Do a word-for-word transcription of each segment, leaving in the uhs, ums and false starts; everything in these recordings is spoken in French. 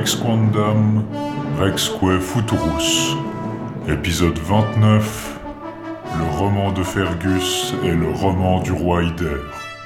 Rex Quandam, Rexque Futurus. Épisode vingt-neuf, le roman de Fergus et le roman du roi Hyder.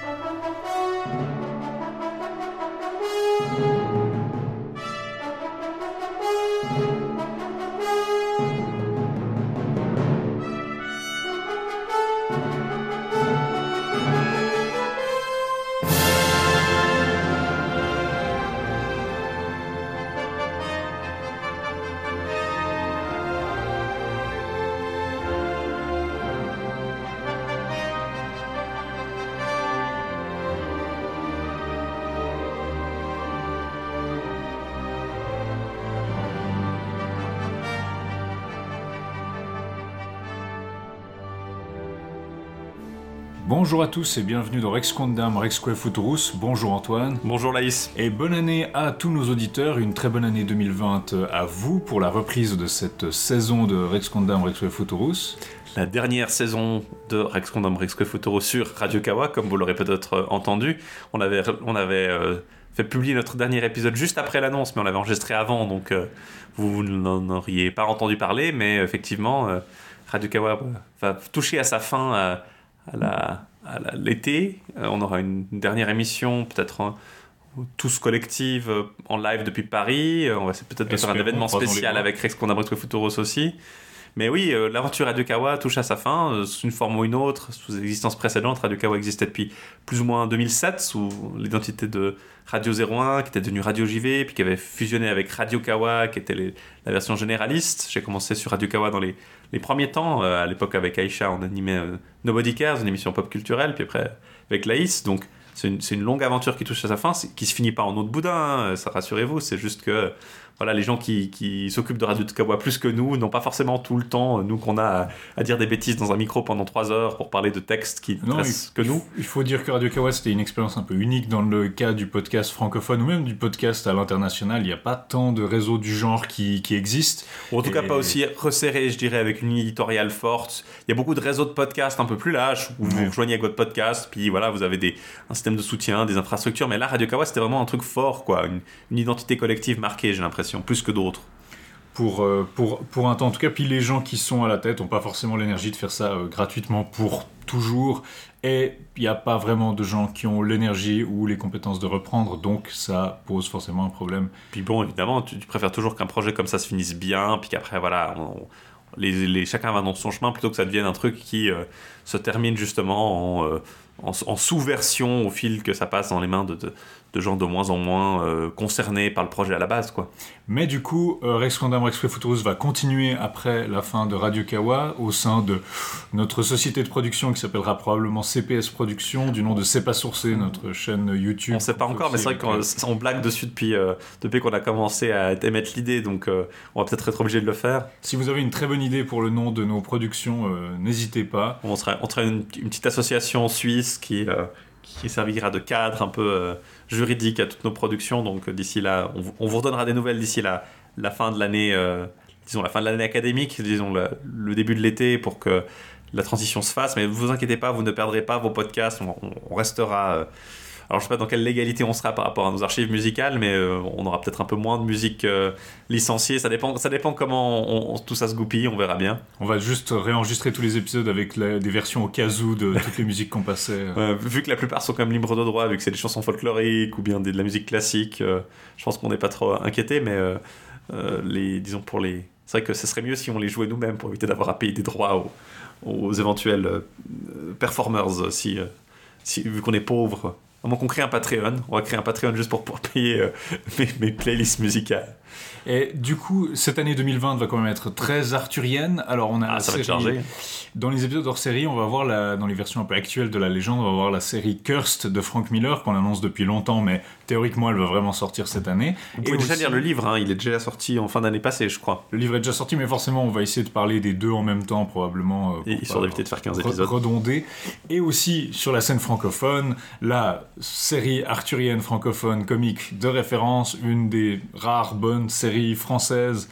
Bonjour à tous et bienvenue dans Rex Quandam, Rexque Futurus. Bonjour Antoine. Bonjour Laïs. Et bonne année à tous nos auditeurs, une très bonne année deux mille vingt à vous pour la reprise de cette saison de Rex Quandam, Rexque Futurus. La dernière saison de Rex Quandam, Rexque Futurus sur Radio Kawa, comme vous l'aurez peut-être entendu. On avait, on avait euh, fait publier notre dernier épisode juste après l'annonce, mais on l'avait enregistré avant, donc euh, vous n'en auriez pas entendu parler, mais effectivement, euh, Radio Kawa va toucher à sa fin euh, à la... à la, l'été, euh, on aura une, une dernière émission, peut-être hein, tous collective euh, en live depuis Paris. Euh, on va essayer peut-être de faire un événement spécial avec Rex Quandam Rexque Futurus aussi. Mais oui, euh, l'aventure Radio Kawa touche à sa fin, euh, sous une forme ou une autre. Sous existence précédente, Radio Kawa existait depuis plus ou moins deux mille sept, sous l'identité de Radio zéro un, qui était devenue Radio J V, puis qui avait fusionné avec Radio Kawa, qui était les, la version généraliste. J'ai commencé sur Radio Kawa dans les, les premiers temps. Euh, à l'époque, avec Aïcha, on animait euh, Nobody Cares, une émission pop culturelle, puis après avec Laïs. Donc, c'est une, c'est une longue aventure qui touche à sa fin, qui se finit pas en eau de boudin, hein, ça rassurez-vous. C'est juste que voilà, les gens qui, qui s'occupent de Radio Kawa plus que nous n'ont pas forcément tout le temps, nous qu'on a à, à dire des bêtises dans un micro pendant trois heures pour parler de textes qui ne intéressent que nous. Il faut dire que Radio Kawa, c'était une expérience un peu unique dans le cas du podcast francophone ou même du podcast à l'international. Il n'y a pas tant de réseaux du genre qui, qui existent. Ou en tout et... cas pas aussi resserré, je dirais, avec une éditoriale forte. Il y a beaucoup de réseaux de podcasts un peu plus lâches où vous vous rejoignez avec votre podcast, puis voilà, vous avez des, un système de soutien, des infrastructures. Mais là, Radio Kawa, c'était vraiment un truc fort, quoi, une, une identité collective marquée, j'ai l'impression, plus que d'autres. Pour, euh, pour, pour un temps en tout cas, puis les gens qui sont à la tête n'ont pas forcément l'énergie de faire ça euh, gratuitement pour toujours, et il n'y a pas vraiment de gens qui ont l'énergie ou les compétences de reprendre, donc ça pose forcément un problème. Puis bon, évidemment, tu, tu préfères toujours qu'un projet comme ça se finisse bien, puis qu'après, voilà, on, les, les, chacun va dans son chemin, plutôt que ça devienne un truc qui euh, se termine justement en, euh, en, en sous-version au fil que ça passe dans les mains de... de de gens de moins en moins euh, concernés par le projet à la base, quoi. Mais du coup, euh, Rex Quandam Rexque Futurus va continuer après la fin de Radio Kawa au sein de notre société de production qui s'appellera probablement C P S Productions, du nom de C'est pas sourcé, notre chaîne YouTube. On sait pas encore, mais c'est vrai qu'on on blague dessus depuis, euh, depuis qu'on a commencé à émettre l'idée, donc euh, on va peut-être être obligé de le faire. Si vous avez une très bonne idée pour le nom de nos productions, euh, n'hésitez pas. On serait, on serait une, une petite association suisse qui... Euh, qui servira de cadre un peu euh, juridique à toutes nos productions. Donc euh, d'ici là, on, on vous redonnera des nouvelles d'ici la, la fin de l'année, euh, disons la fin de l'année académique, disons le, le début de l'été, pour que la transition se fasse. Mais ne vous inquiétez pas, vous ne perdrez pas vos podcasts. On, on, on restera... Euh, alors je sais pas dans quelle légalité on sera par rapport à nos archives musicales, mais euh, on aura peut-être un peu moins de musique euh, licenciée. Ça dépend, ça dépend comment on, on, tout ça se goupille, on verra bien. On va juste réenregistrer tous les épisodes avec la, des versions au kazoo de toutes les musiques qu'on passait. Euh, vu que la plupart sont quand même libres de droit, vu que c'est des chansons folkloriques ou bien des, de la musique classique, euh, je pense qu'on n'est pas trop inquiété, mais euh, euh, les, disons pour les... c'est vrai que ce serait mieux si on les jouait nous-mêmes pour éviter d'avoir à payer des droits aux, aux éventuels euh, performers, si, euh, si, vu qu'on est pauvre. À moins qu'on crée un Patreon, on va créer un Patreon juste pour pouvoir payer euh, mes, mes playlists musicales. Et du coup, cette année deux mille vingt va quand même être très arthurienne. Alors on a ah, la ça série... va être chargé. Dans les épisodes hors série, on va voir la... dans les versions un peu actuelles de la légende, on va voir la série Cursed de Frank Miller qu'on annonce depuis longtemps, mais théoriquement elle va vraiment sortir cette année. Vous pouvez Et déjà aussi... lire le livre, hein, il est déjà sorti en fin d'année passée, je crois. Le livre est déjà sorti, mais forcément on va essayer de parler des deux en même temps probablement. Euh, Et histoire d'éviter de faire quinze re- épisodes. Redonder. Et aussi sur la scène francophone, la série arthurienne francophone comique de référence, une des rares bonnes séries françaises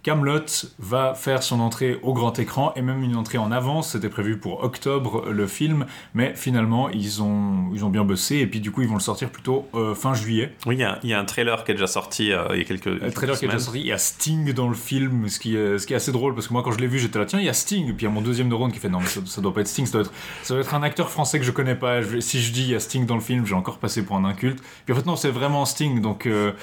Kaamelott va faire son entrée au grand écran et même une entrée en avance. C'était prévu pour octobre le film, mais finalement ils ont, ils ont bien bossé et puis du coup ils vont le sortir plutôt euh, fin juillet. Oui, il y, a, il y a un trailer qui est déjà sorti euh, il y a quelques Le trailer qui est déjà sorti, il y a Sting dans le film, ce qui, est, ce qui est assez drôle parce que moi quand je l'ai vu j'étais là, tiens il y a Sting, et puis il y a mon deuxième neurone qui fait non mais ça, ça doit pas être Sting, ça doit être, ça doit être un acteur français que je connais pas. Je, si je dis il y a Sting dans le film, j'ai encore passé pour un inculte. Puis en fait non, c'est vraiment Sting, donc euh,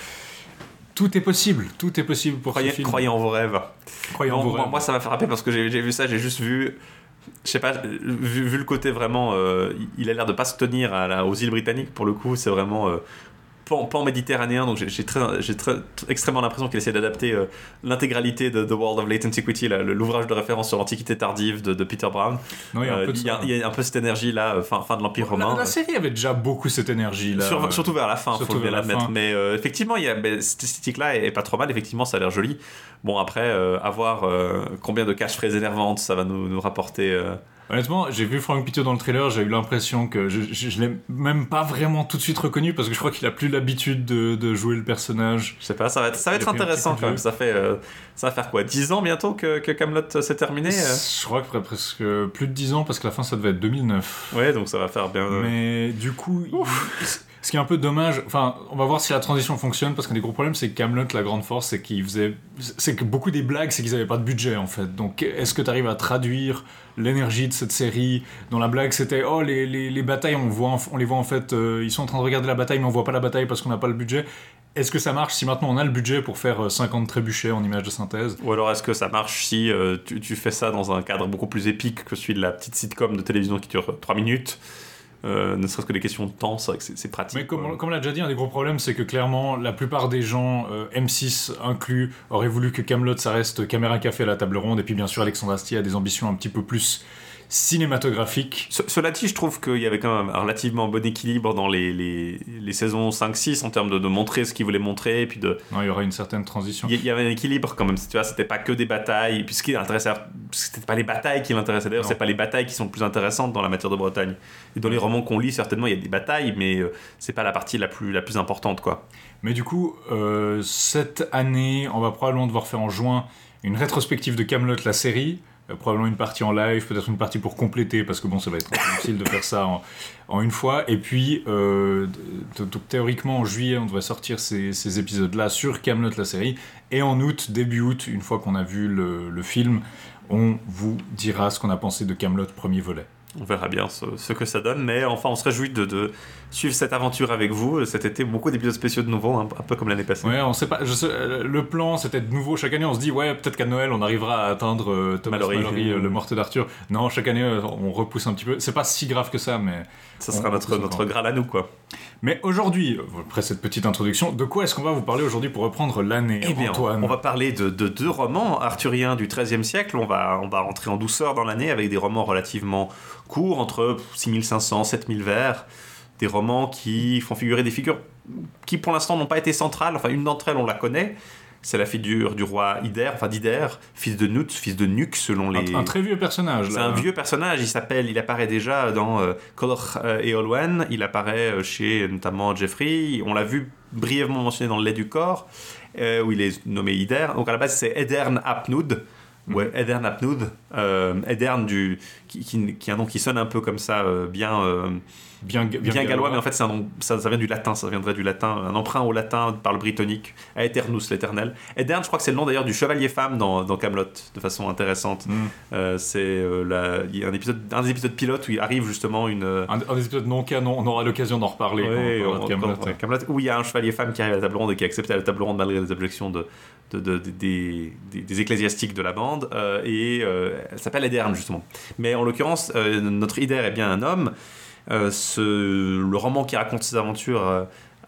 tout est possible, tout est possible pour croyez, ce film. Croyez en vos rêves. Croyez en bon, vos moi, rêves. moi ça m'a fait rappeler parce que j'ai, j'ai vu ça, j'ai juste vu, je sais pas, vu, vu le côté vraiment, euh, il a l'air de pas se tenir à la, aux îles britanniques pour le coup, c'est vraiment... Euh, Plan, plan méditerranéen, donc j'ai, j'ai, très, j'ai très, extrêmement l'impression qu'il essaie d'adapter euh, l'intégralité de The World of Late Antiquity, là, l'ouvrage de référence sur l'Antiquité tardive de, de Peter Brown. Non, il y a un euh, peu de il y a, il y a un peu cette énergie là, euh, fin, fin de l'Empire la, romain. La série avait déjà beaucoup cette énergie là. Sur, euh, surtout vers la fin, faut bien l'admettre. Mais euh, effectivement, il y a, mais cette esthétique-là est, est pas trop mal. Effectivement, ça a l'air joli. Bon, après, euh, à voir euh, combien de cache-phrases énervantes ça va nous, nous rapporter. Euh... Honnêtement, j'ai vu Frank Pithieu dans le trailer, j'ai eu l'impression que je, je, je l'ai même pas vraiment tout de suite reconnu parce que je crois qu'il a plus l'habitude de, de jouer le personnage. Je sais pas, ça va être, ça va être intéressant quand même. Ça fait, euh, ça va faire quoi, dix ans bientôt que, que Kaamelott s'est terminé euh... Je crois que presque plus de dix ans parce que la fin ça devait être deux mille neuf. Ouais, donc ça va faire bien. Euh... Mais du coup, il... ce qui est un peu dommage, enfin, on va voir si la transition fonctionne parce qu'un des gros problèmes c'est que Kaamelott, la grande force, c'est qu'il faisait, c'est que beaucoup des blagues, c'est qu'ils avaient pas de budget en fait. Donc, est-ce que tu arrives à traduire l'énergie de cette série dont la blague c'était oh les, les, les batailles on voit on les voit en fait euh, ils sont en train de regarder la bataille mais on voit pas la bataille parce qu'on n'a pas le budget. Est-ce que ça marche si maintenant on a le budget pour faire cinquante trébuchets en images de synthèse? Ou alors est-ce que ça marche si euh, tu, tu fais ça dans un cadre beaucoup plus épique que celui de la petite sitcom de télévision qui dure trois minutes? Euh, ne serait-ce que des questions de temps, c'est vrai que c'est, c'est pratique. Mais comme, comme on l'a déjà dit, un des gros problèmes, c'est que clairement, la plupart des gens, euh, M six inclus, auraient voulu que Kaamelott, ça reste caméra café à la table ronde, et puis bien sûr, Alexandre Astier a des ambitions un petit peu plus cinématographique. Ce, cela dit, je trouve qu'il y avait quand même un relativement bon équilibre dans les, les, les saisons cinq six en termes de, de montrer ce qu'ils voulaient montrer et puis de... Non, il y aura une certaine transition. Il y, y avait un équilibre quand même, tu vois, c'était pas que des batailles, puis ce qui l'intéressait, c'était pas les batailles qui l'intéressaient, d'ailleurs, non. C'est pas les batailles qui sont le plus intéressantes dans la matière de Bretagne. Et dans les romans qu'on lit, certainement, il y a des batailles, mais euh, c'est pas la partie la plus, la plus importante, quoi. Mais du coup, euh, cette année, on va probablement devoir faire en juin une rétrospective de Kaamelott, la série. Euh, probablement une partie en live, peut-être une partie pour compléter, parce que bon, ça va être difficile de faire ça en, en une fois. Et puis, euh, donc, théoriquement, en juillet, on devrait sortir ces, ces épisodes-là sur Kaamelott, la série. Et en août, début août, une fois qu'on a vu le, le film, on vous dira ce qu'on a pensé de Kaamelott, premier volet. On verra bien ce, ce que ça donne, mais enfin on se réjouit de, de suivre cette aventure avec vous cet été. Beaucoup d'épisodes spéciaux de nouveau, un, un peu comme l'année passée. Ouais, on sait pas. Je sais, le plan c'était de nouveau chaque année. On se dit ouais, peut-être qu'à Noël on arrivera à atteindre euh, Thomas Malory, Malory euh, le Morte d'Arthur. Non, chaque année euh, on repousse un petit peu. C'est pas si grave que ça, mais ça sera notre notre Graal à nous, quoi. Mais aujourd'hui, après cette petite introduction, de quoi est-ce qu'on va vous parler aujourd'hui pour reprendre l'année, eh bien, Antoine ? On va parler de, de deux romans arthuriens du treizième siècle. On va, on va rentrer en douceur dans l'année avec des romans relativement courts, entre six mille cinq cents, sept mille vers. Des romans qui font figurer des figures qui, pour l'instant, n'ont pas été centrales. Enfin, une d'entre elles, on la connaît. C'est la figure du roi Ider, enfin d'Ider, fils de Nut, fils de Nuc, selon les... Un, un très vieux personnage. C'est là. un vieux personnage, il s'appelle, il apparaît déjà dans euh, Kodor et Olwen, il apparaît chez notamment Geoffrey, on l'a vu brièvement mentionné dans Le lait du corps, euh, où il est nommé Ider. Donc à la base c'est Edern ap Nudd, mm-hmm. ouais, Edern ap Nudd, euh, Edern du, qui, qui, qui est un nom qui sonne un peu comme ça, euh, bien... Euh, Bien, bien, bien gallois, gallois, mais en fait c'est un nom, ça, ça vient du latin, ça viendrait du latin, un emprunt au latin par le britannique, Aeternus, l'éternel. Edern, je crois que c'est le nom d'ailleurs du chevalier femme dans, dans Kaamelott, de façon intéressante. Mm. Euh, c'est euh, la, il y a un, épisode, un des épisodes pilotes où il arrive justement une... Euh... Un, un des épisodes non canon, on aura l'occasion d'en reparler. Oui, quand on on, Kaamelott, quand, Kaamelott, où il y a un chevalier femme qui arrive à la table ronde et qui est accepté à la table ronde malgré les objections de, de, de, de, des, des, des ecclésiastiques de la bande, euh, et euh, elle s'appelle Edern justement. Mais en l'occurrence, euh, notre Ider est bien un homme. Euh, ce, le roman qui raconte ses aventures euh,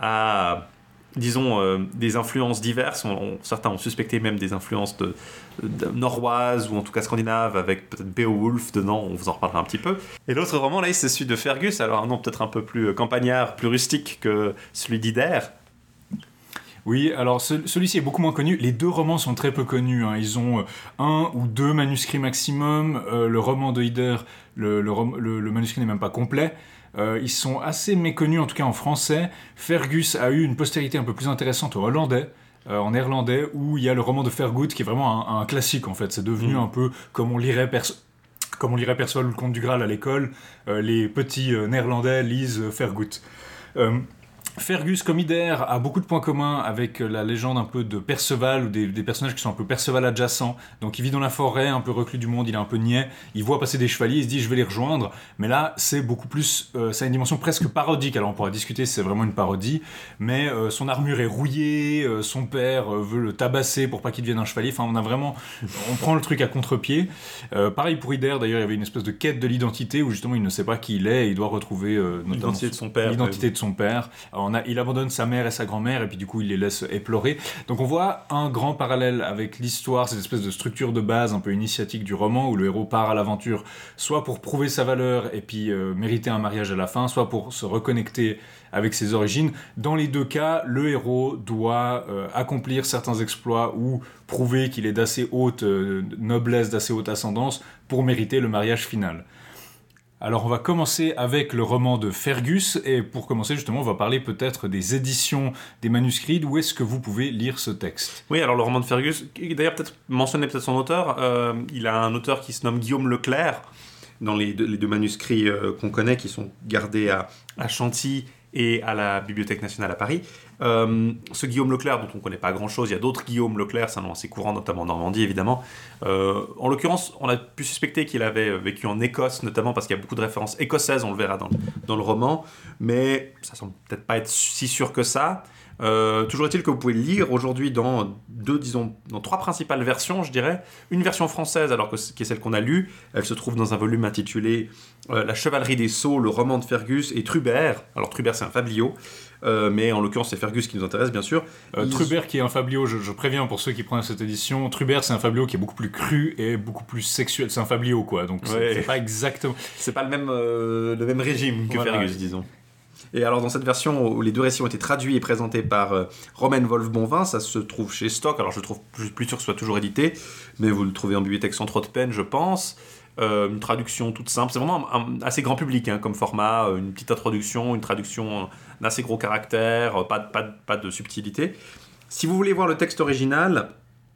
a, disons, euh, des influences diverses. On, on, certains ont suspecté même des influences de, de norroises ou en tout cas scandinaves, avec peut-être Beowulf dedans, on vous en reparlera un petit peu. Et l'autre roman, là, c'est celui de Fergus, alors un nom peut-être un peu plus campagnard, plus rustique que celui d'Ider. Oui, alors ce, celui-ci est beaucoup moins connu. Les deux romans sont très peu connus. Hein. Ils ont euh, un ou deux manuscrits maximum. Euh, le roman de Ider, le, le, le, le manuscrit n'est même pas complet. Euh, ils sont assez méconnus, en tout cas en français. Fergus a eu une postérité un peu plus intéressante aux Hollandais, euh, en néerlandais, où il y a le roman de Fergood qui est vraiment un, un classique en fait. C'est devenu mmh. un peu comme on lirait perso- comme on lirait Perceval ou le Comte du Graal à l'école. Euh, les petits euh, néerlandais lisent euh, Fergood. Euh, Fergus, comme Ider, a beaucoup de points communs avec la légende un peu de Perceval, ou des, des personnages qui sont un peu Perceval adjacents. Donc il vit dans la forêt, un peu reclus du monde, il est un peu niais, il voit passer des chevaliers, il se dit je vais les rejoindre. Mais là, c'est beaucoup plus, euh, ça a une dimension presque parodique. Alors on pourra discuter si c'est vraiment une parodie, mais euh, son armure est rouillée, euh, son père euh, veut le tabasser pour pas qu'il devienne un chevalier. Enfin, on a vraiment, on prend le truc à contre-pied. Euh, pareil pour Ider, d'ailleurs, il y avait une espèce de quête de l'identité où justement il ne sait pas qui il est, et il doit retrouver euh, notamment l'identité de son père. L'identité ouais. de son père. Alors, on a, il abandonne sa mère et sa grand-mère et puis du coup il les laisse éplorer. Donc on voit un grand parallèle avec l'histoire, cette espèce de structure de base un peu initiatique du roman où le héros part à l'aventure soit pour prouver sa valeur et puis euh, mériter un mariage à la fin, soit pour se reconnecter avec ses origines. Dans les deux cas, le héros doit euh, accomplir certains exploits ou prouver qu'il est d'assez haute euh, noblesse, d'assez haute ascendance pour mériter le mariage final. Alors on va commencer avec le roman de Fergus, et pour commencer justement on va parler peut-être des éditions des manuscrits. Où est-ce que vous pouvez lire ce texte ? Oui, alors le roman de Fergus, d'ailleurs peut-être mentionner peut-être son auteur, euh, il a un auteur qui se nomme Guillaume Leclerc, dans les deux, les deux manuscrits euh, qu'on connaît, qui sont gardés à, à Chantilly et à la Bibliothèque nationale à Paris. Euh, ce Guillaume Leclerc, dont on ne connaît pas grand-chose, il y a d'autres Guillaume Leclerc, c'est un nom assez courant, notamment en Normandie, évidemment. Euh, en l'occurrence, on a pu suspecter qu'il avait vécu en Écosse, notamment parce qu'il y a beaucoup de références écossaises, on le verra dans, dans le roman, mais ça semble peut-être pas être si sûr que ça. Euh, toujours est-il que vous pouvez lire aujourd'hui dans deux, disons, dans trois principales versions, je dirais. Une version française, alors que qui est celle qu'on a lue, elle se trouve dans un volume intitulé euh, La chevalerie des sceaux, le roman de Fergus et Trubert. Alors Trubert, c'est un fabliau, euh, mais en l'occurrence, c'est Fergus qui nous intéresse, bien sûr. Euh, Ils... Trubert, qui est un fabliau, je, je préviens pour ceux qui prennent cette édition, Trubert, c'est un fabliau qui est beaucoup plus cru et beaucoup plus sexuel. C'est un fabliau, quoi. Donc c'est, ouais. c'est pas exactement. C'est pas le même, euh, le même régime que voilà. Fergus, disons. Et alors dans cette version où les deux récits ont été traduits et présentés par euh, Romaine Wolf-Bonvin, ça se trouve chez Stock, alors je trouve plus, plus sûr que ce soit toujours édité, mais vous le trouvez en bibliothèque sans trop de peine, je pense. Euh, une traduction toute simple, c'est vraiment un, un assez grand public hein, comme format, une petite introduction, une traduction d'assez gros caractère, pas, pas, pas de subtilité. Si vous voulez voir le texte original,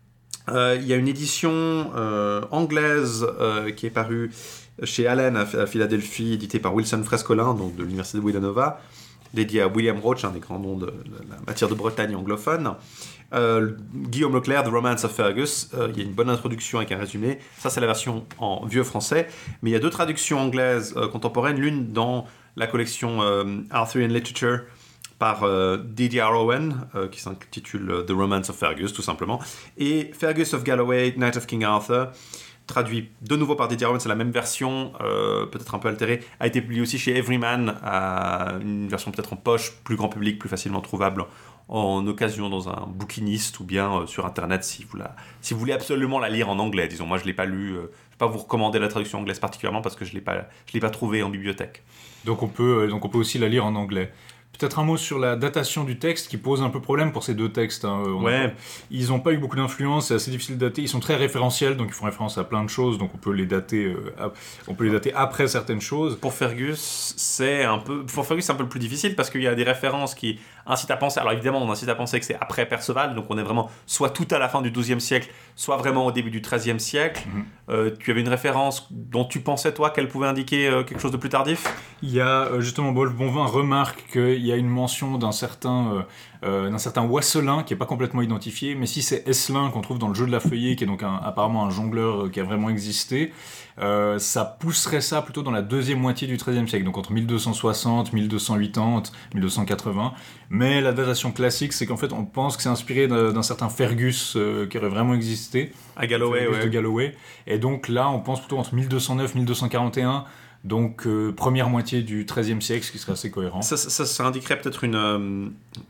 euh, il y a une édition euh, anglaise euh, qui est parue chez Allen à Philadelphie, édité par Wilson Frescolin, donc de l'université de Villanova, dédié à William Roach, un des grands noms de, de la matière de Bretagne anglophone. Euh, Guillaume Leclerc, The Romance of Fergus, euh, il y a une bonne introduction avec un résumé. Ça, c'est la version en vieux français. Mais il y a deux traductions anglaises euh, contemporaines, l'une dans la collection euh, Arthurian Literature par euh, D D R Owen, euh, qui s'intitule euh, The Romance of Fergus, tout simplement, et Fergus of Galloway, Knight of King Arthur, traduit de nouveau par Didier Owen, c'est la même version, euh, peut-être un peu altérée, a été publié aussi chez Everyman, à une version peut-être en poche, plus grand public, plus facilement trouvable en occasion dans un bouquiniste ou bien euh, sur internet si vous, la, si vous voulez absolument la lire en anglais. Disons, moi je ne l'ai pas lu, euh, je ne vais pas vous recommander la traduction anglaise particulièrement parce que je ne l'ai pas, je l'ai pas trouvée en bibliothèque. Donc on, peut, donc on peut aussi la lire en anglais. Peut-être un mot sur la datation du texte qui pose un peu problème pour ces deux textes. Hein. Ouais. A, ils n'ont pas eu beaucoup d'influence, c'est assez difficile de dater. Ils sont très référentiels, donc ils font référence à plein de choses, donc on peut les dater, euh, on peut les dater après certaines choses. Pour Fergus, c'est un peu, pour Fergus, c'est un peu le plus difficile parce qu'il y a des références qui incitent à penser. Alors évidemment, on incite à penser que c'est après Perceval, donc on est vraiment soit tout à la fin du douzième siècle, soit vraiment au début du treizième siècle. Mm-hmm. Euh, tu avais une référence dont tu pensais toi qu'elle pouvait indiquer euh, quelque chose de plus tardif ? Il y a euh, justement Wolf-Bonvin remarque qu'il y a une mention d'un certain, euh, euh, d'un certain Wasselin qui n'est pas complètement identifié, mais si c'est Esselin qu'on trouve dans le jeu de la feuillée, qui est donc un, apparemment un jongleur qui a vraiment existé, euh, ça pousserait ça plutôt dans la deuxième moitié du treizième siècle, donc entre mille deux cent soixante, mille deux cent quatre-vingts, mille deux cent quatre-vingts. Mais la datation classique, c'est qu'en fait on pense que c'est inspiré d'un, d'un certain Fergus euh, qui aurait vraiment existé. À Galloway, Fergus ouais. de Galloway. Et donc là, on pense plutôt entre mille deux cent neuf, mille deux cent quarante et un. Donc, euh, première moitié du treizième siècle, ce qui serait assez cohérent. Ça, ça, ça indiquerait peut-être une, une,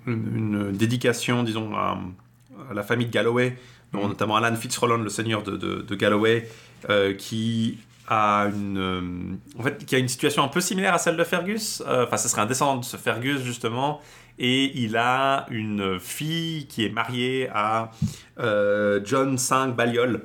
une dédication, disons, à, à la famille de Galloway, dont mmh. notamment Alan Fitzroland, le seigneur de, de, de Galloway, euh, qui a une, euh, en fait, qui a une situation un peu similaire à celle de Fergus. Euh, enfin, ce serait un descendant de ce Fergus, justement. Et il a une fille qui est mariée à euh, John cinq Balliol,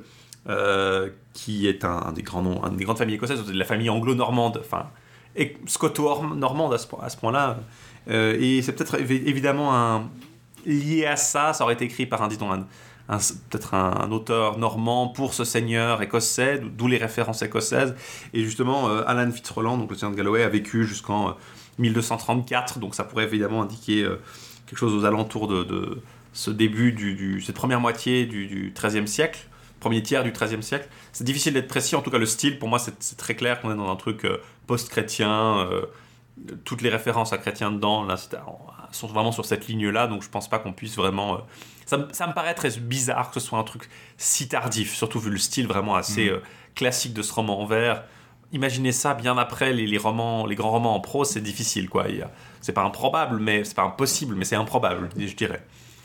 euh, qui est un, un des grands noms, une des grandes familles écossaises, de la famille anglo-normande, enfin, scoto-normande à ce, à ce point-là. Euh, et c'est peut-être évidemment un, lié à ça, ça aurait été écrit par un, disons, un, un, peut-être un, un auteur normand pour ce seigneur écossais, d'où les références écossaises. Et justement, euh, Alan Fitzroland, donc le seigneur de Galloway, a vécu jusqu'en euh, mille deux cent trente-quatre, donc ça pourrait évidemment indiquer euh, quelque chose aux alentours de, de ce début, du, du, cette première moitié du, du treizième siècle, premier tiers du treizième siècle. C'est difficile d'être précis, en tout cas le style, pour moi c'est, c'est très clair qu'on est dans un truc euh, post-chrétien, euh, toutes les références à chrétien dedans, là, sont vraiment sur cette ligne-là, donc je pense pas qu'on puisse vraiment... Euh, ça, ça me paraît très bizarre que ce soit un truc si tardif, surtout vu le style vraiment assez mmh. euh, classique de ce roman en vers. Imaginez ça bien après les, les romans, les grands romans en prose, c'est difficile, quoi. Il y a, c'est pas improbable, mais c'est pas impossible, mais c'est improbable, je dirais.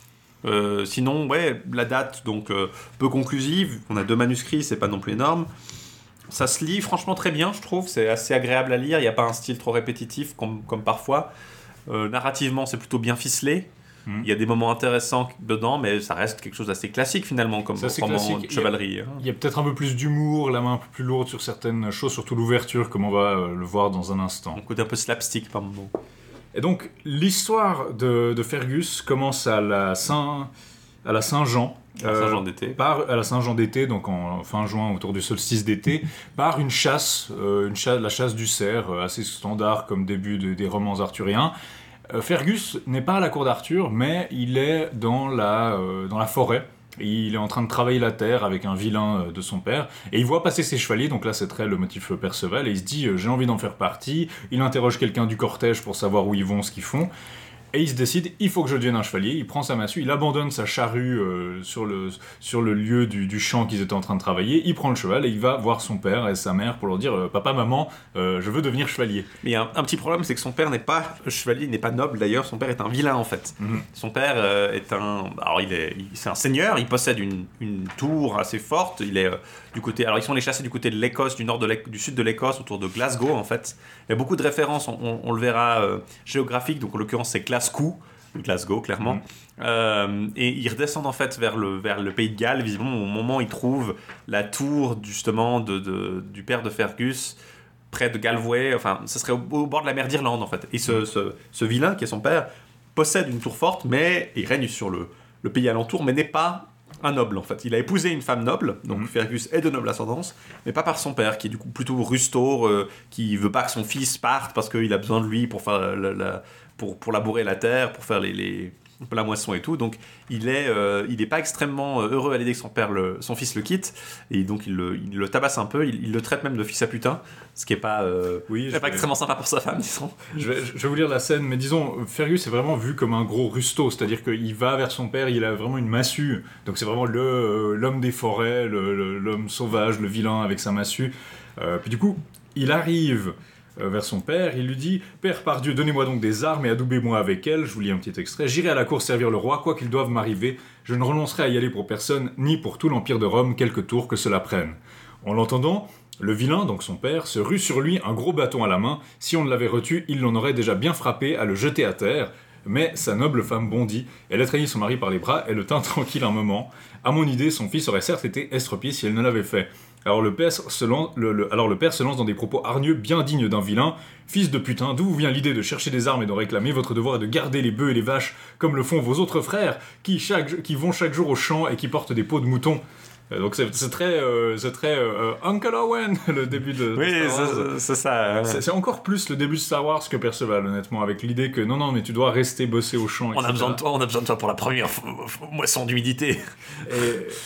Euh, sinon, ouais, la date, donc euh, peu conclusive. On a deux manuscrits, c'est pas non plus énorme. Ça se lit franchement très bien, je trouve. C'est assez agréable à lire. Il n'y a pas un style trop répétitif comme, comme parfois. Euh, narrativement, c'est plutôt bien ficelé. Mmh. Il y a des moments intéressants dedans, mais ça reste quelque chose d'assez classique finalement, comme roman de chevalerie. Il y, a, il y a peut-être un peu plus d'humour, la main un peu plus lourde sur certaines choses, surtout l'ouverture, comme on va euh, le voir dans un instant. Un côté un peu slapstick par moment. Et donc, l'histoire de, de Fergus commence à la Saint, à la Saint-Jean. À la Saint-Jean d'été. Euh, par, à la Saint-Jean d'été, donc en fin juin, autour du solstice d'été, par une chasse, euh, une chasse, la chasse du cerf, euh, assez standard comme début de, des romans arthuriens. Euh, Fergus n'est pas à la cour d'Arthur, mais il est dans la, euh, dans la forêt. Il est en train de travailler la terre avec un vilain de son père, et il voit passer ses chevaliers, donc là c'est très le motif Perceval, et il se dit euh, j'ai envie d'en faire partie. Il interroge quelqu'un du cortège pour savoir où ils vont, ce qu'ils font, et il se décide, il faut que je devienne un chevalier. Il prend sa massue, il abandonne sa charrue euh, sur, le, sur le lieu du, du champ qu'ils étaient en train de travailler, il prend le cheval et il va voir son père et sa mère pour leur dire euh, papa, maman, euh, je veux devenir chevalier. Mais il y a un, un petit problème, c'est que son père n'est pas chevalier, il n'est pas noble d'ailleurs, son père est un vilain en fait. Mm-hmm. Son père euh, est un... Alors il est, il, c'est un seigneur, il possède une, une tour assez forte, il est euh, du côté... Alors ils sont les chassés du côté de l'Écosse, du, nord de l'Écosse, du sud de l'Écosse, autour de Glasgow en fait. Il y a beaucoup de références, on, on, on le verra euh, géographiques, donc en l'occurrence c'est Glasgow, Glasgow, clairement. Mmh. Euh, et ils redescendent en fait vers le, vers le pays de Galles, visiblement au moment où ils trouvent la tour justement de, de, du père de Fergus, près de Galway, enfin, ce serait au, au bord de la mer d'Irlande en fait. Et ce, mmh. ce, ce vilain, qui est son père, possède une tour forte, mais il règne sur le, le pays alentour, mais n'est pas un noble en fait. Il a épousé une femme noble, donc mmh. Fergus est de noble ascendance, mais pas par son père, qui est du coup plutôt rustaud, euh, qui veut pas que son fils parte parce qu'il a besoin de lui pour faire la, la Pour, pour labourer la terre, pour faire les, les, la moisson et tout. Donc il est, euh, il est pas extrêmement heureux à l'idée que son, père le, son fils le quitte, et donc il le, il le tabasse un peu, il, il le traite même de fils à putain, ce qui est pas, euh, oui, pas vais... extrêmement sympa pour sa femme, disons. Je vais, je vais vous lire la scène, mais disons, Fergus est vraiment vu comme un gros rustaud, c'est-à-dire qu'il va vers son père, il a vraiment une massue, donc c'est vraiment le, l'homme des forêts, le, le, l'homme sauvage, le vilain avec sa massue. Euh, puis du coup, il arrive vers son père, il lui dit « Père, par Dieu, donnez-moi donc des armes et adoubez-moi avec elles. » Je vous lis un petit extrait. « J'irai à la cour servir le roi, quoi qu'il doive m'arriver. Je ne renoncerai à y aller pour personne, ni pour tout l'empire de Rome, quelque tour que cela prenne. » En l'entendant, le vilain, donc son père, se rue sur lui un gros bâton à la main. Si on ne l'avait reçu, il l'en aurait déjà bien frappé à le jeter à terre. Mais sa noble femme bondit, elle étreignit son mari par les bras et le tint tranquille un moment. À mon idée, son fils aurait certes été estropié si elle ne l'avait fait. Alors le, père se lance, le, le, alors le père se lance dans des propos hargneux bien dignes d'un vilain. « Fils de putain, d'où vous vient l'idée de chercher des armes et de réclamer? Votre devoir est de garder les bœufs et les vaches comme le font vos autres frères, qui, chaque, qui vont chaque jour au champ et qui portent des peaux de mouton. » Donc c'est, c'est très, euh, c'est très euh, Uncle Owen, le début de, de oui, Star Wars. c'est, c'est ça. Ouais. C'est, c'est encore plus le début de Star Wars que Perceval, honnêtement, avec l'idée que non, non, mais tu dois rester bosser au champ, et cetera. On a besoin de toi, on a besoin de toi pour la première f- f- moisson d'humidité. Et,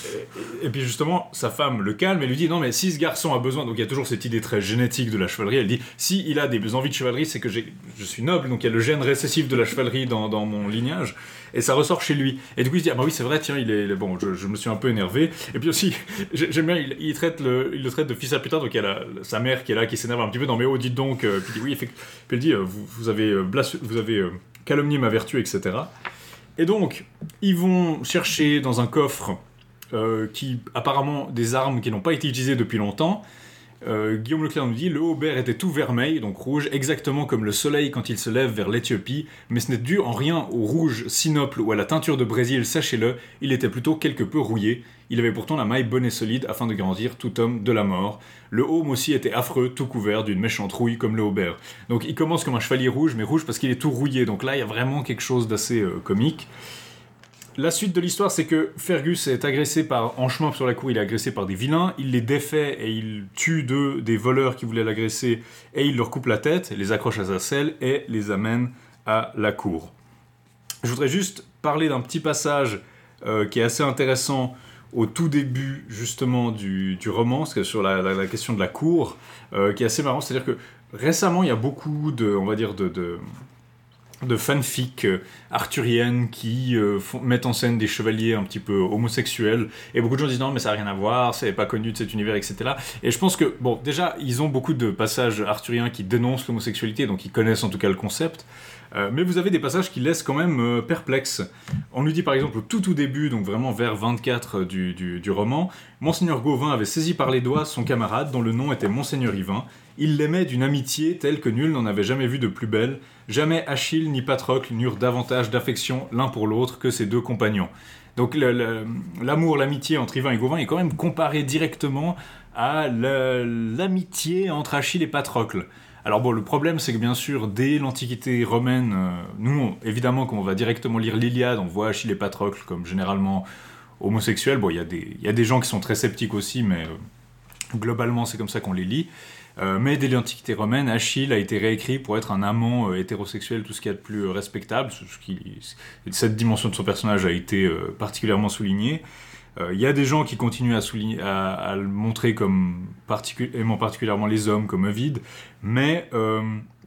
et, et puis justement, sa femme le calme et lui dit non, mais si ce garçon a besoin, donc il y a toujours cette idée très génétique de la chevalerie, elle dit si il a des envies de chevalerie, c'est que j'ai, je suis noble, donc il y a le gène récessif de la chevalerie dans, dans mon lignage. Et ça ressort chez lui. Et du coup, il se dit, ah bah oui, c'est vrai, tiens, il est... Il est bon, je, je me suis un peu énervé. Et puis aussi, j'aime bien, il, il, traite le, il le traite de fils à putain, donc il y a la, sa mère qui est là, qui s'énerve un petit peu, non mais oh, dites donc, euh, puis il dit, oui, effectivement. Puis elle dit, euh, vous, vous avez, euh, blassu... vous avez euh, calomnié ma vertu, et cetera. Et donc, ils vont chercher dans un coffre, euh, qui, apparemment, des armes qui n'ont pas été utilisées depuis longtemps. Euh, Guillaume Leclerc nous dit « Le haubert était tout vermeil, donc rouge, exactement comme le soleil quand il se lève vers l'Éthiopie, mais ce n'est dû en rien au rouge sinople ou à la teinture de Brésil, sachez-le, il était plutôt quelque peu rouillé. Il avait pourtant la maille bonne et solide afin de garantir tout homme de la mort. Le haume aussi était affreux, tout couvert d'une méchante rouille comme le haubert. » Donc il commence comme un chevalier rouge, mais rouge parce qu'il est tout rouillé, donc là il y a vraiment quelque chose d'assez euh, comique. la suite de l'histoire, c'est que Fergus est agressé par, en chemin sur la cour, il est agressé par des vilains, il les défait et il tue deux des voleurs qui voulaient l'agresser et il leur coupe la tête, les accroche à sa selle et les amène à la cour. Je voudrais juste parler d'un petit passage euh, qui est assez intéressant au tout début justement du, du roman, parce que sur la, la, la question de la cour, euh, qui est assez marrant, c'est-à-dire que récemment il y a beaucoup de, on va dire de, de de fanfic euh, arthuriennes qui euh, font, mettent en scène des chevaliers un petit peu homosexuels, et beaucoup de gens disent non mais ça n'a rien à voir, c'est pas connu de cet univers, et cetera. Et je pense que, bon, déjà ils ont beaucoup de passages arthuriens qui dénoncent l'homosexualité, donc ils connaissent en tout cas le concept, euh, mais vous avez des passages qui laissent quand même euh, perplexes. On nous dit par exemple au tout tout début, donc vraiment vers vingt-quatre du, du, du roman, Monseigneur Gauvin avait saisi par les doigts son camarade dont le nom était Monseigneur Yvain. Il l'aimait d'une amitié telle que nul n'en avait jamais vu de plus belle. Jamais Achille ni Patrocle n'eurent davantage d'affection l'un pour l'autre que ses deux compagnons. Donc le, le, l'amour, l'amitié entre Yvain et Gauvin est quand même comparé directement à la, l'amitié entre Achille et Patrocle. Alors bon, le problème c'est que bien sûr, dès l'Antiquité romaine, euh, nous, on, évidemment, quand on va directement lire l'Iliade, on voit Achille et Patrocle comme généralement homosexuels. Bon, il y a des, il y a des gens qui sont très sceptiques aussi, mais euh, globalement c'est comme ça qu'on les lit. Euh, mais dès l'Antiquité romaine, Achille a été réécrit pour être un amant euh, hétérosexuel, tout ce qu'il y a de plus euh, respectable. Ce qui, cette dimension de son personnage a été euh, particulièrement soulignée. Il euh, y a des gens qui continuent à, souligner, à, à le montrer comme particu- aimant particulièrement les hommes, comme Ovide, mais euh,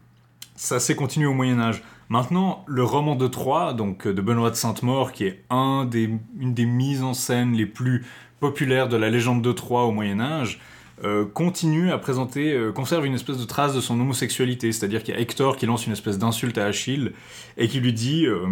ça s'est continué au Moyen-Âge. Maintenant, le roman de Troie, donc de Benoît de Sainte-Maure, qui est un des, une des mises en scène les plus populaires de la légende de Troie au Moyen-Âge, Euh, continue à présenter, euh, conserve une espèce de trace de son homosexualité, c'est-à-dire qu'il y a Hector qui lance une espèce d'insulte à Achille et qui lui dit euh,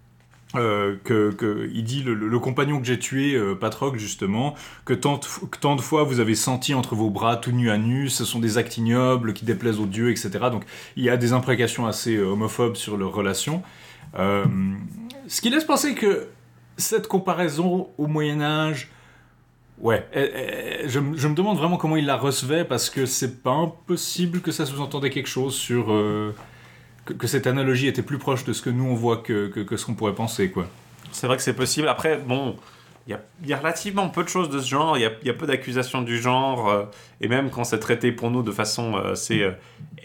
euh, que, que il dit le, le compagnon que j'ai tué, euh, Patrocle justement, que tant, de, que tant de fois vous avez senti entre vos bras tout nu à nu, ce sont des actes ignobles qui déplaisent aux dieux, et cetera. Donc il y a des imprécations assez euh, homophobes sur leurs relations, euh, ce qui laisse penser que cette comparaison au Moyen-Âge, ouais, et, et, je, je me demande vraiment comment il la recevait, parce que c'est pas impossible que ça sous-entendait quelque chose sur... Euh, que, que cette analogie était plus proche de ce que nous on voit que, que, que ce qu'on pourrait penser, quoi. C'est vrai que c'est possible. Après, bon, il y a, y a relativement peu de choses de ce genre, il y a, y a peu d'accusations du genre, euh, et même quand c'est traité pour nous de façon euh, assez... Euh,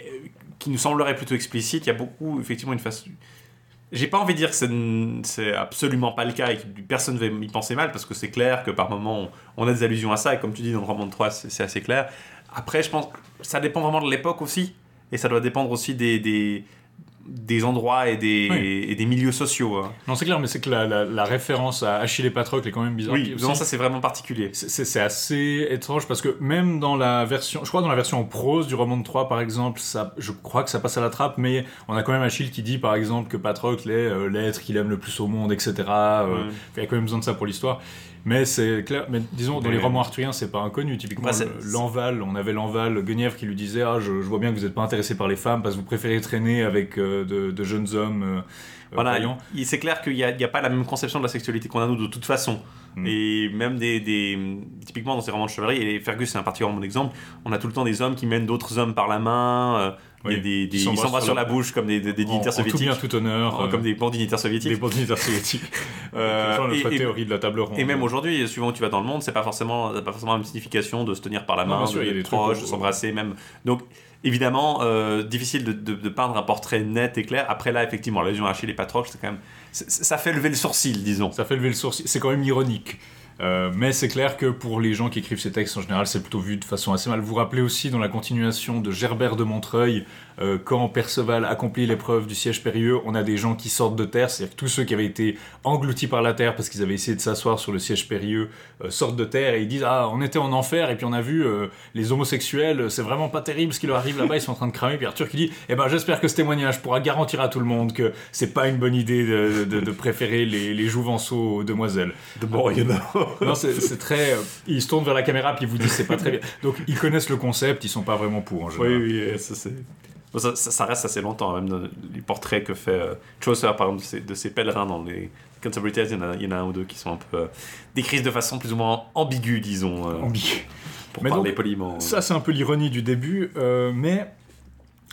qui nous semblerait plutôt explicite, il y a beaucoup, effectivement, une façon... J'ai pas envie de dire que c'est, c'est absolument pas le cas et que personne ne va y penser mal, parce que c'est clair que par moments on, on a des allusions à ça, et comme tu dis dans le roman de Troie, c'est, c'est assez clair. Après, je pense que ça dépend vraiment de l'époque aussi, et ça doit dépendre aussi des, des, des endroits et des, oui. et des milieux sociaux. Hein. Non, c'est clair, mais c'est que la, la, la référence à Achille et Patrocle est quand même bizarre. Oui, non, ça c'est vraiment particulier. C'est, c'est, c'est assez étrange, parce que même dans la version, je crois dans la version en prose du roman de Troie par exemple, ça, je crois que ça passe à la trappe, mais on a quand même Achille qui dit par exemple que Patrocle est euh, l'être qu'il aime le plus au monde, et cetera. Euh, ouais. Il y a quand même besoin de ça pour l'histoire. Mais c'est clair, mais disons, dans mais les romans arthuriens, c'est pas inconnu. Typiquement, bah, le, l'Enval, on avait l'Enval, Guenièvre qui lui disait ah, je, je vois bien que vous n'êtes pas intéressé par les femmes parce que vous préférez traîner avec euh, de, de jeunes hommes. Euh, voilà, il, c'est clair qu'il n'y a, a pas la même conception de la sexualité qu'on a nous de toute façon. Mm. Et même des, des. Typiquement, dans ces romans de chevalerie, et Fergus, c'est un particulièrement bon exemple, on a tout le temps des hommes qui mènent d'autres hommes par la main. Euh, Oui. Il y a des, des, ils s'embrassent sur la, la bouche comme des, des, des dignitaires en, soviétiques. En tout bien, tout honneur. Euh, comme des bons dignitaires soviétiques. Des bons dignitaires soviétiques. euh, genre notre et, théorie de la table ronde. Et même aujourd'hui, suivant où tu vas dans le monde, c'est pas forcément, pas forcément la même signification de se tenir par la main, sûr, de proche, de s'embrasser, même. Donc, évidemment, euh, difficile de, de, de peindre un portrait net et clair. Après là, effectivement, l'allusion à Achille et Patrocle, c'est quand même, c'est, ça fait lever le sourcil, disons. Ça fait lever le sourcil. C'est quand même ironique. Euh, mais c'est clair que pour les gens qui écrivent ces textes en général, c'est plutôt vu de façon assez mal. Vous vous rappelez aussi dans la continuation de Gerbert de Montreuil, euh, quand Perceval accomplit l'épreuve du siège périlleux, on a des gens qui sortent de terre, c'est-à-dire que tous ceux qui avaient été engloutis par la terre parce qu'ils avaient essayé de s'asseoir sur le siège périlleux euh, sortent de terre et ils disent ah on était en enfer et puis on a vu euh, les homosexuels, c'est vraiment pas terrible ce qui leur arrive là-bas, ils sont en train de cramer. Puis Arthur qui dit eh ben j'espère que ce témoignage pourra garantir à tout le monde que c'est pas une bonne idée de, de, de préférer les, les jouvenceaux aux demoiselles. De bon, you know. Non, c'est, c'est très. Euh, ils se tournent vers la caméra puis ils vous disent c'est pas très bien. Donc ils connaissent le concept, ils sont pas vraiment pour en général. Oui, oui, ça c'est. Bon, ça, ça, ça reste assez longtemps, même dans les portraits que fait euh, Chaucer, par exemple, de ces, de ces pèlerins dans les Canterbury Tales, il y en a, il y en a un ou deux qui sont un peu euh, décrits de façon plus ou moins ambiguë, disons. Euh, ambiguë. Pour mais parler donc, poliment. Ça, c'est un peu l'ironie du début, euh, mais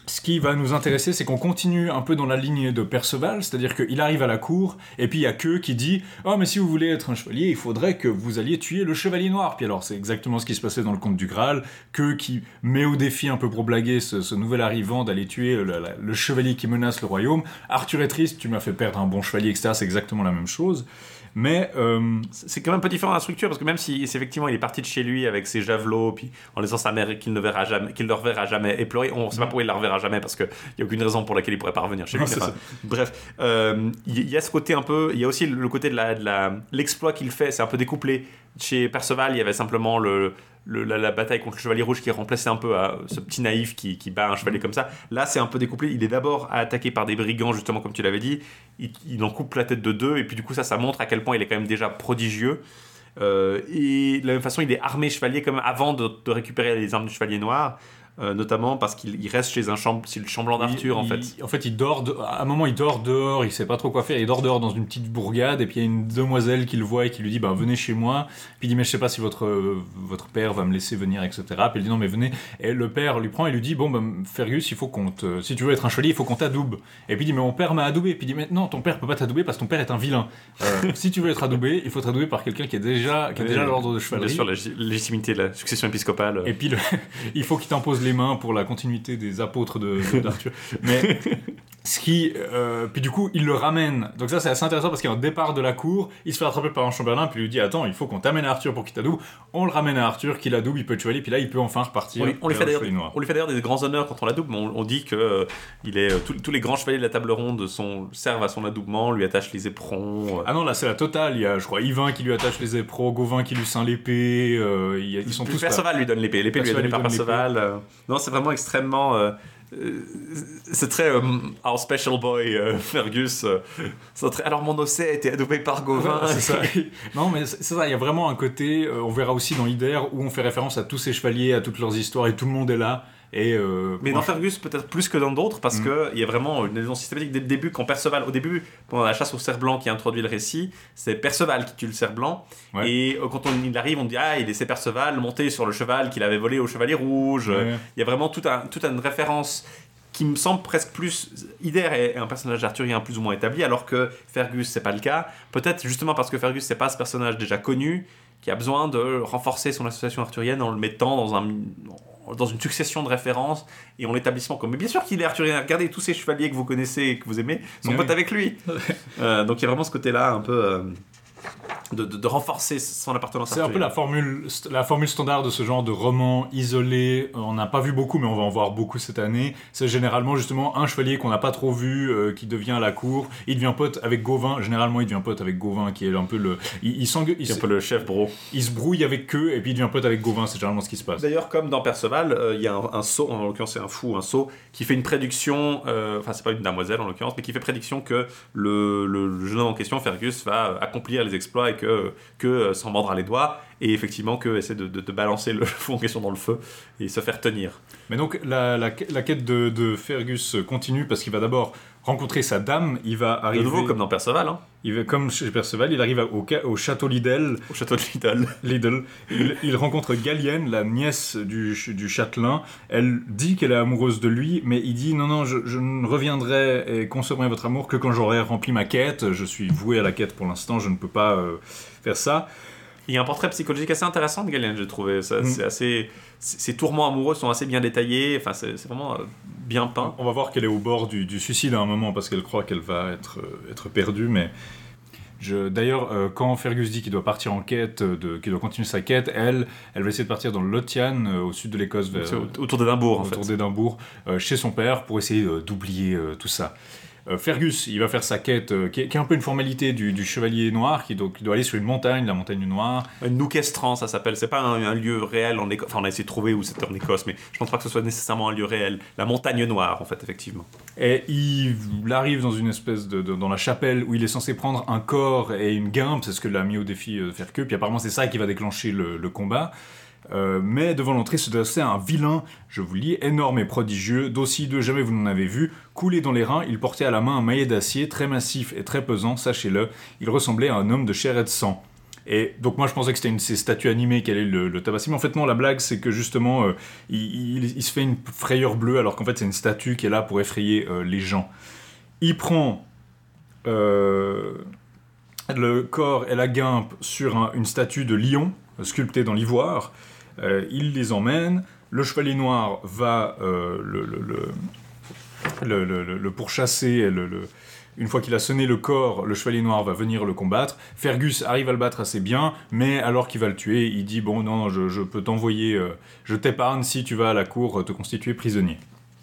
ce qui va nous intéresser, c'est qu'on continue un peu dans la ligne de Perceval, c'est-à-dire qu'il arrive à la cour, et puis il y a Queue qui dit « Oh, mais si vous voulez être un chevalier, il faudrait que vous alliez tuer le chevalier noir ». Puis alors, c'est exactement ce qui se passait dans le conte du Graal, Queue qui met au défi un peu pour blaguer ce, ce nouvel arrivant d'aller tuer le, le, le chevalier qui menace le royaume. Arthur est triste, tu m'as fait perdre un bon chevalier, et cetera. C'est exactement la même chose. Mais euh... c'est quand même un peu différent dans la structure, parce que même si effectivement il est parti de chez lui avec ses javelots, puis en laissant sa mère qu'il ne verra jamais, qu'il ne reverra jamais éploré, on ne sait pas pourquoi il la reverra jamais, parce qu'il n'y a aucune raison pour laquelle il pourrait pas revenir chez lui. Non, enfin, bref, il euh, y, y a ce côté un peu, il y a aussi le côté de la, de la l'exploit qu'il fait, c'est un peu découplé. Chez Perceval, il y avait simplement le Le, la, la bataille contre le Chevalier Rouge qui remplaçait un peu à ce petit naïf qui, qui bat un chevalier comme ça. Là, c'est un peu découplé. Il est d'abord attaqué par des brigands, justement, comme tu l'avais dit. Il, il en coupe la tête de deux, et puis du coup, ça, ça montre à quel point il est quand même déjà prodigieux. Euh, et de la même façon, il est armé chevalier comme avant de, de récupérer les armes du Chevalier Noir. Euh, notamment parce qu'il il reste chez un chamb... c'est le chambellan d'Arthur, il, en fait. Il, en fait, il dort de... à un moment, il dort dehors, il sait pas trop quoi faire, il dort dehors dans une petite bourgade, et puis il y a une demoiselle qui le voit et qui lui dit bah, venez chez moi. Puis il dit mais je sais pas si votre, euh, votre père va me laisser venir, et cetera. Puis il dit non mais venez. Et le père lui prend et lui dit bon bah, Fergus, il faut qu'on te... si tu veux être un chevalier, il faut qu'on t'adoube. Et puis il dit mais mon père m'a adoubé. Puis il dit mais non, ton père peut pas t'adouber parce que ton père est un vilain. Euh, si tu veux être adoubé, il faut être adoubé par quelqu'un qui est déjà, qui a déjà l'ordre de chevalerie. Bien sûr, la légitimité, la succession épiscopale. Et puis le... il faut qu'il t'impose les mains pour la continuité des apôtres de, de, d'Arthur. Mais ce qui, euh, puis du coup, il le ramène. Donc ça, c'est assez intéressant parce qu'il y a un départ de la cour, il se fait attraper par un chambellan, puis il lui dit attends, il faut qu'on t'amène à Arthur pour qu'il t'adoube. On le ramène à Arthur, qu'il adoube, il peut tuer, puis là, il peut enfin repartir. On, on, lui, fait on lui fait d'ailleurs des grands honneurs quand on l'adoube. On, on dit que euh, il est, euh, tout, tous les grands chevaliers de la table ronde sont, servent à son adoubement, lui attachent les éperons. Euh. Ah non, là, c'est la totale. Il y a, je crois, Yvain qui lui attache les éperons, Gauvin qui lui ceint l'épée. Euh, il y a, ils sont tous. Perceval là. lui donne l'épée. L'épée lui est donnée par Perceval. Euh. Non, c'est vraiment extrêmement. Euh, Euh, c'est très euh, our special boy euh, Fergus euh, c'est très... alors mon ocet a été adoubé par Gauvin. Ouais, c'est ça. Non mais c'est ça, il y a vraiment un côté euh, on verra aussi dans Ider où on fait référence à tous ces chevaliers, à toutes leurs histoires et tout le monde est là. Et euh, mais dans Fergus peut-être plus que dans d'autres parce mm. qu'il y a vraiment une allusion systématique dès le début. Quand Perceval, au début pendant la chasse au cerf blanc qui a introduit le récit, c'est Perceval qui tue le cerf blanc. Ouais. Et euh, quand on, il arrive on dit ah il laissait Perceval monter sur le cheval qu'il avait volé au Chevalier Rouge. Ouais. Il y a vraiment toute un, toute une référence qui me semble presque plus... Ider est un personnage arthurien plus ou moins établi, alors que Fergus, c'est pas le cas. Peut-être justement parce que Fergus, c'est pas ce personnage déjà connu, qui a besoin de renforcer son association arthurienne en le mettant dans, un, dans une succession de références et en l'établissement comme... Mais bien sûr qu'il est arthurien. Regardez, tous ces chevaliers que vous connaissez et que vous aimez sont oui. potes avec lui. euh, donc il y a vraiment ce côté-là un peu... Euh, De, de, de renforcer son appartenance. C'est un peu la formule, la formule standard de ce genre de roman isolé. On n'a pas vu beaucoup, mais on va en voir beaucoup cette année. C'est généralement justement un chevalier qu'on n'a pas trop vu, euh, qui devient à la cour. Il devient pote avec Gauvin. Généralement, il devient pote avec Gauvin, qui est un peu le. Il, il, il, il est un peu le chef bro. Il se brouille avec eux et puis il devient pote avec Gauvin. C'est généralement ce qui se passe. D'ailleurs, comme dans Perceval, il euh, y a un, un sot, en l'occurrence c'est un fou, un sot, qui fait une prédiction. Enfin, euh, c'est pas une demoiselle en l'occurrence, mais qui fait prédiction que le, le, le jeune homme en question, Fergus, va accomplir les exploits et que que s'en mordra les doigts et effectivement que essaie de, de, de balancer le fou en question dans le feu et se faire tenir. Mais donc la, la, la quête de, de Fergus continue parce qu'il va d'abord rencontrer sa dame, il va arriver... De nouveau comme dans Perceval. Hein. Il va, comme chez Perceval, il arrive au, au château Lidl. Au château de Lidl. Lidl. Il, il rencontre Gallienne, la nièce du, du châtelain. Elle dit qu'elle est amoureuse de lui, mais il dit non, non, je, je ne reviendrai et consommerai votre amour que quand j'aurai rempli ma quête. Je suis voué à la quête pour l'instant, je ne peux pas euh, faire ça. Il y a un portrait psychologique assez intéressant de Gallienne, j'ai trouvé. Ça, mm. c'est assez, ses tourments amoureux sont assez bien détaillés. Enfin, c'est, c'est vraiment bien peint. On va voir qu'elle est au bord du, du suicide à un moment parce qu'elle croit qu'elle va être, euh, être perdue. Mais je, d'ailleurs, euh, quand Fergus dit qu'il doit partir en quête, de, qu'il doit continuer sa quête, elle, elle va essayer de partir dans le Lothian, euh, au sud de l'Écosse, vers, autour d'Édimbourg, en autour fait. d'Édimbourg, euh, chez son père, pour essayer euh, d'oublier euh, tout ça. Euh, Fergus, il va faire sa quête, euh, qui, est, qui est un peu une formalité du, du chevalier noir, qui, donc, qui doit aller sur une montagne, la montagne noire. Noukestran, ça s'appelle. C'est pas un, un lieu réel en Écosse. Enfin, on a essayé de trouver où c'était en Écosse, mais je pense pas que ce soit nécessairement un lieu réel. La montagne noire, en fait, effectivement. Et il, il arrive dans une espèce de, de... dans la chapelle où il est censé prendre un corps et une guimpe, c'est ce que l'a mis au défi de faire que. Puis apparemment, c'est ça qui va déclencher le, le combat. Euh, mais devant l'entrée se dressait un vilain, je vous lis, énorme et prodigieux, d'aussi hideux jamais vous n'en avez vu, coulé dans les reins, il portait à la main un maillet d'acier, très massif et très pesant, sachez-le, il ressemblait à un homme de chair et de sang. Et donc moi je pensais que c'était une de ces statues animées qui allait le, le tabasser, mais en fait non, la blague c'est que justement euh, il, il, il se fait une frayeur bleue alors qu'en fait c'est une statue qui est là pour effrayer euh, les gens. Il prend euh, le corps et la guimpe sur un, une statue de lion sculptée dans l'ivoire, euh, il les emmène, le chevalier noir va euh, le, le, le, le, le, le, le pourchasser, le, le une fois qu'il a sonné le corps, le chevalier noir va venir le combattre. Fergus arrive à le battre assez bien, mais alors qu'il va le tuer, il dit « Bon, non, je, je peux t'envoyer... Euh, je t'épargne si tu vas à la cour te constituer prisonnier. »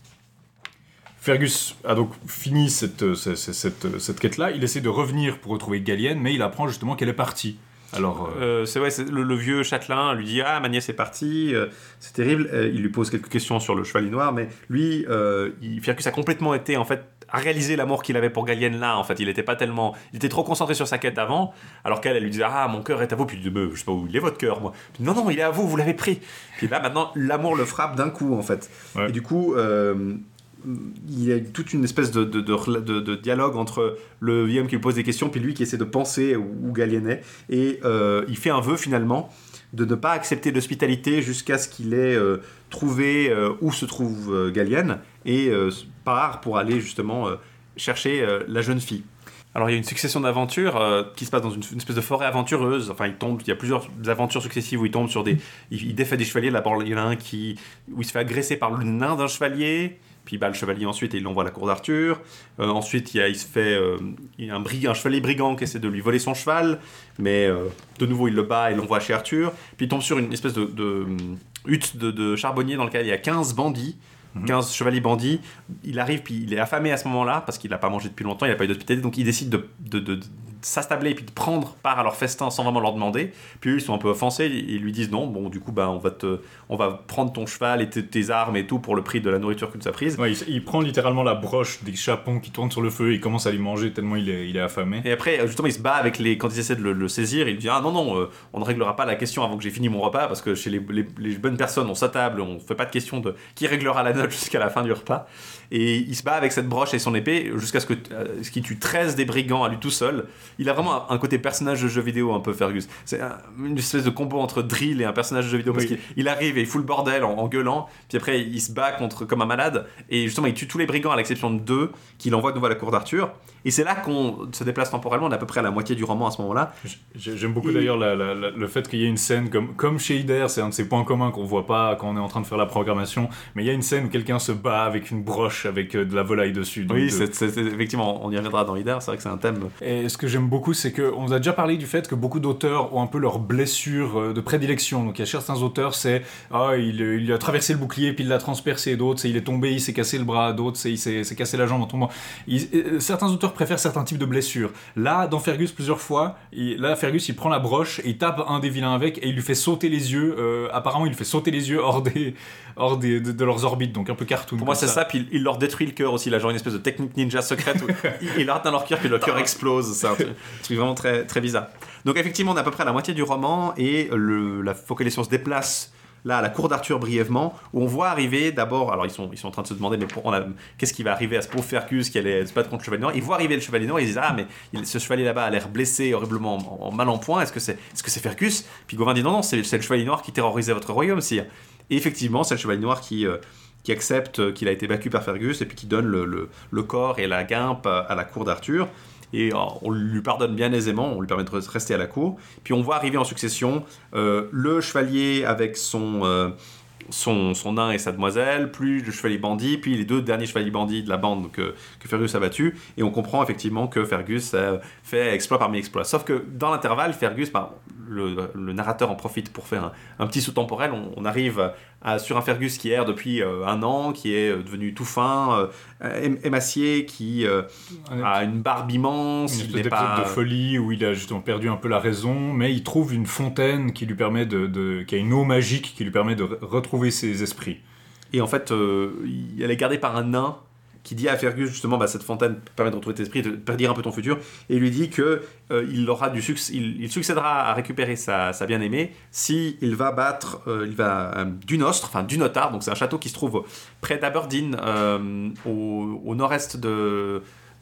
Fergus a donc fini cette, cette, cette, cette quête-là. Il essaie de revenir pour retrouver Gallienne, mais il apprend justement qu'elle est partie. Alors, euh... Euh, c'est ouais, c'est le, le vieux châtelain lui dit « Ah, ma nièce est partie, euh, c'est terrible. Euh, » Il lui pose quelques questions sur le chevalier noir, mais lui, euh, il, Fergus a complètement été, en fait, à réaliser l'amour qu'il avait pour Gallienne là, en fait. Il était pas tellement... Il était trop concentré sur sa quête d'avant, alors qu'elle, elle lui disait « Ah, mon cœur est à vous. » Puis il dit « Je sais pas où il est votre cœur, moi. » Puis « Non, non, il est à vous, vous l'avez pris. » Puis là, maintenant, l'amour le frappe d'un coup, en fait. Ouais. Et du coup... Euh, il y a toute une espèce de, de, de, de, de dialogue entre le vieil homme qui lui pose des questions puis lui qui essaie de penser où, où Gallienne est, et euh, il fait un vœu finalement de ne pas accepter l'hospitalité jusqu'à ce qu'il ait euh, trouvé euh, où se trouve euh, Gallienne, et euh, part pour aller justement euh, chercher euh, la jeune fille. Alors il y a une succession d'aventures euh, qui se passe dans une, une espèce de forêt aventureuse. Enfin, il tombe, il y a plusieurs aventures successives où il tombe sur des, il, il défait des chevaliers. D'abord il y en a un qui, où il se fait agresser par le nain d'un chevalier. Puis bah, le chevalier ensuite, il l'envoie à la cour d'Arthur. Euh, ensuite, il, y a, il se fait euh, il y a un, brig, un chevalier brigand qui essaie de lui voler son cheval, mais euh, de nouveau, il le bat et l'envoie chez Arthur. Puis il tombe sur une espèce de, de hutte de, de charbonnier dans laquelle il y a quinze bandits, mmh. quinze chevaliers bandits. Il arrive, puis il est affamé à ce moment-là, parce qu'il n'a pas mangé depuis longtemps, il n'a pas eu d'hospitalité, donc il décide de... de, de, de s'astabler et puis de prendre part à leur festin sans vraiment leur demander. Puis eux, ils sont un peu offensés, ils lui disent non, bon du coup bah, on, va te, on va prendre ton cheval et tes, tes armes et tout pour le prix de la nourriture que tu as prise. Ouais, il, il prend littéralement la broche des chapons qui tournent sur le feu et il commence à lui manger tellement il est, il est affamé. Et après justement il se bat avec les, quand ils essaient de le, le saisir, il dit ah non non euh, on ne réglera pas la question avant que j'ai fini mon repas, parce que chez les, les, les bonnes personnes on s'attable, on fait pas de question de qui réglera la note jusqu'à la fin du repas. Et il se bat avec cette broche et son épée jusqu'à ce que euh, ce qu'il tue treize des brigands à lui tout seul. Il a vraiment un, un côté personnage de jeu vidéo un peu, Fergus. C'est un, une espèce de combo entre drill et un personnage de jeu vidéo, parce oui. qu'il il arrive et il fout le bordel en, en gueulant, puis après il se bat contre comme un malade et justement il tue tous les brigands à l'exception de deux qu'il envoie de nouveau à la cour d'Arthur. Et c'est là qu'on se déplace temporellement, on est à peu près à la moitié du roman à ce moment-là. J'aime beaucoup et... d'ailleurs la, la, la, le fait qu'il y ait une scène comme, comme chez Ider, c'est un de ces points communs qu'on voit pas quand on est en train de faire la programmation, mais il y a une scène où quelqu'un se bat avec une broche avec de la volaille dessus. Oui, de... c'est, c'est, c'est, effectivement, on y reviendra dans Ider, c'est vrai que c'est un thème. Et ce que j'aime beaucoup, c'est qu'on a déjà parlé du fait que beaucoup d'auteurs ont un peu leurs blessures de prédilection. Donc il y a certains auteurs, c'est ah, il, il a traversé le bouclier puis il l'a transpercé, d'autres c'est il est tombé, il s'est cassé le bras, d'autres c'est il s'est, s'est cassé la jambe en tombant. Il, certains auteurs préfèrent certains types de blessures. Là, dans Fergus, plusieurs fois, il, là, Fergus, il prend la broche et il tape un des vilains avec et il lui fait sauter les yeux. Euh, apparemment, il lui fait sauter les yeux hors, des, hors des, de, de leurs orbites, donc un peu cartoon. Pour moi, c'est ça, ça puis il, il leur détruit le cœur aussi. Il a genre une espèce de technique ninja secrète où il, il leur atteint leur cœur puis leur cœur explose. C'est un truc, un truc vraiment très, très bizarre. Donc, effectivement, on est à peu près à la moitié du roman et le, la focalisation se déplace là à la cour d'Arthur brièvement, où on voit arriver d'abord, alors ils sont, ils sont en train de se demander mais pour, on a, qu'est-ce qui va arriver à ce pauvre Fergus qui allait se battre contre le chevalier noir. Ils voient arriver le chevalier noir, ils disent ah mais il, ce chevalier là-bas a l'air blessé horriblement, en, en mal en point, est-ce que c'est, est-ce que c'est Fergus? Puis Gauvin dit non non c'est, c'est le chevalier noir qui terrorisait votre royaume, sire. Et effectivement c'est le chevalier noir qui, euh, qui accepte qu'il a été battu par Fergus et puis qui donne le, le, le corps et la guimpe à la cour d'Arthur. Et on lui pardonne bien aisément, on lui permet de rester à la cour. Puis on voit arriver en succession euh, le chevalier avec son, euh, son, son nain et sa demoiselle, puis le chevalier bandit, puis les deux derniers chevaliers bandits de la bande que, que Fergus a battus. Et on comprend effectivement que Fergus a fait exploit parmi exploit. Sauf que dans l'intervalle, Fergus, bah, le, le narrateur en profite pour faire un, un petit saut temporel. On, on arrive à, sur un Fergus qui erre depuis euh, un an, qui est devenu tout fin, euh, émacié, qui euh, a une barbe immense. Une espèce pas... de folie où il a justement perdu un peu la raison, mais il trouve une fontaine qui lui permet de, de qui a une eau magique qui lui permet de retrouver ses esprits. Et en fait, euh, elle est gardée par un nain qui dit à Fergus justement bah, cette fontaine permet de retrouver tes esprits, de prédire un peu ton futur, et il lui dit que euh, il aura du succès, il, il succédera à récupérer sa, sa bien-aimée si il va battre, euh, il va euh, Dunostre, enfin Dunotar, donc c'est un château qui se trouve près d'Aberdeen, euh, au, au nord-est de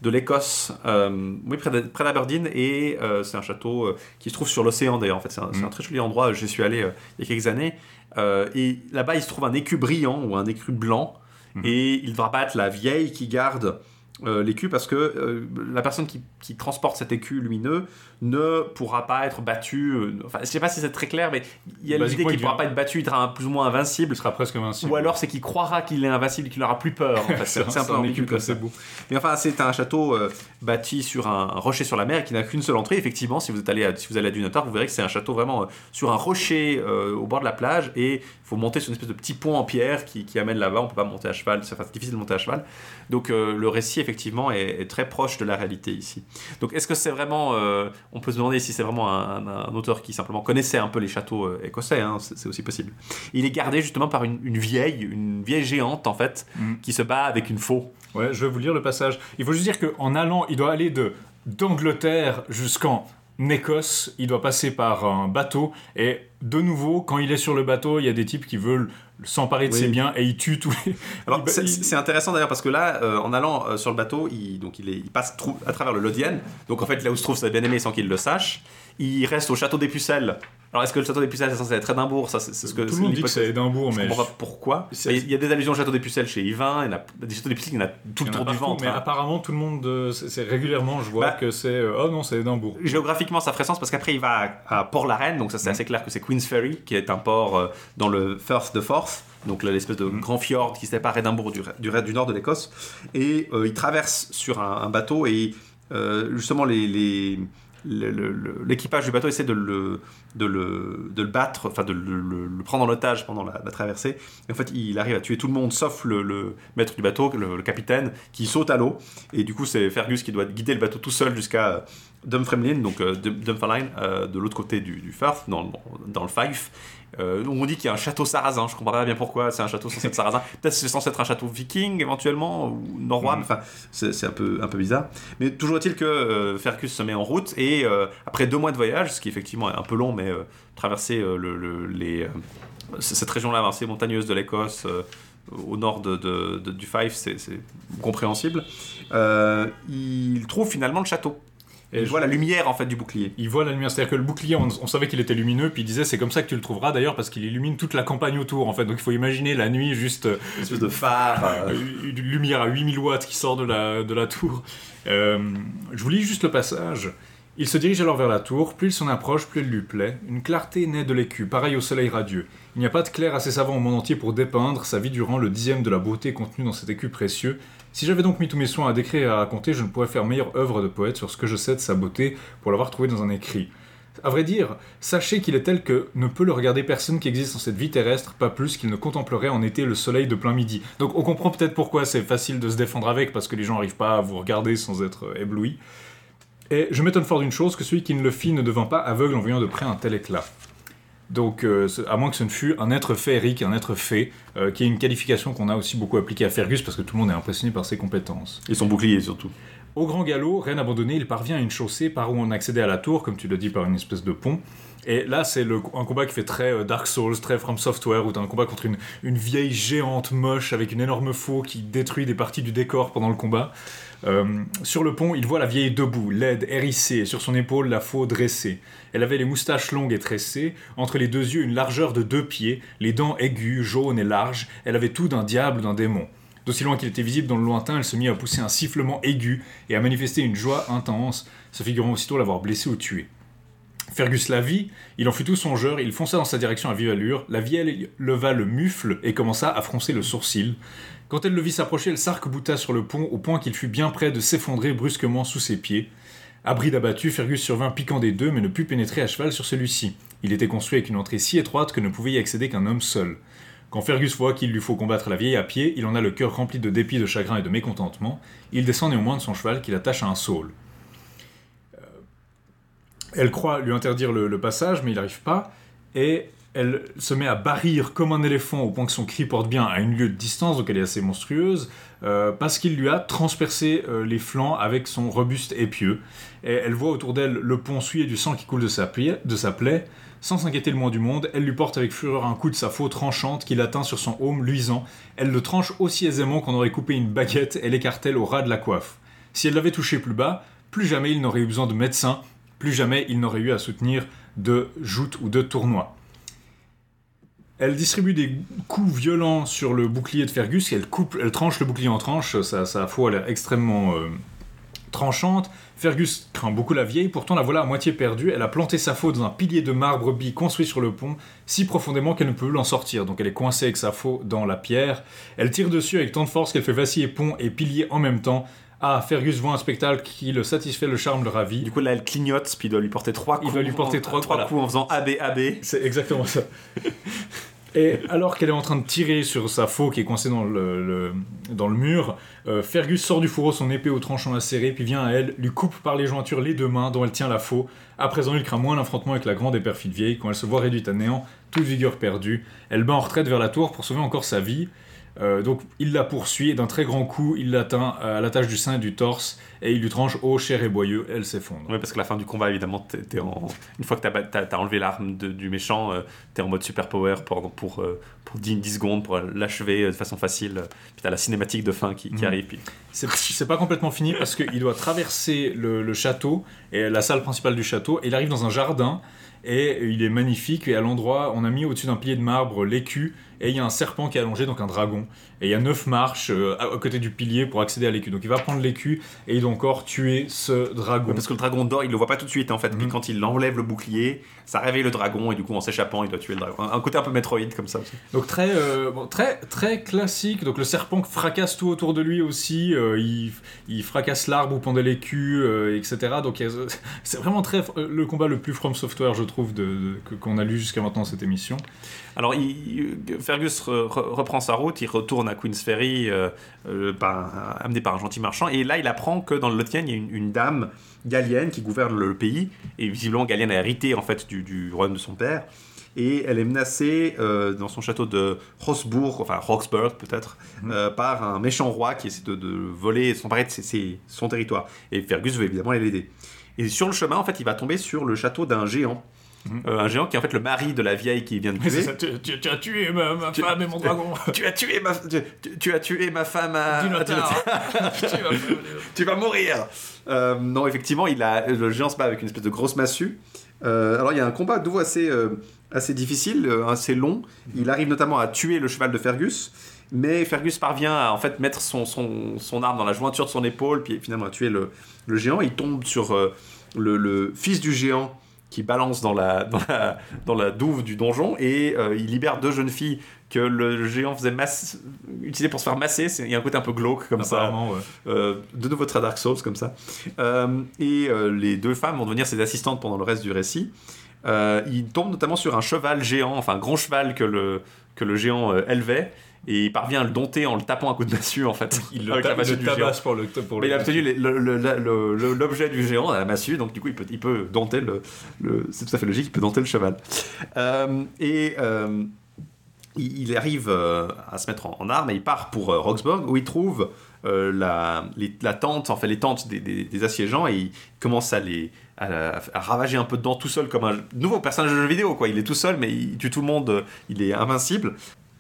de l'Écosse, euh, oui, près, de, près d'Aberdeen, et euh, c'est un château euh, qui se trouve sur l'océan d'ailleurs. En fait, c'est un, mmh. c'est un très joli endroit. J'y suis allé euh, il y a quelques années. Euh, et là-bas, il se trouve un écu brillant ou un écu blanc, mmh. et il devra battre la vieille qui garde euh, l'écu parce que euh, la personne qui, qui transporte cet écu lumineux ne pourra pas être battue. Euh, enfin, je sais pas si c'est très clair, mais il y a l'idée qu'il ne pourra pas être battu, il sera plus ou moins invincible. Il sera presque invincible. Ou alors c'est qu'il croira qu'il est invincible, qu'il n'aura plus peur. En fait. c'est, c'est un peu ambigu comme ça. Mais enfin, c'est un château euh, bâti sur un, un rocher sur la mer et qui n'a qu'une seule entrée. Effectivement, si vous êtes allé à, si vous allez à Dunatar, vous verrez que c'est un château vraiment euh, sur un rocher euh, au bord de la plage, et il faut monter sur une espèce de petit pont en pierre qui, qui amène là-bas. On ne peut pas monter à cheval, c'est, enfin, c'est difficile de monter à cheval. Donc euh, le récit effectivement est, est très proche de la réalité ici. Donc est-ce que c'est vraiment, euh, on peut se demander si c'est vraiment un, un, un auteur qui simplement connaissait un peu les châteaux euh, écossais, hein, c'est, c'est aussi possible. Il est gardé justement par une, une vieille, une vieille géante en fait, mmh. qui se bat avec une faux. Ouais, je vais vous lire le passage. Il faut juste dire qu'en allant, il doit aller de d'Angleterre jusqu'en Écosse, il doit passer par un bateau, et de nouveau, quand il est sur le bateau, il y a des types qui veulent s'emparer de oui. ses biens et il tue tous les... Alors, il, c'est, il... c'est intéressant d'ailleurs parce que là, euh, en allant euh, sur le bateau, il, donc il, est, il passe trou- à travers le Lothian, donc en fait là où se trouve sa bien-aimée sans qu'il le sache, il reste au château des Pucelles. Alors est-ce que le château des Pucelles est censé être Édimbourg? Ça, c'est, c'est ce que, Tout le monde dit que c'est Édimbourg, mais... Je comprends pas pourquoi. C'est... Il y a des allusions au château des Pucelles chez Yvain, il y en a des châteaux des Pucelles, il y en a tout le tour du ventre. Mais hein. apparemment, tout le monde, c'est, c'est régulièrement, je vois bah, que c'est... Euh, oh non, c'est Édimbourg. Géographiquement, ça ferait sens parce qu'après, il va à, à Port-la-Reine, donc ça c'est mmh. assez clair que c'est Queen's Ferry, qui est un port euh, dans le Firth de Forth, donc là, l'espèce de mmh. grand fjord qui sépare Édimbourg du, du, du nord de l'Écosse. Et euh, il traverse sur un, un bateau, et euh, justement, les... les Le, le, le, l'équipage du bateau essaie de le, de le, de le battre, enfin de le, le, le prendre en otage pendant la, la traversée. Et en fait, il arrive à tuer tout le monde sauf le, le maître du bateau, le, le capitaine, qui saute à l'eau. Et du coup, c'est Fergus qui doit guider le bateau tout seul jusqu'à Dunfermline, donc euh, Dunfermline, euh, de l'autre côté du, du Firth, dans, dans le Fife. Euh, on dit qu'il y a un château sarrasin, je comprends pas bien pourquoi c'est un château censé être sarrasin. Peut-être que c'est censé être un château viking éventuellement, ou norrois, mmh. enfin c'est, c'est un, peu, un peu bizarre. Mais toujours est-il que euh, Fergus se met en route, et euh, après deux mois de voyage, ce qui effectivement est un peu long, mais euh, traverser euh, le, le, les, euh, cette région-là, assez montagneuse de l'Écosse, euh, au nord de, de, de, du Fife, c'est, c'est compréhensible. Euh, il trouve finalement le château. Et il je... voit la lumière en fait du bouclier. Il voit la lumière, c'est-à-dire que le bouclier, on, on savait qu'il était lumineux, puis il disait c'est comme ça que tu le trouveras d'ailleurs parce qu'il illumine toute la campagne autour en fait. Donc il faut imaginer la nuit juste une espèce de phare, euh... une lumière à huit mille watts qui sort de la de la tour. Euh, je vous lis juste le passage. Il se dirige alors vers la tour, plus il s'en approche, plus elle lui plaît. Une clarté naît de l'écu, pareil au soleil radieux. Il n'y a pas de clair assez savant au monde entier pour dépeindre sa vie durant le dixième de la beauté contenue dans cet écu précieux. Si j'avais donc mis tous mes soins à décrire et à raconter, je ne pourrais faire meilleure œuvre de poète sur ce que je sais de sa beauté pour l'avoir trouvé dans un écrit. À vrai dire, sachez qu'il est tel que ne peut le regarder personne qui existe dans cette vie terrestre, pas plus qu'il ne contemplerait en été le soleil de plein midi. Donc on comprend peut-être pourquoi c'est facile de se défendre avec, parce que les gens n'arrivent pas à vous regarder sans être éblouis. Et je m'étonne fort d'une chose, que celui qui ne le fit ne devint pas aveugle en voyant de près un tel éclat. Donc, euh, à moins que ce ne fût un être féerique, un être fée, euh, qui est une qualification qu'on a aussi beaucoup appliquée à Fergus, parce que tout le monde est impressionné par ses compétences. Et son bouclier, surtout. Au grand galop, reine abandonnée, il parvient à une chaussée par où on accédait à la tour, comme tu l'as dit, par une espèce de pont. Et là, c'est le, un combat qui fait très euh, Dark Souls, très From Software, où t'as un combat contre une, une vieille géante moche avec une énorme faux qui détruit des parties du décor pendant le combat. Euh, sur le pont, il voit la vieille debout, laide, hérissée, et sur son épaule la faux dressée. Elle avait les moustaches longues et tressées, entre les deux yeux une largeur de deux pieds, les dents aiguës, jaunes et larges, elle avait tout d'un diable ou d'un démon. D'aussi loin qu'il était visible dans le lointain, elle se mit à pousser un sifflement aigu et à manifester une joie intense, se figurant aussitôt l'avoir blessé ou tué. Fergus la vit, il en fut tout songeur, il fonça dans sa direction à vive allure, la vieille leva le mufle et commença à froncer le sourcil. Quand elle le vit s'approcher, elle s'arc-bouta sur le pont au point qu'il fut bien près de s'effondrer brusquement sous ses pieds. À bride abattu, Fergus survint piquant des deux, mais ne put pénétrer à cheval sur celui-ci. Il était construit avec une entrée si étroite que ne pouvait y accéder qu'un homme seul. Quand Fergus voit qu'il lui faut combattre la vieille à pied, il en a le cœur rempli de dépit, de chagrin et de mécontentement. Il descend néanmoins de son cheval qu'il attache à un saule. Elle croit lui interdire le, le passage, mais il n'arrive pas, et elle se met à barrir comme un éléphant au point que son cri porte bien à une lieue de distance, donc elle est assez monstrueuse, euh, parce qu'il lui a transpercé euh, les flancs avec son robuste épieu. Et elle voit autour d'elle le pont souillé du sang qui coule de sa, plie, de sa plaie. Sans s'inquiéter le moins du monde, elle lui porte avec fureur un coup de sa faux tranchante qu'il atteint sur son aume luisant. Elle le tranche aussi aisément qu'on aurait coupé une baguette et l'écarte-t-elle au ras de la coiffe. Si elle l'avait touché plus bas, plus jamais il n'aurait eu besoin de médecin, plus jamais il n'aurait eu à soutenir de joutes ou de tournois. Elle distribue des coups violents sur le bouclier de Fergus, elle, coupe, elle tranche le bouclier en tranches, sa, sa faux a l'air extrêmement euh, tranchante. Fergus craint beaucoup la vieille, pourtant la voilà à moitié perdue, elle a planté sa faux dans un pilier de marbre bis construit sur le pont, si profondément qu'elle ne peut l'en sortir, donc elle est coincée avec sa faux dans la pierre. Elle tire dessus avec tant de force qu'elle fait vaciller pont et pilier en même temps. Ah, Fergus voit un spectacle qui le satisfait, le charme le ravit. Du coup, là, elle clignote, puis il doit lui porter trois coups. Il doit lui porter trois, trois voilà. coups en faisant A B A B. C'est exactement ça. Et alors qu'elle est en train de tirer sur sa faux qui est coincée dans le, le, dans le mur, euh, Fergus sort du fourreau son épée au tranchant acéré, puis vient à elle, lui coupe par les jointures les deux mains dont elle tient la faux. À présent, il craint moins l'affrontement avec la grande et perfide vieille. Quand elle se voit réduite à néant, toute vigueur perdue, elle bat en retraite vers la tour pour sauver encore sa vie. Euh, donc il la poursuit et d'un très grand coup il l'atteint à l'attache du sein et du torse et il lui tranche haut, cher et boyeux, elle s'effondre. Oui, parce que la fin du combat, évidemment, t'es, t'es en... une fois que t'as, t'as, t'as enlevé l'arme de, du méchant, euh, t'es en mode super power pour, pour, euh, pour dix, dix secondes pour l'achever de façon facile, puis t'as la cinématique de fin qui, qui mmh. arrive. Puis... C'est, c'est pas complètement fini parce qu'il doit traverser le, le château et la salle principale du château et il arrive dans un jardin et il est magnifique et à l'endroit on a mis au-dessus d'un pilier de marbre l'écu et il y a un serpent qui est allongé, donc un dragon, et il y a neuf marches euh, à, à côté du pilier pour accéder à l'écu, donc il va prendre l'écu et il doit encore tuer ce dragon. Ouais, parce que le dragon dort, il le voit pas tout de suite en fait, mmh. puis quand il enlève le bouclier, ça réveille le dragon et du coup en s'échappant il doit tuer le dragon. Un, un côté un peu Metroid comme ça aussi. Donc très, euh, bon, très, très classique, donc le serpent fracasse tout autour de lui aussi, euh, il, il fracasse l'arbre où pendait l'écu, euh, et cetera. Donc il y a, c'est vraiment très, le combat le plus From Software je trouve de, de, qu'on a lu jusqu'à maintenant cette émission. Alors, il, Fergus re, re, reprend sa route, il retourne à Queen's Ferry, euh, euh, par, amené par un gentil marchand, et là, il apprend que dans le Lothian, il y a une, une dame Gallienne qui gouverne le, le pays, et visiblement, Gallienne a hérité, en fait, du, du royaume de son père, et elle est menacée euh, dans son château de Roxburgh, enfin Roxburgh peut-être, mmh. euh, par un méchant roi qui essaie de, de voler, de s'emparer de ses, ses, son territoire. Et Fergus veut évidemment l'aider. Et sur le chemin, en fait, il va tomber sur le château d'un géant, Mmh. Euh, un géant qui est en fait le mari de la vieille qui vient de tuer. C'est ça, tu, tu, tu as tué ma, ma tu, femme et mon dragon. Tu as tué ma, tu, tu as tué ma femme à... Dinotaur. Tu vas mourir. Euh, non, effectivement, il a, le géant se bat avec une espèce de grosse massue. Euh, alors il y a un combat de nouveau assez, euh, assez difficile, euh, assez long. Il arrive notamment à tuer le cheval de Fergus. Mais Fergus parvient à en fait mettre son, son, son arme dans la jointure de son épaule, puis finalement à tuer le, le géant. Il tombe sur euh, le, le fils du géant qui balance dans la, dans la, dans la douve du donjon, et euh, il libère deux jeunes filles que le géant faisait masse, utiliser pour se faire masser. C'est, il y a un côté un peu glauque comme ça. Ouais. Euh, de nouveau très Dark Souls comme ça. Euh, et euh, les deux femmes vont devenir ses assistantes pendant le reste du récit. Euh, il tombe notamment sur un cheval géant, enfin un grand cheval que le, que le géant euh, élevait. Et il parvient à le dompter en le tapant un coup de massue en fait. Il le, ta- le tabasse pour le, pour Mais le... il a obtenu le, le, le, le, l'objet du géant, la massue, donc du coup il peut, il peut dompter le, le... C'est tout à fait logique, il peut dompter le cheval. Euh, et euh, il, il arrive euh, à se mettre en, en armes et il part pour euh, Roxburgh où il trouve euh, la, les, la tente, enfin les tentes des, des, des assiégeants, et il commence à les... À, à ravager un peu dedans tout seul comme un nouveau personnage de jeu vidéo quoi. Il est tout seul mais il tue tout le monde, il est invincible.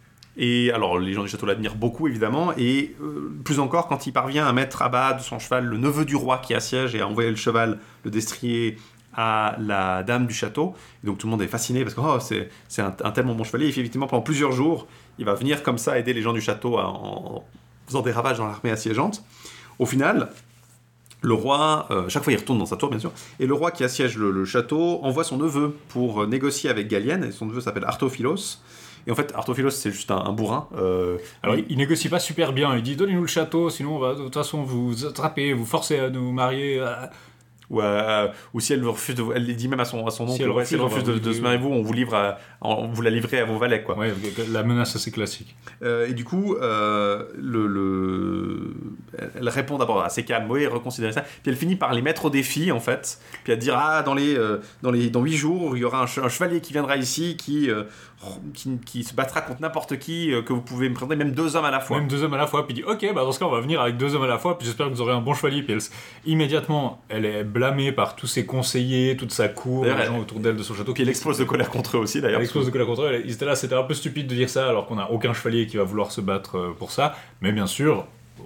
Et alors les gens du château l'admirent beaucoup évidemment, et euh, plus encore quand il parvient à mettre à bas de son cheval le neveu du roi qui assiège et à envoyer le cheval, le destrier à la dame du château. Et donc tout le monde est fasciné parce que oh, c'est, c'est un, un tellement bon chevalier. Et effectivement pendant plusieurs jours il va venir comme ça aider les gens du château à, en faisant des ravages dans l'armée assiégeante. Au final le roi, euh, chaque fois il retourne dans sa tour bien sûr, et le roi qui assiège le, le château envoie son neveu pour négocier avec Gallienne, et son neveu s'appelle Artophilos. Et en fait, Artophilos, c'est juste un, un bourrin. Euh, Alors, il, il négocie pas super bien. Il dit, donnez-nous le château, sinon on va de toute façon vous attraper, vous forcer à nous marier. À... Ou, euh, ou si elle refuse de, elle dit même à son, à son oncle, si elle refuse, si elle refuse de, de se marier vous, on vous livre, à, on vous la livrez à vos valets quoi. Ouais, la menace assez classique. Euh, et du coup, euh, le, le, elle répond d'abord assez calme, oui, reconsidérer ça. Puis elle finit par les mettre au défi en fait. Puis elle dit ah dans les, euh, dans les, dans huit jours, il y aura un, un chevalier qui viendra ici, qui, euh, qui, qui se battra contre n'importe qui, euh, que vous pouvez me prendre, même deux hommes à la fois. Même deux hommes à la fois. Puis il dit ok, bah dans ce cas on va venir avec deux hommes à la fois. Puis j'espère que vous aurez un bon chevalier. Puis elle, immédiatement, elle est blâmée par tous ses conseillers, toute sa cour, d'ailleurs, les gens autour d'elle de son château. Puis elle explose de colère contre eux aussi d'ailleurs. Elle explose de colère contre eux. Ils étaient là, c'était un peu stupide de dire ça alors qu'on n'a aucun chevalier qui va vouloir se battre pour ça. Mais bien sûr,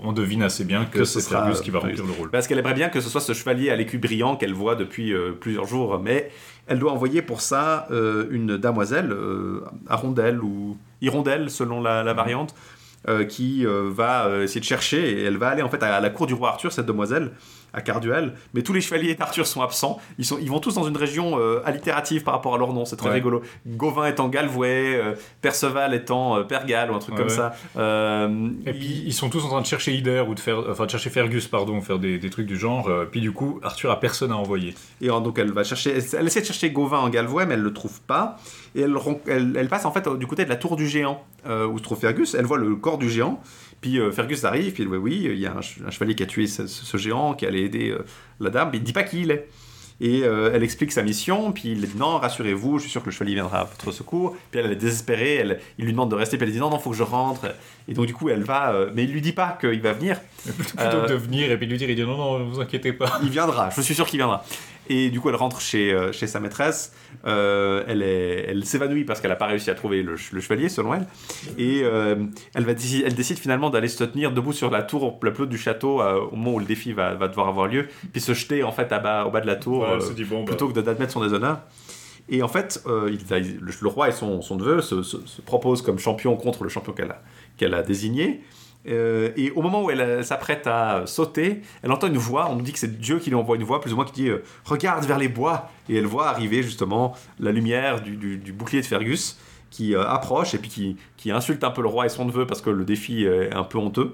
on devine assez bien que, Que c'est ce sera, Fergus qui va euh, remplir le rôle. Parce qu'elle aimerait bien que ce soit ce chevalier à l'écu brillant qu'elle voit depuis euh, plusieurs jours, mais elle doit envoyer pour ça euh, une damoiselle, euh, Arondelle ou Hirondelle selon la, la variante, euh, qui euh, va euh, essayer de chercher, et elle va aller en fait à la cour du roi Arthur, cette demoiselle, à Carduel, mais tous les chevaliers d'Arthur sont absents, ils, sont, ils vont tous dans une région euh, allitérative par rapport à leur nom, c'est très Ouais. rigolo. Gauvin étant Galvouet, euh, Perceval étant euh, Pergal ou un truc Ouais, comme ouais. ça. Euh, Et puis ils sont tous en train de chercher Hyder ou de faire, enfin de chercher Fergus pardon, faire des, des trucs du genre. euh, puis du coup Arthur a personne à envoyer. Et alors, donc elle va chercher, elle, elle essaie de chercher Gauvin en Galvouet, mais elle le trouve pas. Et elle, ron- elle, elle passe en fait du côté de la tour du géant, euh, où se trouve Fergus. Elle voit le corps du géant. Puis euh, Fergus arrive, puis elle voit oui, il y a un, ch- un chevalier qui a tué ce, ce- ce géant, qui allait aider euh, la dame, mais il dit pas qui il est. Et euh, elle explique sa mission, puis il dit non, rassurez-vous, je suis sûr que le chevalier viendra à votre secours. Puis elle, elle est désespérée, elle, il lui demande de rester, puis elle dit non, non, faut que je rentre. Et donc du coup, elle va, euh, mais il lui dit pas qu'il va venir. Mais plutôt, plutôt Euh, que de venir et puis de lui dire, il dit non non, vous inquiétez pas. Il viendra, je suis sûr qu'il viendra. Et du coup, elle rentre chez, euh, chez sa maîtresse. Euh, elle est, elle s'évanouit parce qu'elle n'a pas réussi à trouver le, ch- le chevalier, selon elle. Et euh, elle, va déci- elle décide finalement d'aller se tenir debout sur la tour, la pelote du château, euh, au moment où le défi va, va devoir avoir lieu, puis se jeter en fait à bas, au bas de la tour, Ouais, elle euh, se dit bon bah. plutôt que d'admettre son déshonneur. Et en fait, euh, il, il- le, le roi et son, son neveu se, se- se proposent comme champion contre le champion qu'elle a, qu'elle a désigné. Euh, et au moment où elle euh, s'apprête à sauter, elle entend une voix. On nous dit que c'est Dieu qui lui envoie une voix, plus ou moins, qui dit euh, regarde vers les bois. Et elle voit arriver justement la lumière du, du- du bouclier de Fergus qui euh, approche et puis qui, qui insulte un peu le roi et son neveu parce que le défi est un peu honteux.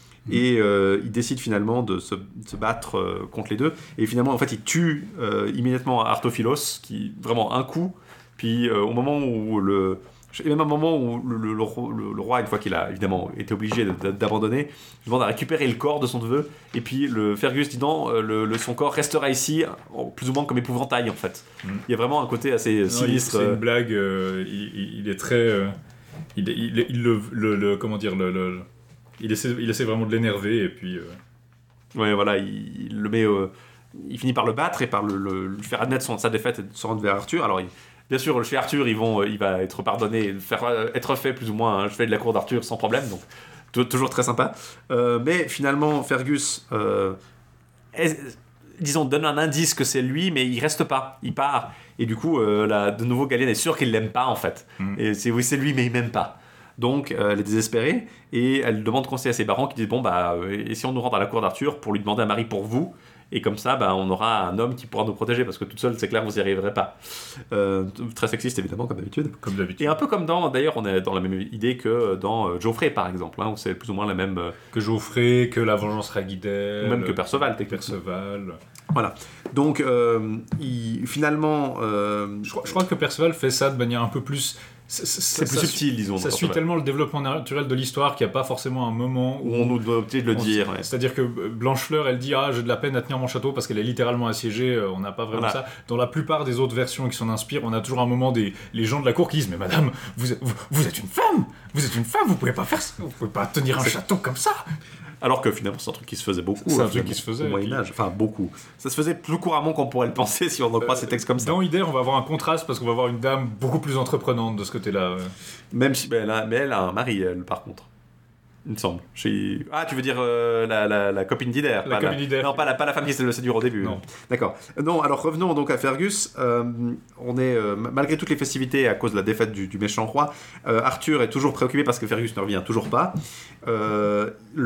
Et euh, il décide finalement de se, de se battre euh, contre les deux. Et finalement, en fait, il tue euh, immédiatement Artophilos, qui vraiment un coup. Puis euh, au moment où le et même à un moment où le, le- le ro- le- le roi, une fois qu'il a évidemment été obligé de- de- d'abandonner, il demande à récupérer le corps de son neveu. Et puis le Fergus dit non, euh, le, le- son corps restera ici, en- plus ou moins comme épouvantail en fait. Mm. Il y a vraiment un côté assez Non, il- sinistre. c'est une blague. euh, il, il- il est très. euh, il, il, il le, le, le- comment dire le, le- il essaie il essaie vraiment de l'énerver et puis. euh, Ouais, voilà, il, il le met. euh, il finit par le battre et par le, le- lui faire admettre son, sa défaite et de se rendre vers Arthur. Alors, il- bien sûr, chez Arthur, ils vont, euh, il va être pardonné, et faire euh, être fait plus ou moins un chevalier de la cour d'Arthur sans problème. Donc, t- toujours très sympa. Euh, mais finalement, Fergus, euh, est- disons, donne un indice que c'est lui, mais il reste pas. Il part. Et du coup, euh, la, de nouveau, Galien est sûr qu'il l'aime pas en fait. Mm. Et c'est oui, c'est lui, mais il m'aime pas. Donc, euh, elle est désespérée et elle demande conseil à ses parents qui disent bon bah, euh, et si on nous rentre à la cour d'Arthur pour lui demander un mari pour vous, et comme ça, bah, on aura un homme qui pourra nous protéger parce que toute seule, c'est clair, vous n'y arriverez pas. Euh, très sexiste évidemment comme d'habitude. Comme d'habitude. Et un peu comme dans, d'ailleurs, on est dans la même idée que dans euh, Geoffrey par exemple, hein, où c'est plus ou moins la même, euh, Que Geoffrey, que la vengeance sera Guidel. même que Perceval, techniquement. Perceval. Voilà. Donc, euh, il, finalement, euh, Je crois, je crois que Perceval fait ça de manière un peu plus. C'est c'est plus subtil, disons. Ça dans suit Perceval. tellement le développement naturel de l'histoire qu'il n'y a pas forcément un moment Où on nous doit peut-être le on- dire. Ouais. C'est-à-dire que Blanchefleur, elle dit ah j'ai de la peine à tenir mon château parce qu'elle est littéralement assiégée. euh, On n'a pas vraiment Voilà. ça. Dans la plupart des autres versions qui s'en inspirent, on a toujours un moment des les gens de la cour qui disent mais madame vous êtes, vous, vous êtes une femme, vous êtes une femme, vous pouvez pas faire ça, vous pouvez pas tenir un C'est- château comme ça. Alors que finalement, c'est un truc qui se faisait beaucoup. C'est un euh, truc qui finalement, se faisait, Au et Moyen-Âge. Enfin, beaucoup. Ça se faisait plus couramment qu'on pourrait le penser si on en croit Euh, ces textes comme ça. Dans Hyder, on va avoir un contraste parce qu'on va avoir une dame beaucoup plus entreprenante de ce côté-là. ouais. Même si. Mais elle, a, mais elle a un mari, elle, par contre. Il me semble. Chez- Ah, tu veux dire euh, la, la, la copine d'Hyder La pas copine d'Hyder. Non, pas la, pas la femme qui se le séduire au début. Non. D'accord. Non, alors revenons donc à Fergus. Euh, on est, euh, malgré toutes les festivités à cause de la défaite du, du méchant roi, euh, Arthur est toujours préoccupé parce que Fergus ne revient toujours pas. Euh,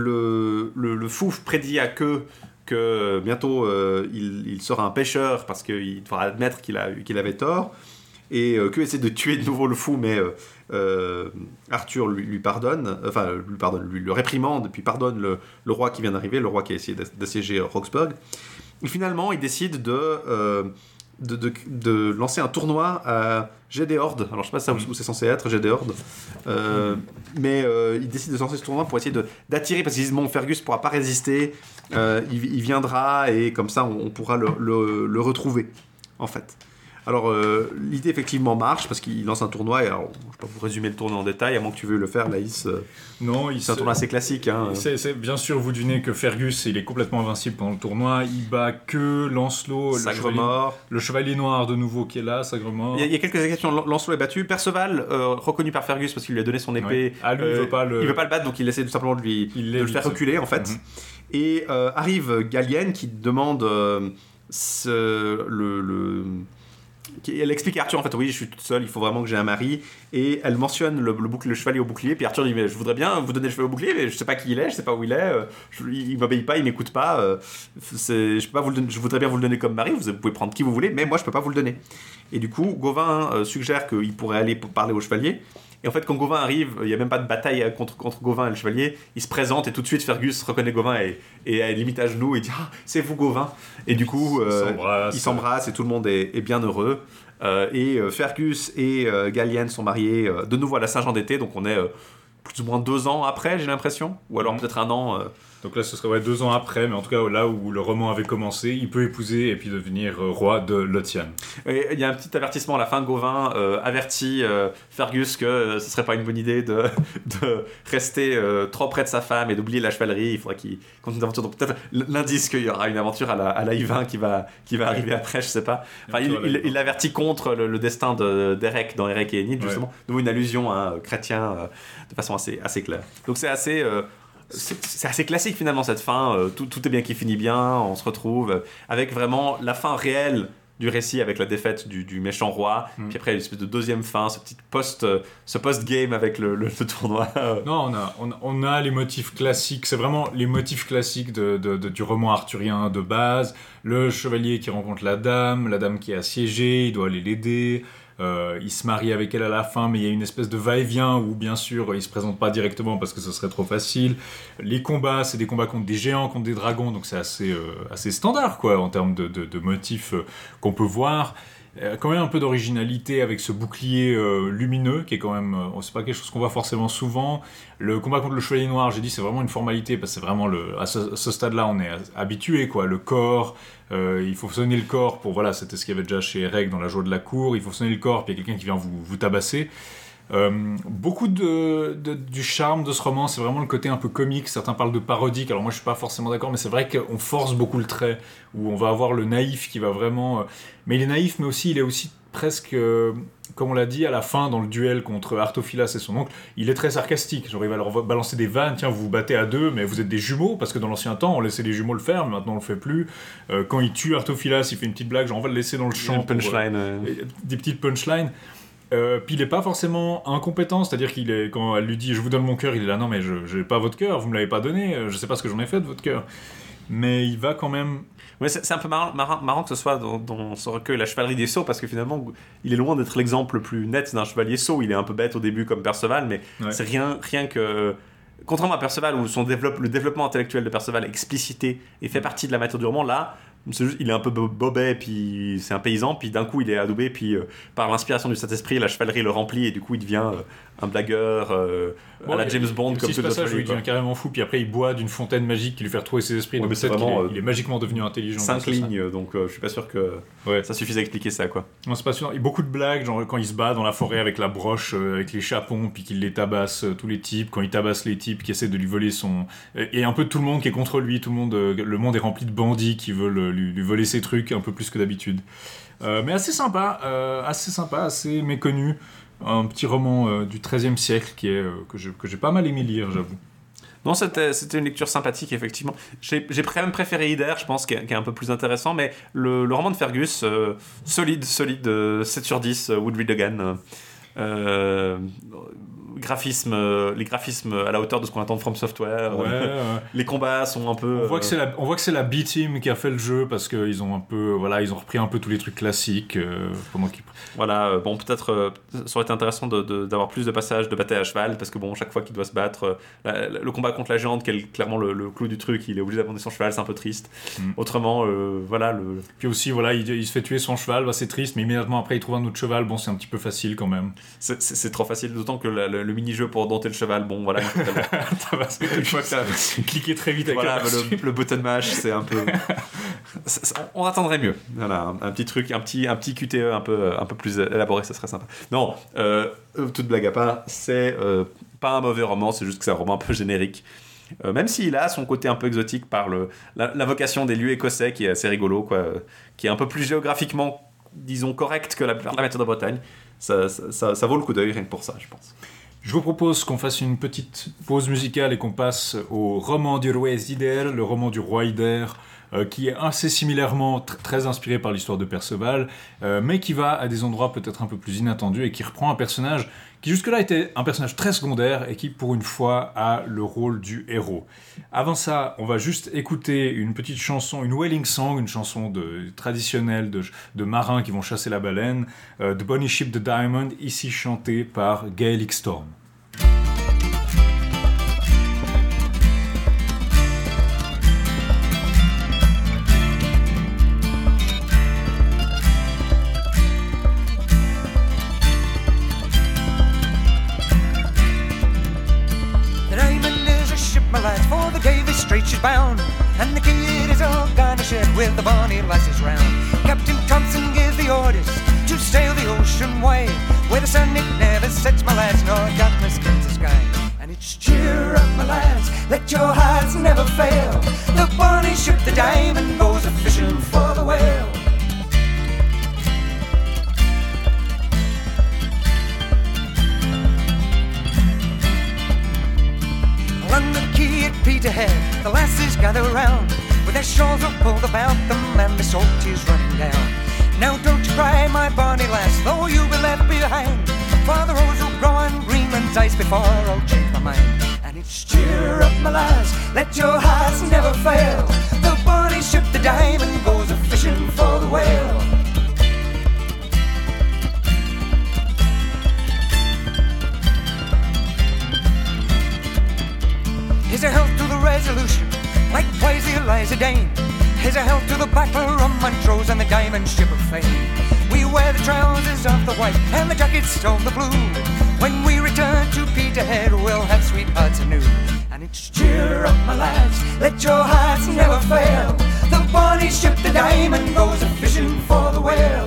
le, le, le fou prédit à que que bientôt euh, il, il sera un pêcheur parce qu'il devra admettre qu'il a, qu'il avait tort. Et euh, que essaie de tuer de nouveau le fou, mais euh, euh, Arthur lui, lui pardonne, enfin lui pardonne, lui le réprimande, puis pardonne le, le roi qui vient d'arriver, le roi qui a essayé d'ass- d'assiéger Roxburgh. Et finalement, il décide de, euh, de, de, de lancer un tournoi à Gédéord. Alors je sais pas ça où, où c'est censé être, Gédéord. Euh, mais euh, il décide de lancer ce tournoi pour essayer de- d'attirer, parce qu'ils disent bon, Fergus pourra pas résister, euh, il, il viendra et comme ça on, on pourra le, le, le retrouver, en fait. Alors, euh, l'idée effectivement marche parce qu'il lance un tournoi. Et alors, je ne vais pas vous résumer le tournoi en détail, à moins que tu veuilles le faire, Laïs. Euh, non, il c'est un tournoi assez classique. Hein. C'est, c'est, bien sûr, vous devinez que Fergus, il est complètement invincible pendant le tournoi. Il bat que Lancelot, le chevalier, le chevalier noir de nouveau qui est là, Sagremort. Il y a, il y a quelques exceptions. Lancelot est battu. Perceval, euh, reconnu par Fergus parce qu'il lui a donné son épée. Ouais. Ah, lui, euh, il veut pas le... il veut pas le battre, donc il essaie tout simplement de, lui, de le faire reculer, en fait. Mm-hmm. Et euh, arrive Gallienne qui demande euh, ce, le... le Elle explique à Arthur en fait, oui, je suis toute seule, il faut vraiment que j'ai un mari. Et elle mentionne le, le, boucle, le chevalier au bouclier. Puis Arthur dit, mais je voudrais bien vous donner le chevalier au bouclier, mais je sais pas qui il est, je sais pas où il est. Je, il m'obéit pas, il m'écoute pas. C'est, je, peux pas vous le donner, je voudrais bien vous le donner comme mari. Vous pouvez prendre qui vous voulez, mais moi je peux pas vous le donner. Et du coup, Gauvin euh, suggère qu'il pourrait aller parler au chevalier. Et en fait, quand Gauvin arrive, il n'y a même pas de bataille contre, contre Gauvin et le chevalier. Il se présente et tout de suite, Fergus reconnaît Gauvin et, et à limite à genoux et dit ah, c'est vous Gauvin. Et du coup, euh, ils s'embrassent. Ils s'embrassent et tout le monde est, est bien heureux. Euh, et euh, Fergus et euh, Gallienne sont mariés euh, de nouveau à la Saint-Jean d'été, donc on est euh, plus ou moins deux ans après, j'ai l'impression, ou alors mmh. peut-être un an. Euh... Donc là, ce serait ouais, deux ans après, mais en tout cas là où le roman avait commencé, il peut épouser et puis devenir euh, roi de Lothian. Il y a un petit avertissement à la fin. Gauvin euh, avertit euh, Fergus que euh, ce serait pas une bonne idée de, de rester euh, trop près de sa femme et d'oublier la chevalerie. Il faudrait qu'il continue l'aventure. Donc peut-être l'indice qu'il y aura une aventure à la, à la Yvain qui va, qui va arriver après, je sais pas. Enfin, il, il, il avertit contre le, le destin de, d'Érec dans Érec et Enid, justement. Ouais. Nouveau une allusion à un chrétien euh, de façon assez, assez claire. Donc c'est assez... Euh, C'est, c'est assez classique finalement cette fin, euh, tout, tout est bien qui finit bien, on se retrouve euh, avec vraiment la fin réelle du récit avec la défaite du, du méchant roi, mm. puis après une espèce de deuxième fin, ce petit post, euh, ce post-game avec le, le, le tournoi. Non, on a, on, on a les motifs classiques, c'est vraiment les motifs classiques de, de, de, du roman arthurien de base, le chevalier qui rencontre la dame, la dame qui est assiégée, il doit aller l'aider. Euh, il se marie avec elle à la fin, mais il y a une espèce de va-et-vient où bien sûr il se présente pas directement parce que ce serait trop facile. Les combats, c'est des combats contre des géants, contre des dragons, donc c'est assez, euh, assez standard quoi en termes de, de, de motifs euh, qu'on peut voir. Euh, quand même un peu d'originalité avec ce bouclier euh, lumineux qui est quand même, euh, c'est pas quelque chose qu'on voit forcément souvent. Le combat contre le chevalier noir, j'ai dit c'est vraiment une formalité parce que c'est vraiment le, à ce, à ce stade-là on est habitué quoi, le corps. Euh, il faut sonner le corps pour, voilà, c'était ce qu'il y avait déjà chez Érec dans La Joie de la Cour, il faut sonner le corps, puis il y a quelqu'un qui vient vous, vous tabasser. Euh, beaucoup de, de, du charme de ce roman, c'est vraiment le côté un peu comique, certains parlent de parodique, alors moi je suis pas forcément d'accord, mais c'est vrai qu'on force beaucoup le trait, où on va avoir le naïf qui va vraiment... Euh, mais il est naïf, mais aussi il est aussi presque... Euh, comme on l'a dit, à la fin, dans le duel contre Artophilas et son oncle, il est très sarcastique. Genre, il va leur balancer des vannes. Tiens, vous vous battez à deux, mais vous êtes des jumeaux, parce que dans l'ancien temps, on laissait les jumeaux le faire, mais maintenant on le fait plus. Euh, quand il tue Artophilas, il fait une petite blague, genre on va le laisser dans le champ. Punchline. Pour, euh, euh. Des petites punchlines. Euh, puis il est pas forcément incompétent, c'est-à-dire qu'il est, quand elle lui dit je vous donne mon cœur, il est là non mais je n'ai pas votre cœur, vous me l'avez pas donné, je sais pas ce que j'en ai fait de votre cœur. Mais il va quand même... Ouais, c'est, c'est un peu marrant, marrant, marrant que ce soit dans, dans ce recueil La chevalerie des sots, parce que finalement, il est loin d'être l'exemple le plus net d'un chevalier sot. Il est un peu bête au début comme Perceval, mais ouais. c'est rien, rien que... Contrairement à Perceval, où son développe, le développement intellectuel de Perceval est explicité et fait partie de la matière du roman, là, c'est juste, il est un peu bobet, puis c'est un paysan, puis d'un coup il est adoubé, puis euh, par l'inspiration du Saint-Esprit, la chevalerie le remplit, et du coup il devient euh, un blagueur euh, bon, à la James Bond, comme tout le passage où il devient carrément fou, puis après il boit d'une fontaine magique qui lui fait retrouver ses esprits, ouais, donc c'est vraiment, il, est, il est magiquement devenu intelligent. Cinq lignes, donc euh, je suis pas sûr que ouais. ça suffise à expliquer ça, quoi. Non, c'est pas sûr. Il y a beaucoup de blagues, genre quand il se bat dans la forêt avec la broche, euh, avec les chapons, puis qu'il les tabasse, euh, tous les types, quand il tabasse les types qui essaient de lui voler son... Et un peu tout le monde qui est contre lui, tout le monde, euh, le monde est rempli de bandits qui veulent euh, lui, lui voler ses trucs un peu plus que d'habitude. Euh, mais assez sympa, euh, assez sympa, assez méconnu. Un petit roman euh, du treizième siècle qui est, euh, que, je, que j'ai pas mal aimé lire, j'avoue. Non, c'était, c'était une lecture sympathique, effectivement. J'ai, j'ai quand même préféré Ider, je pense, qui est, qui est un peu plus intéressant, mais le, le roman de Fergus, euh, solide, solide, euh, sept sur dix, euh, would read again. Euh, graphisme, euh, les graphismes à la hauteur de ce qu'on attend de From Software. Ouais, euh, ouais. Les combats sont un peu... On voit, euh... que c'est la, on voit que c'est la B-Team qui a fait le jeu, parce qu'ils ont un peu, voilà, ils ont repris un peu tous les trucs classiques. Euh, pendant qu'ils... Voilà, euh, bon, peut-être euh, ça aurait été intéressant de, de, d'avoir plus de passages de bataille à cheval, parce que bon, chaque fois qu'il doit se battre, euh, la, la, le combat contre la géante, qui est clairement le, le clou du truc, il est obligé d'abandonner son cheval, c'est un peu triste. Mm. Autrement, euh, voilà... Le... Puis aussi, voilà, il, il se fait tuer son cheval, bah, c'est triste, mais immédiatement après, il trouve un autre cheval, bon, c'est un petit peu facile quand même. C'est, c'est, c'est trop facile, d'autant que la, la, le mini-jeu pour dompter le cheval. Bon, voilà. Une fois que t'as cliqué très vite avec voilà, le, le button mash, c'est un peu. On attendrait mieux. Voilà, un, un petit truc, un petit, un petit Q T E un peu, un peu plus élaboré, ça serait sympa. Non, euh, toute blague à part, c'est euh, pas un mauvais roman, c'est juste que c'est un roman un peu générique. Euh, même s'il a son côté un peu exotique par le, la, l'invocation des lieux écossais qui est assez rigolo, quoi, euh, qui est un peu plus géographiquement, disons, correct que la plupart de la matière de Bretagne. Ça, ça, ça, ça vaut le coup d'œil rien que pour ça, je pense. Je vous propose qu'on fasse une petite pause musicale et qu'on passe au roman du roi Ider, le roman du roi Ider, euh, qui est assez similairement tr- très inspiré par l'histoire de Perceval, euh, mais qui va à des endroits peut-être un peu plus inattendus et qui reprend un personnage qui jusque-là était un personnage très secondaire et qui pour une fois a le rôle du héros. Avant ça, on va juste écouter une petite chanson, une whaling song, une chanson de, traditionnelle de, de marins qui vont chasser la baleine, euh, The Bonny Ship the Diamond, ici chantée par Gaelic Storm. She's bound, and the kid is all gone to ship with the bonny lasses round. Captain Thompson gives the orders to sail the ocean wide, where the sun it never sets, my lads, nor darkness skims the sky. And it's cheer up, my lads, let your hearts never fail. The bonny ship, the Diamond, goes a-fishing for the whale. On the quay at Peterhead, the lasses gather round, with their shawls all pulled about them and the salt is running down. Now don't you cry, my bonny lass, though you be left behind, for the rose will grow on Greenland's ice before I'll change my mind. And it's cheer up, my lass, let your hearts never fail. The bonny ship, the Diamond, goes a-fishing for the whale. Here's a health to the Resolution, likewise the Eliza Dane. Here's a health to the Battle of Montrose and the Diamond Ship of Fame. We wear the trousers of the white and the jackets of the blue. When we return to Peterhead, we'll have sweethearts anew. And it's cheer up, my lads, let your hearts never fail. The bonny ship, the Diamond, goes a-fishing for the whale.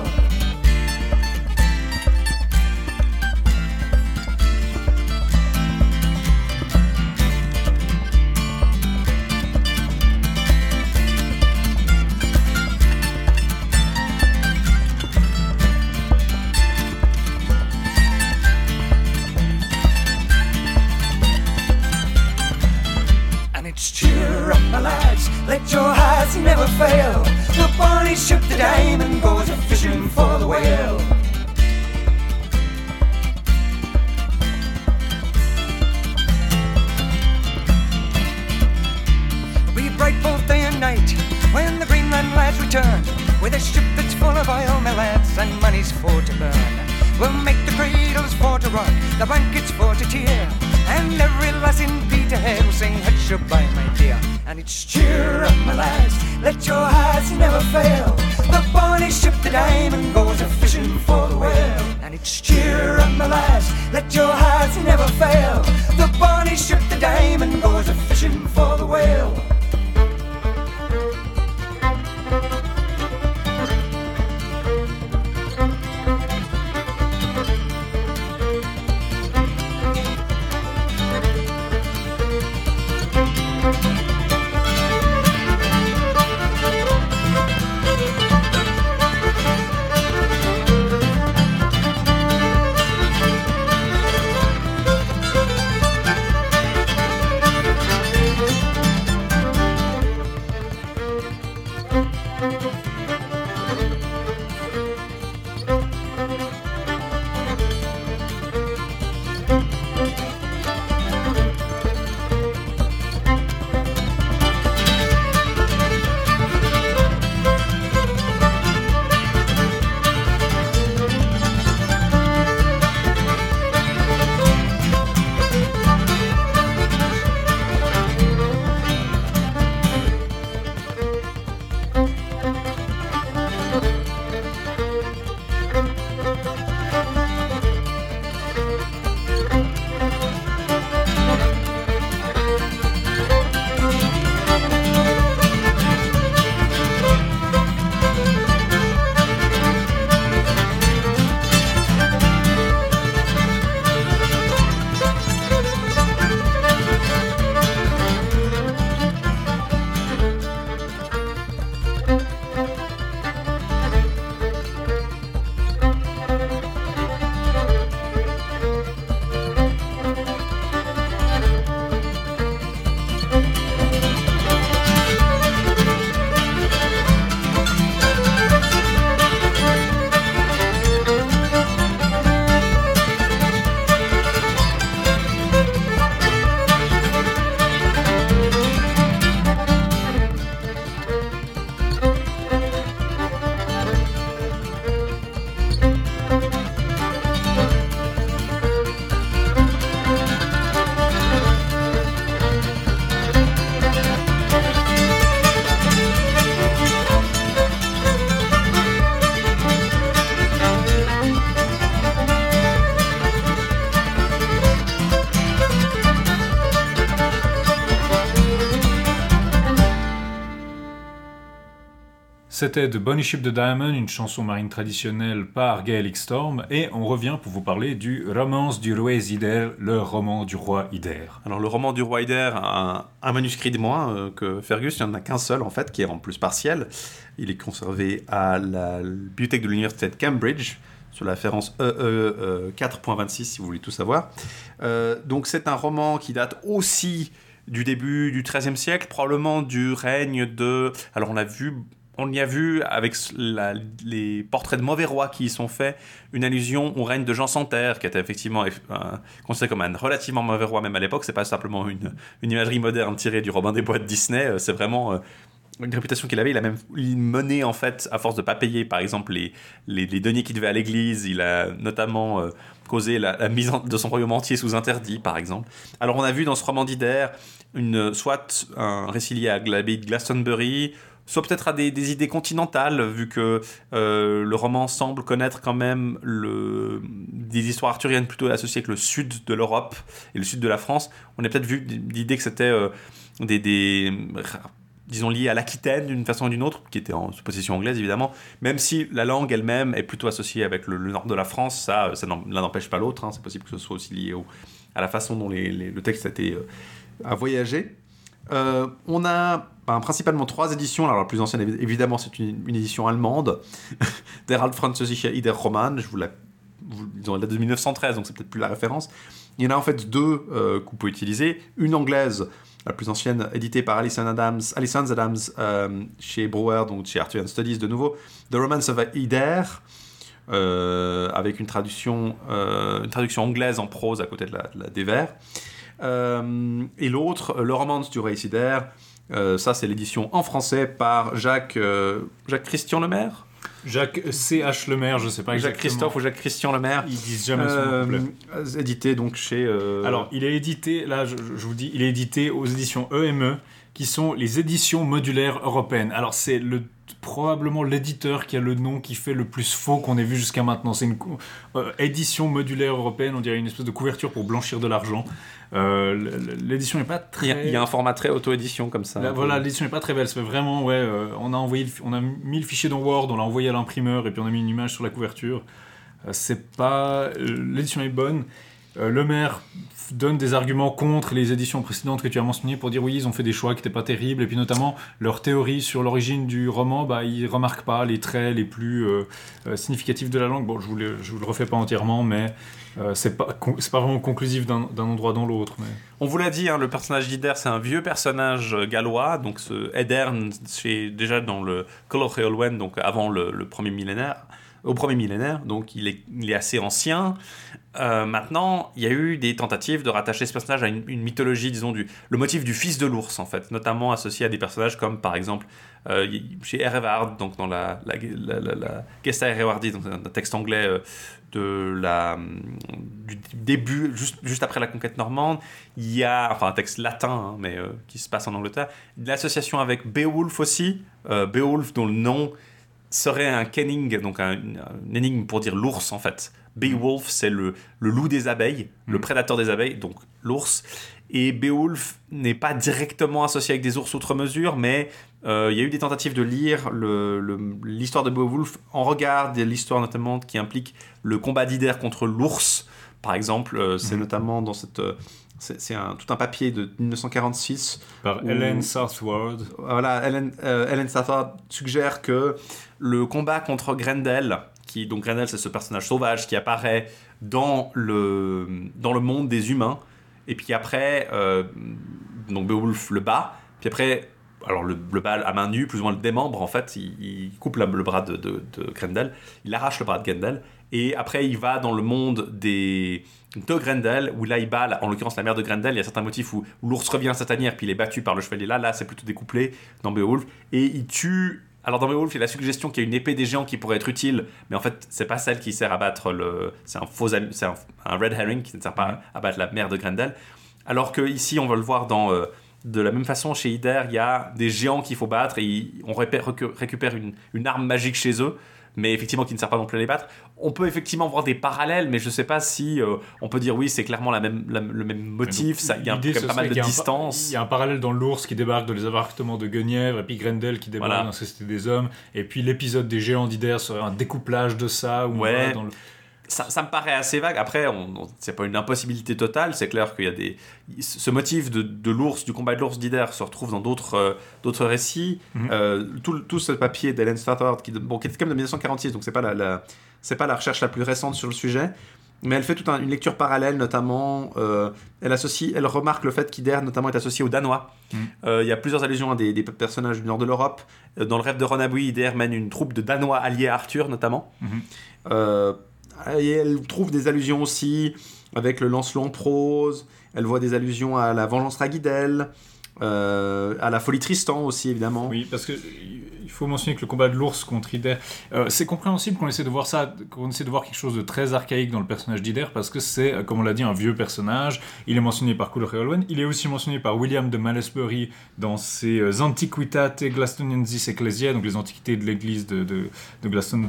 Let your hearts never fail. The bonny ship, the Diamond, goes a-fishing for the whale. Be bright both day and night when the Greenland lads return, with a ship that's full of oil, my lads, and money's for to burn. We'll make the cradles for to rock, the blankets for to tear, and every lass in Peterhead will sing "Hutch-a-bye, my dear." And it's cheer up, my lads, let your hearts never fail. The bonny ship, the Diamond, goes a-fishing for the whale. And it's cheer up, my lads, let your hearts never fail. The bonny ship, the Diamond, goes a-fishing for the whale. C'était The Bonny Ship the Diamond, une chanson marine traditionnelle par Gaelic Storm, et on revient pour vous parler du Romance du roi Ider, le roman du roi Ider. Alors le roman du roi Ider a un, un manuscrit de moins euh, que Fergus, il n'y en a qu'un seul en fait, qui est en plus partiel. Il est conservé à la bibliothèque de l'université de Cambridge, sur la référence E E quatre point vingt-six si vous voulez tout savoir. Euh, donc c'est un roman qui date aussi du début du treizième siècle, probablement du règne de... Alors on a vu... On y a vu, avec la, les portraits de mauvais rois qui y sont faits, une allusion au règne de Jean sans Terre, qui était effectivement euh, considéré comme un relativement mauvais roi, même à l'époque. C'est pas simplement une, une imagerie moderne tirée du Robin des Bois de Disney, c'est vraiment euh, une réputation qu'il avait. Il a même il menait, en fait, à force de ne pas payer, par exemple, les, les, les deniers qu'il devait à l'église. Il a notamment euh, causé la, la mise en, de son royaume entier sous interdit, par exemple. Alors, on a vu dans ce roman d'Ider, une, soit un récit lié à l'abbaye de Glastonbury, soit peut-être à des, des idées continentales, vu que euh, le roman semble connaître quand même le, des histoires arthuriennes plutôt associées avec le sud de l'Europe et le sud de la France. On a peut-être vu l'idée que c'était euh, des, des, disons, lié à l'Aquitaine d'une façon ou d'une autre, qui était en possession anglaise évidemment, même si la langue elle-même est plutôt associée avec le, le nord de la France, ça, ça l'un n'empêche pas l'autre, hein. C'est possible que ce soit aussi lié au, à la façon dont les, les, le texte a été euh, a voyagé. Euh, on a ben, principalement trois éditions. Alors la plus ancienne, évidemment, c'est une, une édition allemande, Der Altfranzösische Ider-Roman. Je vous la, vous, disons, elle date de mille neuf cent treize, donc c'est peut-être plus la référence. Il y en a en fait deux euh, qu'on peut utiliser. Une anglaise, la plus ancienne, éditée par Alison Adams, Alison Adams euh, chez Brewer, donc chez Arthurian Studies de nouveau, The Romance of Ider, euh, avec une traduction, euh, une traduction anglaise en prose à côté de la, de la des vers. Euh, et l'autre, Le Romance du roi Ider, euh, ça c'est l'édition en français par Jacques, euh, Jacques Christian Lemaire. Jacques C H Lemaire, je sais pas exactement. Jacques Christophe ou Jacques Christian Lemaire. Ils disent jamais son nom complet. Euh, édité donc chez... Euh... Alors, il est édité, là je, je vous dis, il est édité aux éditions E M E, qui sont les éditions modulaires européennes. Alors c'est le probablement l'éditeur qui a le nom qui fait le plus faux qu'on ait vu jusqu'à maintenant. C'est une euh, édition modulaire européenne, on dirait une espèce de couverture pour blanchir de l'argent. Euh, l'édition n'est pas très... Il y, a, il y a un format très auto-édition comme ça. Là, voilà, l'édition n'est pas très belle. C'est vraiment, ouais, euh, on a envoyé, le, on a mis le fichier dans Word, on l'a envoyé à l'imprimeur et puis on a mis une image sur la couverture. Euh, c'est pas... Euh, l'édition est bonne. Euh, Le Maire donne des arguments contre les éditions précédentes que tu as mentionnées pour dire oui, ils ont fait des choix qui n'étaient pas terribles, et puis notamment leur théorie sur l'origine du roman, bah, ils ne remarquent pas les traits les plus euh, euh, significatifs de la langue. Bon, je ne vous, vous le refais pas entièrement, mais euh, ce n'est pas, c'est pas vraiment conclusif d'un, d'un endroit dans l'autre. Mais... On vous l'a dit, hein, le personnage d'Ider, c'est un vieux personnage gallois, donc ce Edern, c'est déjà dans le Call of Éolwen, donc avant le, le premier millénaire, au premier millénaire, donc il est, il est assez ancien. Euh, maintenant, il y a eu des tentatives de rattacher ce personnage à une, une mythologie, disons, du, le motif du fils de l'ours, en fait, notamment associé à des personnages comme, par exemple, euh, chez Erevard, donc dans la, la, la, la, la Gesta Erewardi, donc un texte anglais euh, de la, du début, juste, juste après la conquête normande, il y a, enfin un texte latin, hein, mais euh, qui se passe en Angleterre, l'association avec Beowulf aussi, euh, Beowulf dont le nom serait un kenning, donc un, un énigme pour dire l'ours en fait. Beowulf, c'est le, le loup des abeilles, mmh. le prédateur des abeilles, donc l'ours. Et Beowulf n'est pas directement associé avec des ours outre mesure, mais euh, il y a eu des tentatives de lire le, le, l'histoire de Beowulf en regard de l'histoire notamment qui implique le combat d'Ider contre l'ours. Par exemple, euh, c'est mmh. notamment dans cette... Euh, C'est, c'est un, tout un papier de dix-neuf cent quarante-six. Par où, Helen Southward. Voilà, Helen, euh, Helen Southward suggère que le combat contre Grendel, qui, donc Grendel c'est ce personnage sauvage qui apparaît dans le, dans le monde des humains, et puis après, euh, donc Beowulf le bat, puis après, alors le, le bat à main nue, plus ou moins le démembre en fait, il, il coupe la, le bras de, de, de Grendel, il arrache le bras de Grendel, et après il va dans le monde des... de Grendel, où là il bat, en l'occurrence la mère de Grendel, il y a certains motifs où, où l'ours revient à sa tanière, puis il est battu par le chevalier là, là c'est plutôt découplé dans Beowulf, et il tue... Alors dans Beowulf, il y a la suggestion qu'il y a une épée des géants qui pourrait être utile, mais en fait c'est pas celle qui sert à battre le... C'est un faux... C'est un, un red herring qui ne sert pas à battre la mère de Grendel, alors que ici on va le voir dans... Euh, de la même façon, chez Ider, il y a des géants qu'il faut battre, et on récupère une, une arme magique chez eux, mais effectivement qui ne sert pas non plus à les battre. On peut effectivement voir des parallèles, mais je sais pas si euh, on peut dire oui, c'est clairement la même, la, le même motif, il y a un, quand même pas mal de distance. Il y a un parallèle dans l'ours qui débarque dans les appartements de Guenièvre, et puis Grendel qui débarque voilà. dans la Société des Hommes, et puis l'épisode des géants d'Ider serait un découplage de ça. Où ouais. on dans le... Ça, ça me paraît assez vague. Après, on, on, c'est pas une impossibilité totale. C'est clair qu'il y a des... Ce motif de, de l'ours, du combat de l'ours d'Ider se retrouve dans d'autres, euh, d'autres récits. Mm-hmm. Euh, tout, tout ce papier d'Helen Stothard, qui, bon, qui est quand même de dix-neuf cent quarante-six, donc c'est pas la, la, c'est pas la recherche la plus récente sur le sujet. Mais elle fait toute un, une lecture parallèle, notamment... Euh, elle, associe, elle remarque le fait qu'Ider, notamment, est associé aux Danois. Il mm. euh, y a plusieurs allusions à des, des personnages du nord de l'Europe. Euh, dans le rêve de Rhonabwy, Ider mène une troupe de Danois alliés à Arthur, notamment. Mm-hmm. Euh, Et elle trouve des allusions aussi avec le Lancelot en prose. Elle voit des allusions à la vengeance Ragidel, euh, à la folie Tristan aussi, évidemment. Oui, parce que il faut mentionner que le combat de l'ours contre Ider, euh, c'est compréhensible qu'on essaie de voir ça, qu'on essaie de voir quelque chose de très archaïque dans le personnage d'Ider, parce que c'est, comme on l'a dit, un vieux personnage. Il est mentionné par Coulter et Olwen. Il est aussi mentionné par William de Malmesbury dans ses Antiquitate Glastoniensis Ecclesiae, donc les antiquités de l'église de, de, de Glaston.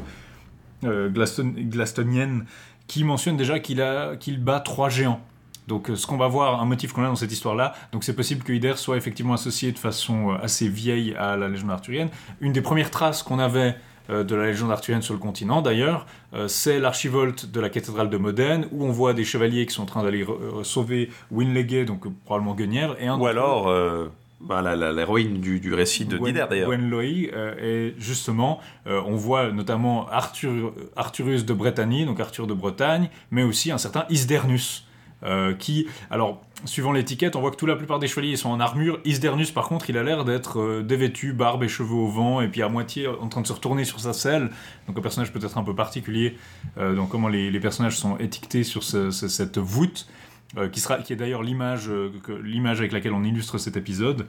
Euh, Glaston, Glastonienne, qui mentionne déjà qu'il, a, qu'il bat trois géants. Donc euh, ce qu'on va voir, un motif qu'on a dans cette histoire-là, donc c'est possible que Ider soit effectivement associé de façon euh, assez vieille à la légende arthurienne. Une des premières traces qu'on avait euh, de la légende arthurienne sur le continent, d'ailleurs, euh, c'est l'archivolte de la cathédrale de Modène, où on voit des chevaliers qui sont en train d'aller re- sauver Winleguet, donc euh, probablement Guenièvre. Et un Ou alors... Euh... Bah, la, la, l'héroïne du, du récit de Gwen, Dider d'ailleurs. Gwenloy, euh, et justement, euh, on voit notamment Arthur, Arthurus de Bretagne, donc Arthur de Bretagne, mais aussi un certain Isdernus, euh, qui, alors, suivant l'étiquette, on voit que toute la plupart des chevaliers sont en armure. Isdernus, par contre, il a l'air d'être euh, dévêtu, barbe et cheveux au vent, et puis à moitié en train de se retourner sur sa selle, donc un personnage peut-être un peu particulier, euh, dans comment les, les personnages sont étiquetés sur ce, ce, cette voûte. Euh, qui, sera, qui est d'ailleurs l'image, euh, que, l'image avec laquelle on illustre cet épisode.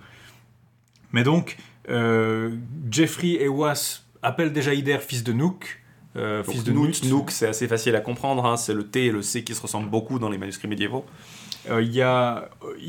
Mais donc, euh, Geoffrey et Was appellent déjà Ider fils de Nook. Euh, donc, fils de Nook, Nook, c'est assez facile à comprendre, hein, c'est le T et le C qui se ressemblent beaucoup dans les manuscrits médiévaux. Il euh, y, euh,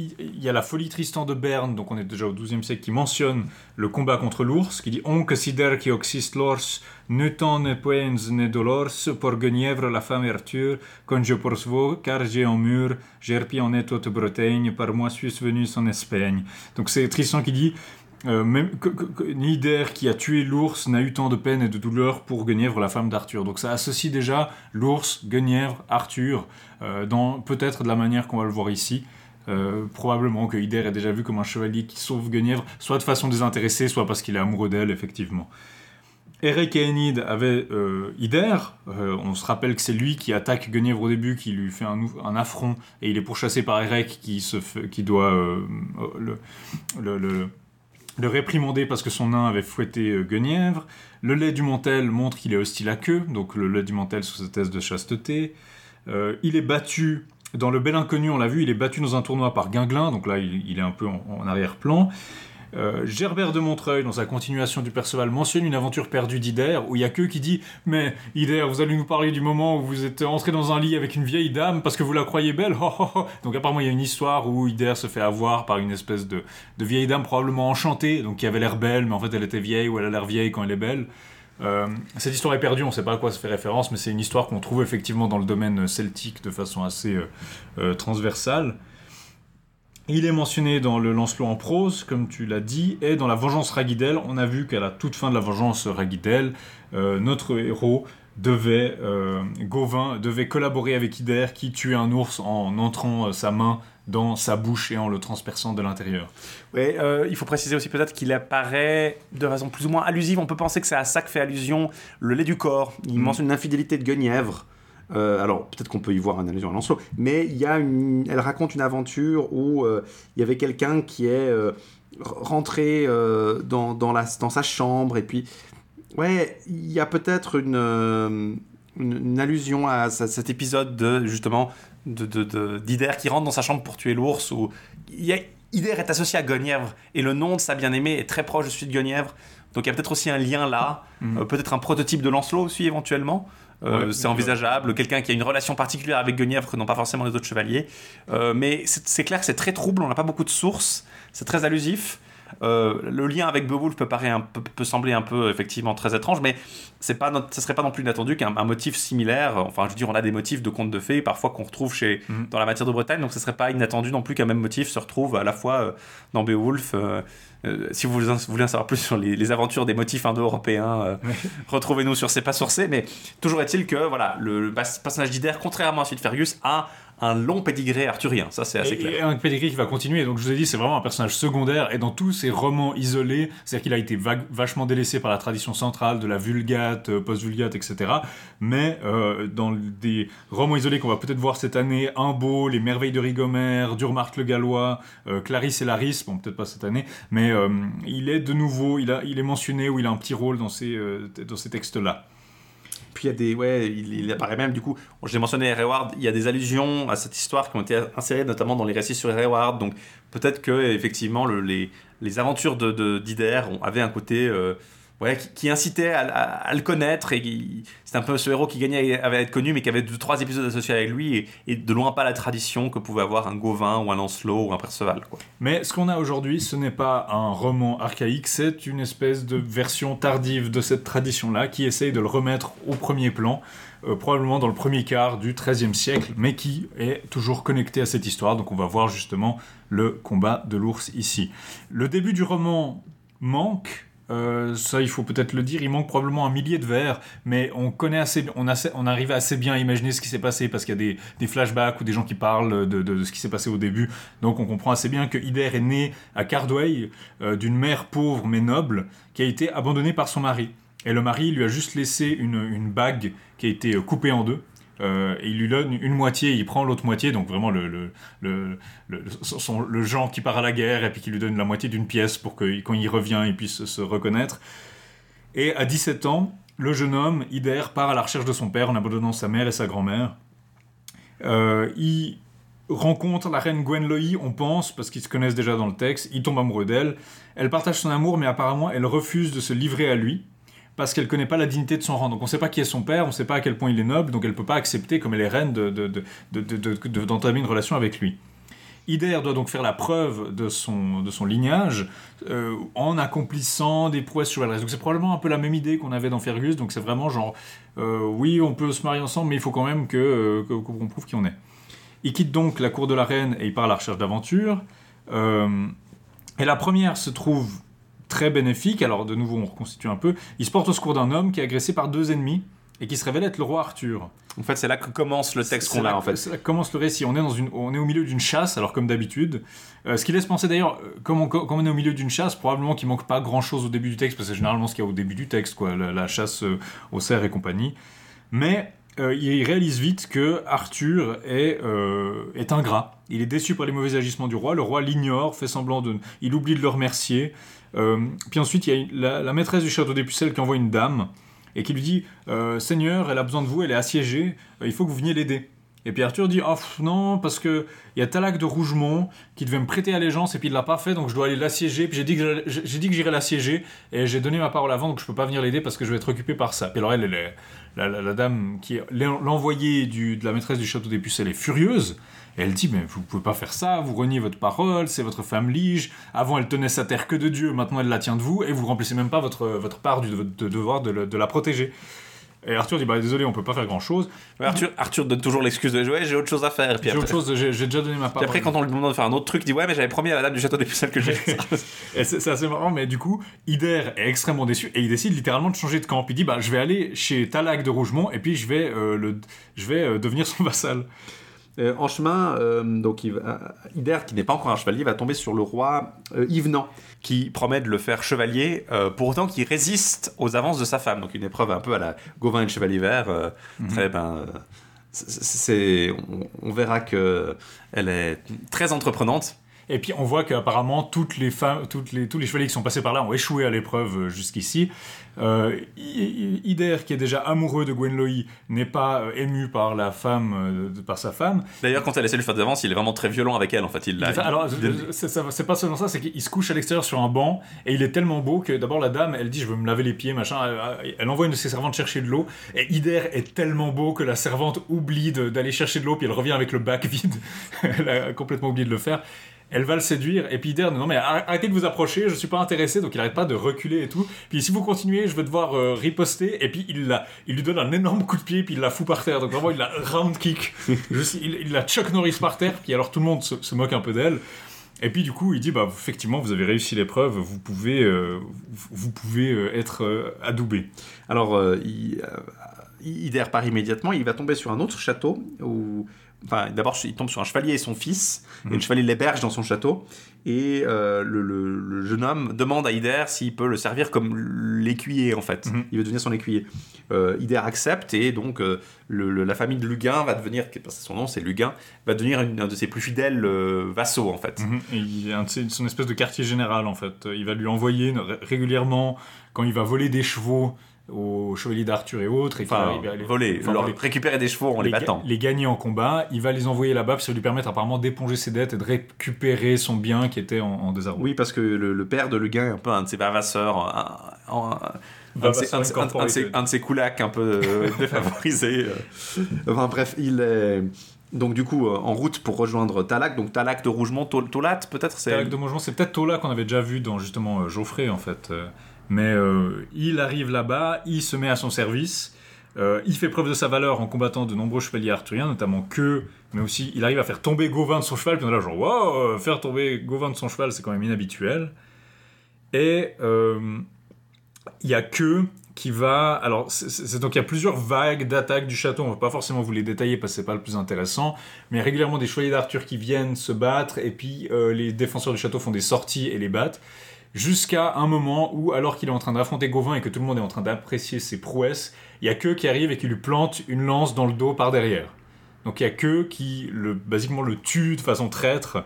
y a la folie Tristan de Berne, donc on est déjà au douzième siècle, qui mentionne le combat contre l'ours, qui dit « Onque sider qui oxist l'ors, nutant ne poens ne dolors, por Guenièvre la femme Arthur, quand je poursuis, car j'ai en mur, j'erpi en est toute Bretagne, par moi suis venu en Espagne. » Donc c'est Tristan qui dit euh, même que, que, que Ider qui a tué l'ours n'a eu tant de peine et de douleur pour Guenièvre, la femme d'Arthur. Donc ça associe déjà l'ours, Guenièvre, Arthur, euh, dans peut-être de la manière qu'on va le voir ici. Euh, probablement que Ider est déjà vu comme un chevalier qui sauve Guenièvre, soit de façon désintéressée, soit parce qu'il est amoureux d'elle, effectivement. Eric et Enid avaient euh, Ider. Euh, on se rappelle que c'est lui qui attaque Guenièvre au début, qui lui fait un, un affront, et il est pourchassé par Eric qui, se fait, qui doit euh, le, le, le, le réprimander parce que son nain avait fouetté euh, Guenièvre. Le lait du Montel montre qu'il est hostile à queue, donc le lait du Montel sous cette thèse de chasteté. Euh, il est battu, dans le Bel Inconnu, on l'a vu, il est battu dans un tournoi par Guinglin, donc là il, il est un peu en, en arrière-plan. Euh, Gerbert de Montreuil, dans sa continuation du Perceval, mentionne une aventure perdue d'Ider, où il y a que qui dit « Mais Ider, vous allez nous parler du moment où vous êtes entré dans un lit avec une vieille dame parce que vous la croyez belle ?» Donc apparemment il y a une histoire où Ider se fait avoir par une espèce de, de vieille dame probablement enchantée, donc qui avait l'air belle, mais en fait elle était vieille, ou elle a l'air vieille quand elle est belle. Euh, cette histoire est perdue, on ne sait pas à quoi ça fait référence, mais c'est une histoire qu'on trouve effectivement dans le domaine celtique de façon assez euh, euh, transversale. Il est mentionné dans le Lancelot en prose, comme tu l'as dit, et dans la Vengeance Ragidel, on a vu qu'à la toute fin de la Vengeance Ragidel, euh, notre héros devait, euh, Gauvin, devait collaborer avec Ider, qui tuait un ours en entrant euh, sa main dans sa bouche et en le transperçant de l'intérieur. Oui, euh, il faut préciser aussi peut-être qu'il apparaît de façon plus ou moins allusive. On peut penser que c'est à ça que fait allusion le lait du corps. Il mmh. mentionne l'infidélité de Guenièvre. Euh, alors, peut-être qu'on peut y voir une allusion à Lancelot, mais il y a une, elle raconte une aventure où euh, il y avait quelqu'un qui est euh, rentré euh, dans, dans, la, dans sa chambre, et puis, ouais, il y a peut-être une, euh, une, une allusion à, à cet épisode de, justement, de, de, de, d'Ider qui rentre dans sa chambre pour tuer l'ours, où il y a, Ider est associé à Guenièvre, et le nom de sa bien-aimée est très proche de celui de Guenièvre, donc il y a peut-être aussi un lien là, mmh. euh, peut-être un prototype de Lancelot aussi, éventuellement. Euh, ouais, c'est envisageable, quelqu'un qui a une relation particulière avec Guenièvre que n'ont pas forcément les autres chevaliers. Euh, mais c'est, c'est clair que c'est très trouble, on n'a pas beaucoup de sources, c'est très allusif. Euh, le lien avec Beowulf peut, paraître un peu, peut sembler un peu effectivement très étrange, mais c'est pas notre, ce serait pas non plus inattendu qu'un un motif similaire, enfin je veux dire on a des motifs de contes de fées parfois qu'on retrouve chez, mmh. dans la matière de Bretagne, donc ce serait pas inattendu non plus qu'un même motif se retrouve à la fois euh, dans Beowulf. Euh, euh, si vous voulez en savoir plus sur les, les aventures des motifs indo-européens, euh, ouais. retrouvez-nous sur C'est pas sourcé, mais toujours est-il que voilà, le, le personnage d'Ider, contrairement à celui de Fergus, a un long pédigré arthurien, ça c'est assez et, clair. Et un pédigré qui va continuer, donc je vous ai dit, c'est vraiment un personnage secondaire, et dans tous ces romans isolés, c'est-à-dire qu'il a été vague, vachement délaissé par la tradition centrale de la Vulgate, post-Vulgate, et cetera. Mais euh, dans des romans isolés qu'on va peut-être voir cette année, Imbo, Les Merveilles de Rigomère, Durmarque le Gallois, euh, Clarisse et Laris, bon peut-être pas cette année, mais euh, il est de nouveau, il, a, il est mentionné, ou il a un petit rôle dans ces, euh, dans ces textes-là. Puis il y a des, ouais, il, il apparaît même, du coup, j'ai mentionné Eréward, il y a des allusions à cette histoire qui ont été insérées notamment dans les récits sur Eréward, donc peut-être que effectivement le, les, les aventures de, de, d'Ider avaient un côté euh, ouais, qui, qui incitait à, à, à le connaître, et qui, c'est un peu ce héros qui gagnait à être connu, mais qui avait deux, trois épisodes associés avec lui, et, et de loin pas la tradition que pouvait avoir un Gauvin, ou un Lancelot, ou un Perceval, quoi. Mais ce qu'on a aujourd'hui, ce n'est pas un roman archaïque, c'est une espèce de version tardive de cette tradition-là, qui essaye de le remettre au premier plan, euh, probablement dans le premier quart du treizième siècle, mais qui est toujours connecté à cette histoire, donc on va voir justement le combat de l'ours ici. Le début du roman manque... Euh, ça il faut peut-être le dire, il manque probablement un millier de vers, mais on connaît assez, on, a, on arrive assez bien à imaginer ce qui s'est passé, parce qu'il y a des, des flashbacks ou des gens qui parlent de, de, de ce qui s'est passé au début, donc on comprend assez bien que Ider est né à Cardway, euh, d'une mère pauvre mais noble, qui a été abandonnée par son mari, et le mari lui a juste laissé une, une bague qui a été coupée en deux. Euh, et il lui donne une moitié, il prend l'autre moitié, donc vraiment le, le, le, le, son, le Jean qui part à la guerre, et puis qui lui donne la moitié d'une pièce pour que quand il revient, il puisse se reconnaître. Et à dix-sept ans, le jeune homme, Ider, part à la recherche de son père en abandonnant sa mère et sa grand-mère. Euh, il rencontre la reine Gwenloï, on pense, parce qu'ils se connaissent déjà dans le texte, il tombe amoureux d'elle. Elle partage son amour, mais apparemment, elle refuse de se livrer à lui, parce qu'elle ne connaît pas la dignité de son rang. Donc on ne sait pas qui est son père, on ne sait pas à quel point il est noble, donc elle ne peut pas accepter, comme elle est reine, de, de, de, de, de, de, de, d'entamer une relation avec lui. Ider doit donc faire la preuve de son, de son lignage euh, en accomplissant des prouesses chevaleresques. Donc c'est probablement un peu la même idée qu'on avait dans Fergus, donc c'est vraiment genre, euh, oui, on peut se marier ensemble, mais il faut quand même que, euh, que, qu'on prouve qui on est. Il quitte donc la cour de la reine et il part à la recherche d'aventure. Euh, et la première se trouve très bénéfique, alors de nouveau on reconstitue un peu, il se porte au secours d'un homme qui est agressé par deux ennemis et qui se révèle être le roi Arthur. En fait c'est là que commence le texte c'est qu'on là, a en fait. C'est là que commence le récit, on est, dans une, on est au milieu d'une chasse, alors comme d'habitude, euh, ce qui laisse penser d'ailleurs, comme on, comme on est au milieu d'une chasse, probablement qu'il manque pas grand chose au début du texte, parce que c'est généralement ce qu'il y a au début du texte, quoi, la, la chasse euh, aux cerfs et compagnie, mais euh, il réalise vite que Arthur est, euh, est ingrat, il est déçu par les mauvais agissements du roi, le roi l'ignore, fait semblant de... il oublie de le remercier. Euh, puis ensuite, il y a la, la maîtresse du château des Pucelles qui envoie une dame et qui lui dit euh, « Seigneur, elle a besoin de vous, elle est assiégée, euh, il faut que vous veniez l'aider. » Et puis Arthur dit « Oh non, parce qu'il y a Talac de Rougemont qui devait me prêter allégeance et puis il ne l'a pas fait, donc je dois aller l'assiéger. Puis j'ai dit que, j'ai dit que j'irais l'assiéger et j'ai donné ma parole avant, donc je ne peux pas venir l'aider parce que je vais être occupé par ça. » Puis alors elle, elle est, la, la, la dame qui est l'envoyée du, de la maîtresse du château des Pucelles est furieuse. Et elle dit, mais vous pouvez pas faire ça, vous reniez votre parole, c'est votre femme lige, avant elle tenait sa terre que de Dieu, maintenant elle la tient de vous, et vous remplissez même pas votre, votre part du de, de devoir de, de la protéger. Et Arthur dit, bah désolé, on peut pas faire grand chose. Ouais, Arthur, Arthur donne toujours l'excuse de jouer, j'ai autre chose à faire. Puis j'ai après... autre chose, j'ai, j'ai déjà donné ma parole. Puis après, quand on lui demande de faire un autre truc, il dit, ouais, mais j'avais promis à la dame du château des Pucelles que j'ai. Et c'est, c'est assez marrant, mais du coup, Ider est extrêmement déçu, et il décide littéralement de changer de camp. Puis il dit, bah je vais aller chez Talac de Rougemont, et puis je vais, euh, le, je vais euh, devenir son vassal. Euh, en chemin, euh, donc il, euh, Ider, qui n'est pas encore un chevalier, va tomber sur le roi euh, Yvenant, qui promet de le faire chevalier, euh, pour autant qu'il résiste aux avances de sa femme. Donc une épreuve un peu à la Gauvin et le Chevalier Vert. Euh, mm-hmm. Très ben, euh, c'est, c'est, on, on verra que elle est très entreprenante. Et puis on voit qu'apparemment toutes les femmes, toutes les, tous les chevaliers qui sont passés par là ont échoué à l'épreuve jusqu'ici. Euh, Ider, qui est déjà amoureux de Gwenloï, n'est pas euh, ému par la femme, euh, par sa femme. D'ailleurs, quand elle essaie de lui faire des avances, il est vraiment très violent avec elle. En fait, il l'a. Alors, il... c'est, c'est pas seulement ça, c'est qu'il se couche à l'extérieur sur un banc et il est tellement beau que d'abord la dame, elle dit je veux me laver les pieds, machin. Elle, elle envoie une de ses servantes chercher de l'eau et Ider est tellement beau que la servante oublie de, d'aller chercher de l'eau puis elle revient avec le bac vide. Elle a complètement oublié de le faire. Elle va le séduire, et puis Hider, non mais arrêtez de vous approcher, je suis pas intéressé, donc il arrête pas de reculer et tout. Puis si vous continuez, je vais devoir euh, riposter, et puis il, la, il lui donne un énorme coup de pied, puis il la fout par terre. Donc vraiment, il la round kick, Juste, il, il la Chuck Norris par terre, puis alors tout le monde se, se moque un peu d'elle. Et puis du coup, il dit, bah effectivement, vous avez réussi l'épreuve, vous pouvez, euh, vous pouvez euh, être euh, adoubé. Alors, euh, il, euh, Hider part immédiatement, il va tomber sur un autre château où... Enfin, d'abord, il tombe sur un chevalier et son fils, mmh. et le chevalier l'héberge dans son château, et euh, le, le, le jeune homme demande à Hider s'il peut le servir comme l'écuyer, en fait. Mmh. Il veut devenir son écuyer. Euh, Hider accepte, et donc euh, le, le, la famille de Lugain va devenir, parce que son nom c'est Lugain, va devenir une, un de ses plus fidèles euh, vassaux, en fait. Mmh. Et il est un de ses, son espèce de quartier général, en fait. Il va lui envoyer régulièrement, quand il va voler des chevaux, aux chevaliers d'Arthur et autres, et enfin, il va les, voler, enfin, leur les, récupérer des chevaux en les, les battant. Les gagner en combat, il va les envoyer là-bas, puis ça va lui permettre apparemment d'éponger ses dettes et de récupérer son bien qui était en, en désarroi. Oui, parce que le, le père de Lugain est un peu un de ses bavasseurs, un, un, un, un, de ses, un, un, un, de ses, un de ses coulacs un peu défavorisés. Enfin bref, il est... Donc du coup, en route pour rejoindre Talac, donc Talac de Rougemont, Tolat peut-être c'est... Talac de Rougemont, c'est peut-être Tolat qu'on avait déjà vu dans justement Geoffrey en fait. Mais euh, il arrive là-bas, il se met à son service, euh, il fait preuve de sa valeur en combattant de nombreux chevaliers arthuriens, notamment que, mais aussi il arrive à faire tomber Gauvin de son cheval, puis on est là genre wow, faire tomber Gauvin de son cheval c'est quand même inhabituel. Et euh, il y a que qui va, alors c'est, c'est, donc il y a plusieurs vagues d'attaques du château, on va pas forcément vous les détailler parce que c'est pas le plus intéressant, mais il y a régulièrement des chevaliers d'Arthur qui viennent se battre, et puis euh, les défenseurs du château font des sorties et les battent. Jusqu'à un moment où, alors qu'il est en train d'affronter Gauvin et que tout le monde est en train d'apprécier ses prouesses, il y a que qui arrive et qui lui plante une lance dans le dos par derrière. Donc il y a que qui, le, basiquement, le tue de façon traître,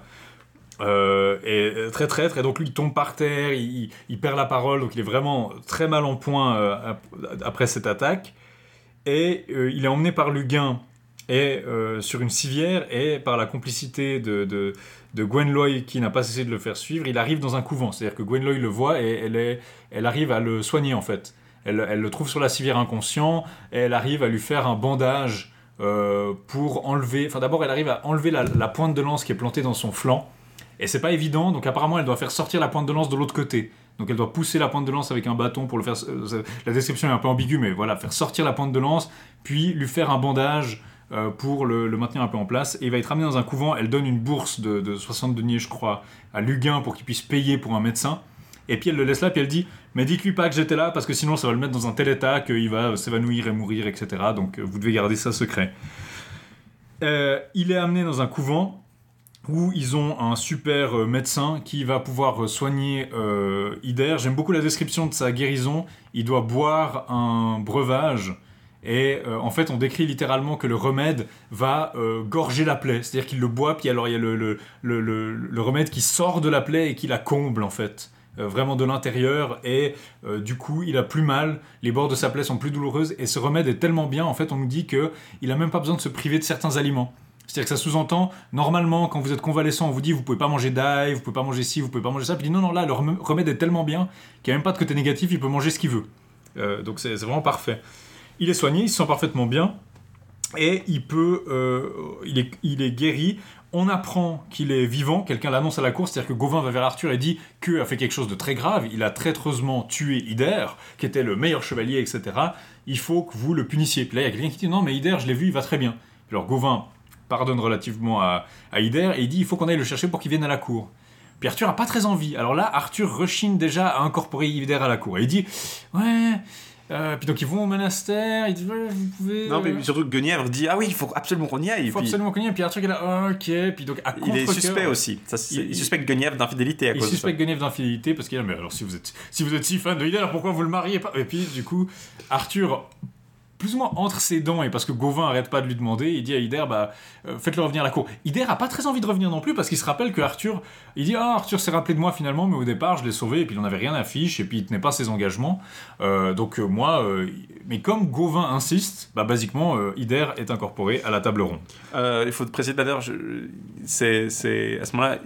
euh, et très traître, et donc lui il tombe par terre, il, il perd la parole, donc il est vraiment très mal en point euh, après cette attaque. Et euh, il est emmené par Lugain et euh, sur une civière, et par la complicité de, de, de Gwenloy qui n'a pas cessé de le faire suivre, il arrive dans un couvent. C'est-à-dire que Gwenloy le voit et elle, est, elle arrive à le soigner en fait. Elle, elle le trouve sur la civière inconscient et elle arrive à lui faire un bandage euh, pour enlever... Enfin d'abord elle arrive à enlever la, la pointe de lance qui est plantée dans son flanc, et c'est pas évident, donc apparemment elle doit faire sortir la pointe de lance de l'autre côté. Donc elle doit pousser la pointe de lance avec un bâton pour le faire... La description est un peu ambiguë, mais voilà, faire sortir la pointe de lance, puis lui faire un bandage Euh, pour le, le maintenir un peu en place, et il va être amené dans un couvent. Elle donne une bourse de, de soixante deniers je crois à Lugain pour qu'il puisse payer pour un médecin, et puis elle le laisse là, puis elle dit mais dites-lui pas que j'étais là parce que sinon ça va le mettre dans un tel état qu'il va s'évanouir et mourir, etc. Donc vous devez garder ça secret. Euh, il est amené dans un couvent où ils ont un super euh, médecin qui va pouvoir soigner euh, Hider. J'aime beaucoup la description de sa guérison. Il doit boire un breuvage. Et euh, en fait, on décrit littéralement que le remède va euh, gorger la plaie. C'est-à-dire qu'il le boit, puis alors il y a le, le, le, le, le remède qui sort de la plaie et qui la comble, en fait. Euh, vraiment de l'intérieur. Et euh, du coup, il a plus mal. Les bords de sa plaie sont plus douloureuses. Et ce remède est tellement bien, en fait, on nous dit qu'il n'a même pas besoin de se priver de certains aliments. C'est-à-dire que ça sous-entend, normalement, quand vous êtes convalescent, on vous dit vous pouvez pas manger d'ail, vous pouvez pas manger ci, vous pouvez pas manger ça. Puis il dit non, non, là, le remède est tellement bien qu'il n'y a même pas de côté négatif, il peut manger ce qu'il veut. Euh, donc c'est, c'est vraiment parfait. Il est soigné, il se sent parfaitement bien, et il peut, euh, il est, il est guéri. On apprend qu'il est vivant, quelqu'un l'annonce à la cour, c'est-à-dire que Gauvin va vers Arthur et dit que a fait quelque chose de très grave, il a traîtreusement tué Hider, qui était le meilleur chevalier, et cetera. Il faut que vous le punissiez. Puis là, il y a quelqu'un qui dit non, mais Hider, je l'ai vu, il va très bien. Alors Gauvin pardonne relativement à, à Hider, et il dit il faut qu'on aille le chercher pour qu'il vienne à la cour. Puis Arthur n'a pas très envie. Alors là, Arthur rechigne déjà à incorporer Hider à la cour. Et il dit ouais. Euh, puis donc ils vont au monastère, ils disent ouais, vous pouvez. Non, mais surtout que Guenièvre dit ah oui, il faut absolument qu'on y aille. Il faut puis... absolument qu'on y aille. Puis Arthur il est là, oh, ok. Puis donc à il est suspect aussi. Ça, il, il suspecte Guenièvre d'infidélité à il cause de ça. Il suspecte Guenièvre d'infidélité parce qu'il est là, mais alors si vous êtes si vous êtes si fan de Hider, pourquoi vous le mariez pas? Et puis du coup, Arthur, plus ou moins entre ses dents, et parce que Gauvin arrête pas de lui demander, il dit à Hider bah euh, faites-le revenir à la cour. Hider a pas très envie de revenir non plus parce qu'il se rappelle que Arthur, il dit ah Arthur s'est rappelé de moi finalement, mais au départ je l'ai sauvé et puis il en avait rien à fiche et puis il tenait pas ses engagements. Euh, donc euh, moi, euh, mais comme Gauvin insiste, bah basiquement euh, Hider est incorporé à la table ronde. Euh, il faut préciser d'ailleurs, je... c'est c'est à ce moment-là.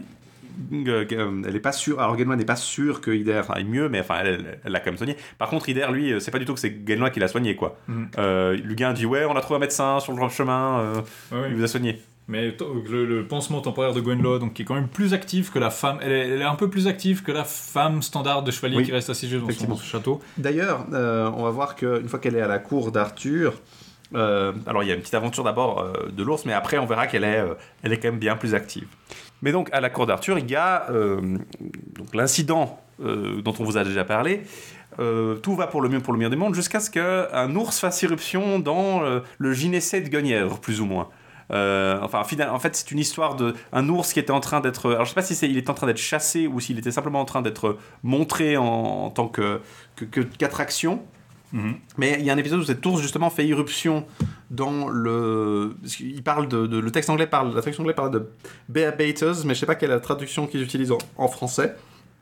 Elle est pas sûre. Alors Guenloy n'est pas sûr que Hider aille mieux, mais enfin elle, elle l'a quand même soigné. Par contre, Hider, lui, c'est pas du tout que c'est Guenloy qui l'a soigné, quoi. Mm-hmm. Euh, Lugain dit ouais, on a trouvé un médecin sur le chemin, euh, ouais, il vous a soigné. Mais le, le pansement temporaire de Gwenlo, donc qui est quand même plus actif que la femme, elle est, elle est un peu plus active que la femme standard de chevalier oui, qui reste assiégée dans son, dans son château. D'ailleurs, euh, on va voir qu'une fois qu'elle est à la cour d'Arthur, euh, alors il y a une petite aventure d'abord euh, de l'ours, mais après on verra qu'elle est, euh, elle est quand même bien plus active. Mais donc à la cour d'Arthur, il y a euh, donc, l'incident euh, dont on vous a déjà parlé. Euh, tout va pour le mieux pour le meilleur du monde jusqu'à ce qu'un ours fasse irruption dans euh, le gynécée de Guenièvre, plus ou moins. Euh, enfin, en fait, c'est une histoire d'un ours qui était en train d'être. Alors, je sais pas si c'est, il était en train d'être chassé ou s'il était simplement en train d'être montré en, en tant que, que, que qu'attraction. Mm-hmm. Mais il y a un épisode où cet ours justement fait irruption dans le. Il parle de, de le texte anglais parle, la traduction anglaise parle de bear baiters, mais je sais pas quelle est la traduction qu'ils utilisent en, en français.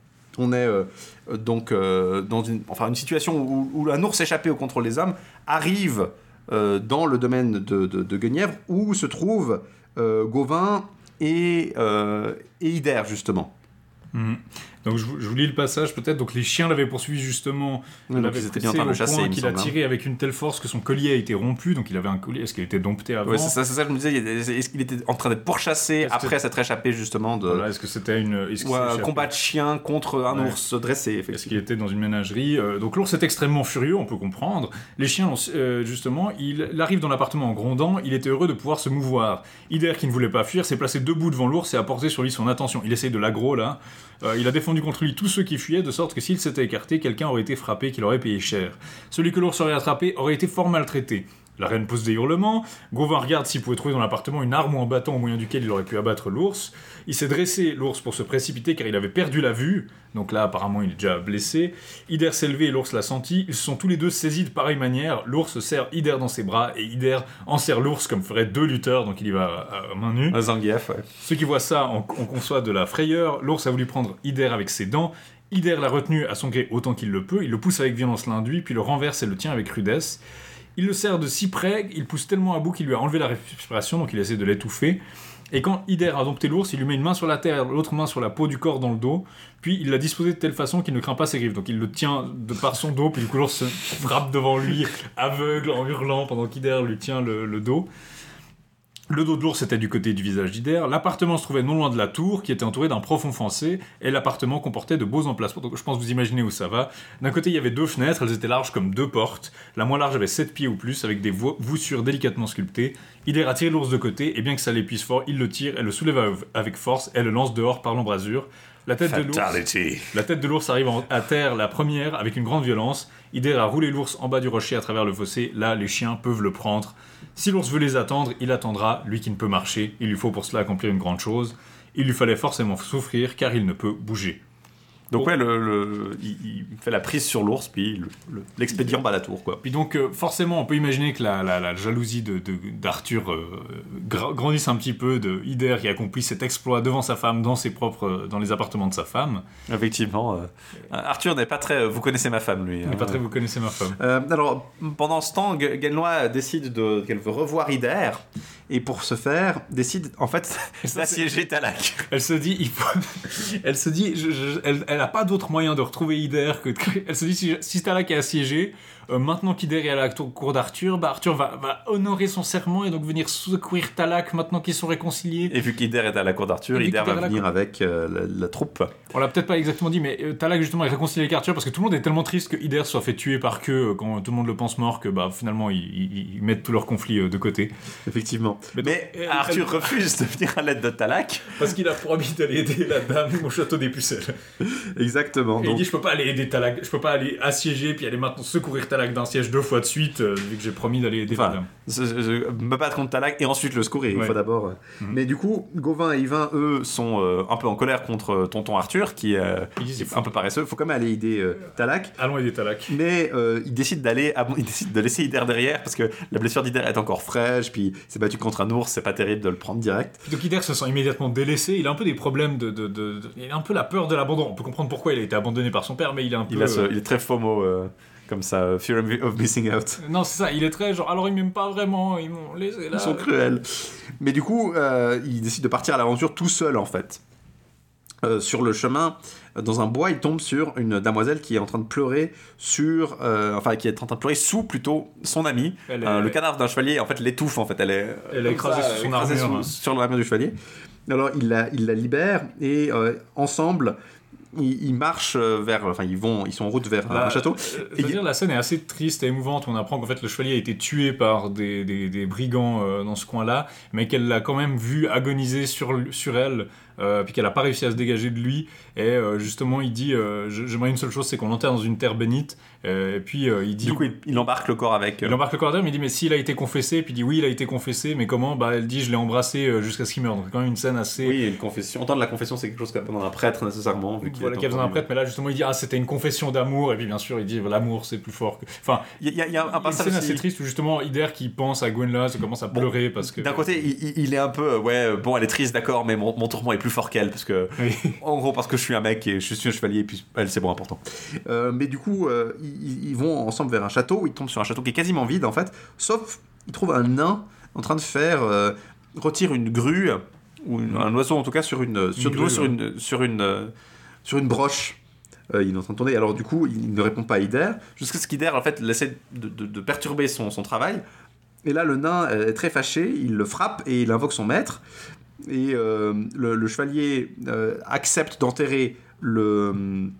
On est euh, donc euh, dans une, enfin, une situation où, où un ours échappé au contrôle des hommes arrive. Euh, dans le domaine de, de, de Guenièvre, où se trouvent euh, Gauvin et, euh, et Hyder, justement. Mmh. Donc je vous, je vous lis le passage peut-être. Donc les chiens l'avaient poursuivi justement. Oui, l'avaient ils étaient bien en train de le chasser. Point qu'il a tiré avec une telle force que son collier a été rompu. Donc il avait un collier. Est-ce qu'il était dompté avant? Oui, c'est ça, c'est ça. Je me disais. Est-ce qu'il était en train d'être pourchassé est-ce après que... s'être échappé justement de. Voilà, est-ce que c'était une. Est-ce que ou un combat de chiens contre un ouais. ours dressé. Est-ce qu'il était dans une ménagerie? euh, Donc l'ours est extrêmement furieux. On peut comprendre. Les chiens, euh, justement, il, il arrive dans l'appartement en grondant. Il était heureux de pouvoir se mouvoir. Hyder, qui ne voulait pas fuir, s'est placé debout devant l'ours et a porté sur lui son attention. Il essaye de l'aggro là. Euh, il a défendu contre lui tous ceux qui fuyaient, de sorte que s'il s'était écarté, quelqu'un aurait été frappé, qu'il aurait payé cher. Celui que l'ours aurait attrapé aurait été fort maltraité. La reine pousse des hurlements. Gauvin regarde s'il pouvait trouver dans l'appartement une arme ou un bâton au moyen duquel il aurait pu abattre l'ours. Il s'est dressé, l'ours, pour se précipiter car il avait perdu la vue. Donc là, apparemment, il est déjà blessé. Hyder s'est levé et l'ours l'a senti. Ils se sont tous les deux saisis de pareille manière. L'ours serre Hyder dans ses bras et Hyder enserre l'ours comme feraient deux lutteurs. Donc il y va à, à main nue. Un Zangief, ouais. Ceux qui voient ça en, en conçoivent de la frayeur. L'ours a voulu prendre Hyder avec ses dents. Hyder l'a retenu à son gré autant qu'il le peut. Il le pousse avec violence l'induit, puis le renverse et le tient avec rudesse. Il le serre de si près, il pousse tellement à bout qu'il lui a enlevé la respiration, donc il essaie de l'étouffer. Et quand Hyder a dompté l'ours, il lui met une main sur la terre, l'autre main sur la peau du corps dans le dos, puis il l'a disposé de telle façon qu'il ne craint pas ses griffes. Donc il le tient de par son dos, puis du coup l'ours se frappe devant lui, aveugle, en hurlant, pendant qu'Hyder lui tient le, le dos. Le dos de l'ours était du côté du visage d'Hyder. L'appartement se trouvait non loin de la tour, qui était entourée d'un profond fossé, et l'appartement comportait de beaux emplacements. Donc je pense que vous imaginez où ça va. D'un côté, il y avait deux fenêtres, elles étaient larges comme deux portes. La moins large avait sept pieds ou plus, avec des voussures délicatement sculptées. Hyder a tiré l'ours de côté, et bien que ça l'épuise fort, il le tire, elle le soulève avec force, et le lance dehors par l'embrasure. La tête, de l'ours, la tête de l'ours arrive en, à terre la première avec une grande violence. Hyder a roulé l'ours en bas du rocher à travers le fossé. Là, les chiens peuvent le prendre. Si l'ours veut les attendre, il attendra. Lui qui ne peut marcher, il lui faut pour cela accomplir une grande chose. Il lui fallait forcément souffrir car il ne peut bouger. Donc ouais, le, le, il, il fait la prise sur l'ours, puis le, le, l'expédient bat la tour, quoi. Puis donc, euh, forcément, on peut imaginer que la, la, la jalousie de, de, d'Arthur euh, gra- grandisse un petit peu, de Hyder qui accomplit cet exploit devant sa femme, dans ses propres, dans les appartements de sa femme. Effectivement. Euh, Arthur n'est pas très... Euh, vous connaissez ma femme, lui. Il n'est hein. pas très... Vous connaissez ma femme. Euh, alors, pendant ce temps, G- Guenlois décide de, qu'elle veut revoir Hyder, et pour ce faire, décide, en fait, d'assiéger Talak. Elle se dit... Il faut... elle se dit... Je, je, elle, elle Elle n'a pas d'autre moyen de retrouver Hyder que... Elle se dit, si, si Talak est assiégé, euh, maintenant qu'Hyder est à la cour d'Arthur, bah Arthur va, va honorer son serment et donc venir secourir Talak maintenant qu'ils sont réconciliés. Et vu qu'Hyder est à la cour d'Arthur, Hyder va venir la... avec euh, la, la troupe. On l'a peut-être pas exactement dit, mais euh, Talak justement est réconcilié avec Arthur parce que tout le monde est tellement triste que Hyder soit fait tuer par queue euh, quand tout le monde le pense mort que bah, finalement ils, ils, ils mettent tous leurs conflits euh, de côté. Effectivement. Mais, donc, mais elle, Arthur elle... refuse de venir à l'aide de Talak. Parce qu'il a promis d'aller aider la dame au château des Pucelles. Exactement. Et donc... il dit je peux pas aller aider Talak, je peux pas aller assiéger puis aller maintenant secourir Talak d'un siège deux fois de suite euh, vu que j'ai promis d'aller aider enfin, la dame. Je, je, me battre contre Talak et ensuite le secourir, ouais. Il faut d'abord. Euh... Mm-hmm. Mais du coup, Gauvin et Yvain, eux, sont euh, un peu en colère contre tonton Arthur qui euh, est un peu paresseux. Il faut quand même aller aider euh, Talak. Allons aider Talak. Mais euh, ils décident d'aller, ils décident de laisser Hyder derrière parce que la blessure d'Hyder est encore fraîche, puis il s'est battu contre un ours, c'est pas terrible de le prendre direct. Donc Hyder se sent immédiatement délaissé. Il a un peu des problèmes de, de, de, de... il a un peu la peur de l'abandon. On peut comprendre pourquoi il a été abandonné par son père, mais il est un peu. Il, a ce, il est très FOMO. Euh... Comme ça, fear of missing out. Non, c'est ça, il est très genre, alors ils m'aiment pas vraiment, ils m'ont laissé là. Ils sont cruels. Mais du coup, euh, il décide de partir à l'aventure tout seul, en fait. euh, sur le chemin, dans un bois, il tombe sur une demoiselle qui est en train de pleurer sur, euh, enfin qui est en train de pleurer sous plutôt son ami. Elle euh, est... Le cadavre d'un chevalier en fait l'étouffe en fait, elle est, elle est écrasée ça, sur son écrasée armure, sous, hein. sur l'armure du chevalier. Alors il la, il la libère et euh, ensemble ils, ils marchent vers, enfin ils vont, ils sont en route vers bah, un château. Euh, et dire, il... La scène est assez triste et émouvante. On apprend qu'en fait le chevalier a été tué par des, des, des brigands euh, dans ce coin-là, mais qu'elle l'a quand même vu agoniser sur, sur elle. Euh, puis qu'elle n'a pas réussi à se dégager de lui, et euh, justement il dit euh, j'aimerais une seule chose, c'est qu'on l'enterre dans une terre bénite, euh, et puis euh, il dit du coup il, il embarque le corps avec euh... il embarque le corps avec, mais il dit mais s'il a été confessé, puis il dit oui il a été confessé, mais comment, bah elle dit je l'ai embrassé euh, jusqu'à ce qu'il meure, donc c'est quand même une scène assez... Oui, une confession, entendre la confession c'est quelque chose qu'a besoin d'un prêtre nécessairement, vu qu'il voilà, qu'il a besoin d'un prêtre, mais là justement il dit ah c'était une confession d'amour, et puis bien sûr il dit l'amour c'est plus fort que... Enfin il y a, y a un passage une scène assez triste où justement Ider qui pense à Gwenla se commence à bon, pleurer parce que... D'un côté il, il est un peu ouais bon elle est triste d'accord, mais mon, mon tourment est plus fort qu'elle parce que oui. En gros parce que je suis un mec et je suis un chevalier et puis elle c'est bon important. Euh, mais du coup euh, ils, ils vont ensemble vers un château, ils tombent sur un château qui est quasiment vide en fait, sauf ils trouvent un nain en train de faire euh, retire une grue ou une, un oiseau en tout cas sur une sur, une grue, sur, ouais. une, sur une euh, sur une broche. Euh, il est en train de tourner, alors du coup il ne répond pas à Ider jusqu'à ce qu'Ider en fait essaie de, de, de perturber son, son travail, et là le nain est très fâché, il le frappe et il invoque son maître. Et euh, le, le chevalier euh, accepte d'enterrer le,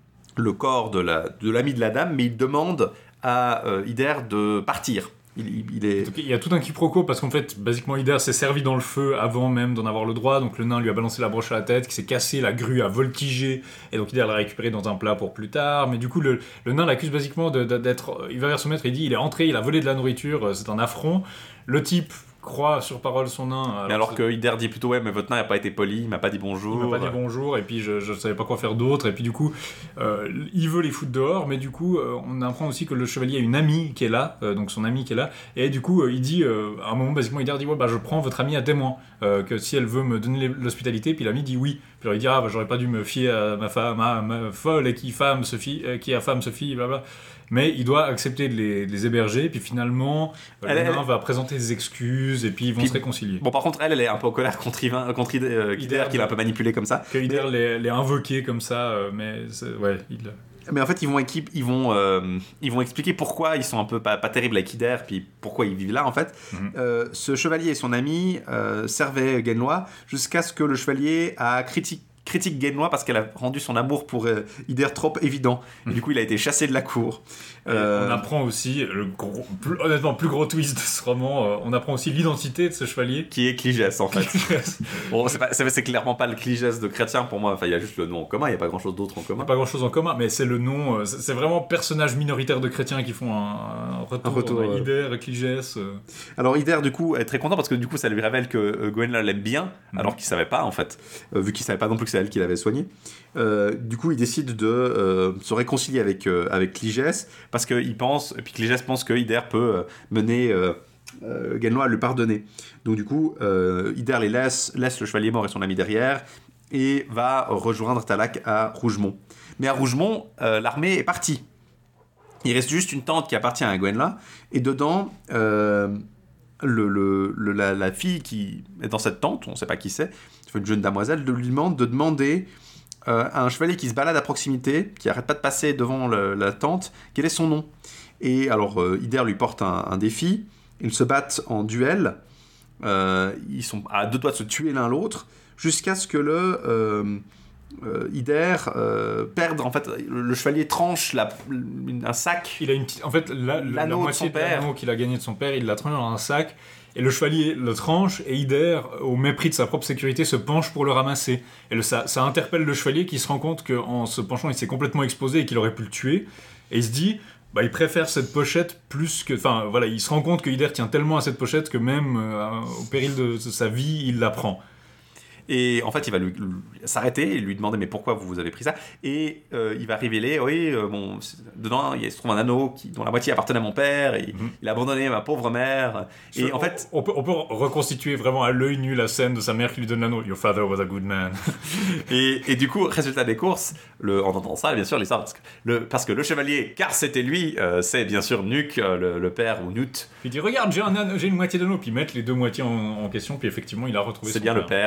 le corps de, la, de l'ami de la dame, mais il demande à euh, Ider de partir. Il, il, il, est... il y a tout un quiproquo parce qu'en fait, basiquement, Ider s'est servi dans le feu avant même d'en avoir le droit. Donc le nain lui a balancé la broche à la tête, qui s'est cassé, la grue a voltigé, et donc Ider l'a récupéré dans un plat pour plus tard. Mais du coup, le, le nain l'accuse basiquement de, de, d'être. Il va vers son maître et il dit il est entré, il a volé de la nourriture, c'est un affront. Le type croit sur parole son nain. Alors mais alors que Ider dit plutôt ouais mais votre nain n'a pas été poli, il m'a pas dit bonjour. Il m'a pas dit bonjour et puis je, je savais pas quoi faire d'autre, et puis du coup euh, il veut les foutre dehors, mais du coup euh, on apprend aussi que le chevalier a une amie qui est là, euh, donc son amie qui est là, et du coup euh, il dit euh, à un moment basiquement Ider dit ouais bah je prends votre amie à témoin, euh, que si elle veut me donner l'hospitalité, puis l'ami dit oui, puis alors il dit ah bah j'aurais pas dû me fier à ma femme, à ma folle et qui femme se fie, euh, qui a femme se fie, blablabla. Mais il doit accepter de les, de les héberger, puis finalement, elle, le nain elle... va présenter des excuses, et puis ils vont puis, se réconcilier. Bon, par contre, elle, elle est un peu en colère contre Ider, contre Ider, euh, Ider qui l'a un peu manipulé comme ça. Que Ider mais... l'ait invoqué comme ça, euh, mais ouais, il... Mais en fait, ils vont, équipe, ils, vont, euh, ils vont expliquer pourquoi ils sont un peu pas, pas terribles avec Ider, puis pourquoi ils vivent là, en fait. Mm-hmm. Euh, ce chevalier et son ami euh, servaient Guenlois jusqu'à ce que le chevalier a critiqué critique Guenlois parce qu'elle a rendu son amour pour euh, Ider trop évident. Et mmh. du coup, il a été chassé de la cour. Euh... On apprend aussi, le gros, plus, honnêtement, plus gros twist de ce roman, euh, on apprend aussi l'identité de ce chevalier. Qui est Cligès, en fait. Bon, c'est, pas, c'est, c'est clairement pas le Cligès de chrétien pour moi. Enfin, il y a juste le nom en commun, il n'y a pas grand-chose d'autre en commun. Il n'y a pas grand-chose en commun, mais c'est le nom, euh, c'est, c'est vraiment personnage minoritaire de chrétiens qui font un, un retour. Un retour euh... Ider, Cligès. Euh... Alors, Ider, du coup, est très content parce que du coup, ça lui révèle que euh, Gwenla l'aime bien, mmh. alors qu'il ne savait pas, en fait. Euh, vu qu'il ne savait pas non plus que c'est elle qui l'avait soigné. Euh, du coup, il décide de euh, se réconcilier avec, euh, avec Cligès parce qu'il pense, et puis Cligès pense que Ider peut euh, mener euh, euh, Guenlois à le pardonner. Donc, du coup, euh, Ider les laisse, laisse le chevalier mort et son ami derrière et va rejoindre Talac à Rougemont. Mais à Rougemont, euh, l'armée est partie. Il reste juste une tente qui appartient à Gwenla et dedans. Euh, Le, le, le, la, la fille qui est dans cette tente, on ne sait pas qui c'est, c'est une jeune damoiselle, de lui demande de demander euh, à un chevalier qui se balade à proximité, qui n'arrête pas de passer devant le, la tente, quel est son nom. Et alors euh, Ider lui porte un, un défi, ils se battent en duel, euh, ils sont à deux doigts de se tuer l'un l'autre, jusqu'à ce que le... Euh, Euh, Ider euh, perdre en fait le, le chevalier tranche la, un sac. Il a une petite, en fait la, la, la moitié de l'anneau qu'il a gagné de son père, il l'a tranché dans un sac et le chevalier le tranche et Ider, au mépris de sa propre sécurité, se penche pour le ramasser. Et le, ça, ça interpelle le chevalier qui se rend compte qu'en se penchant il s'est complètement exposé et qu'il aurait pu le tuer, et il se dit bah, il préfère cette pochette plus que... Enfin voilà, il se rend compte que Ider tient tellement à cette pochette que même euh, au péril de, de sa vie il la prend. Et en fait, il va lui, lui, s'arrêter et lui demander mais pourquoi vous avez pris ça. Et euh, il va révéler, oui, euh, bon, dedans il se trouve un anneau qui, dont la moitié appartenait à mon père, et mm-hmm. il a abandonné ma pauvre mère. Et Je, en fait, on, on, peut, on peut reconstituer vraiment à l'œil nu la scène de sa mère qui lui donne l'anneau. Your father was a good man. et, et du coup, résultat des courses, le, en entendant ça, bien sûr, l'histoire parce que le, parce que le chevalier, car c'était lui, euh, c'est bien sûr Nuc, euh, le, le père ou Nut. Il dit regarde, j'ai, un anneau, j'ai une moitié d'anneau, puis mettre les deux moitiés en, en question, puis effectivement, il a retrouvé. C'est son bien père. Le père de,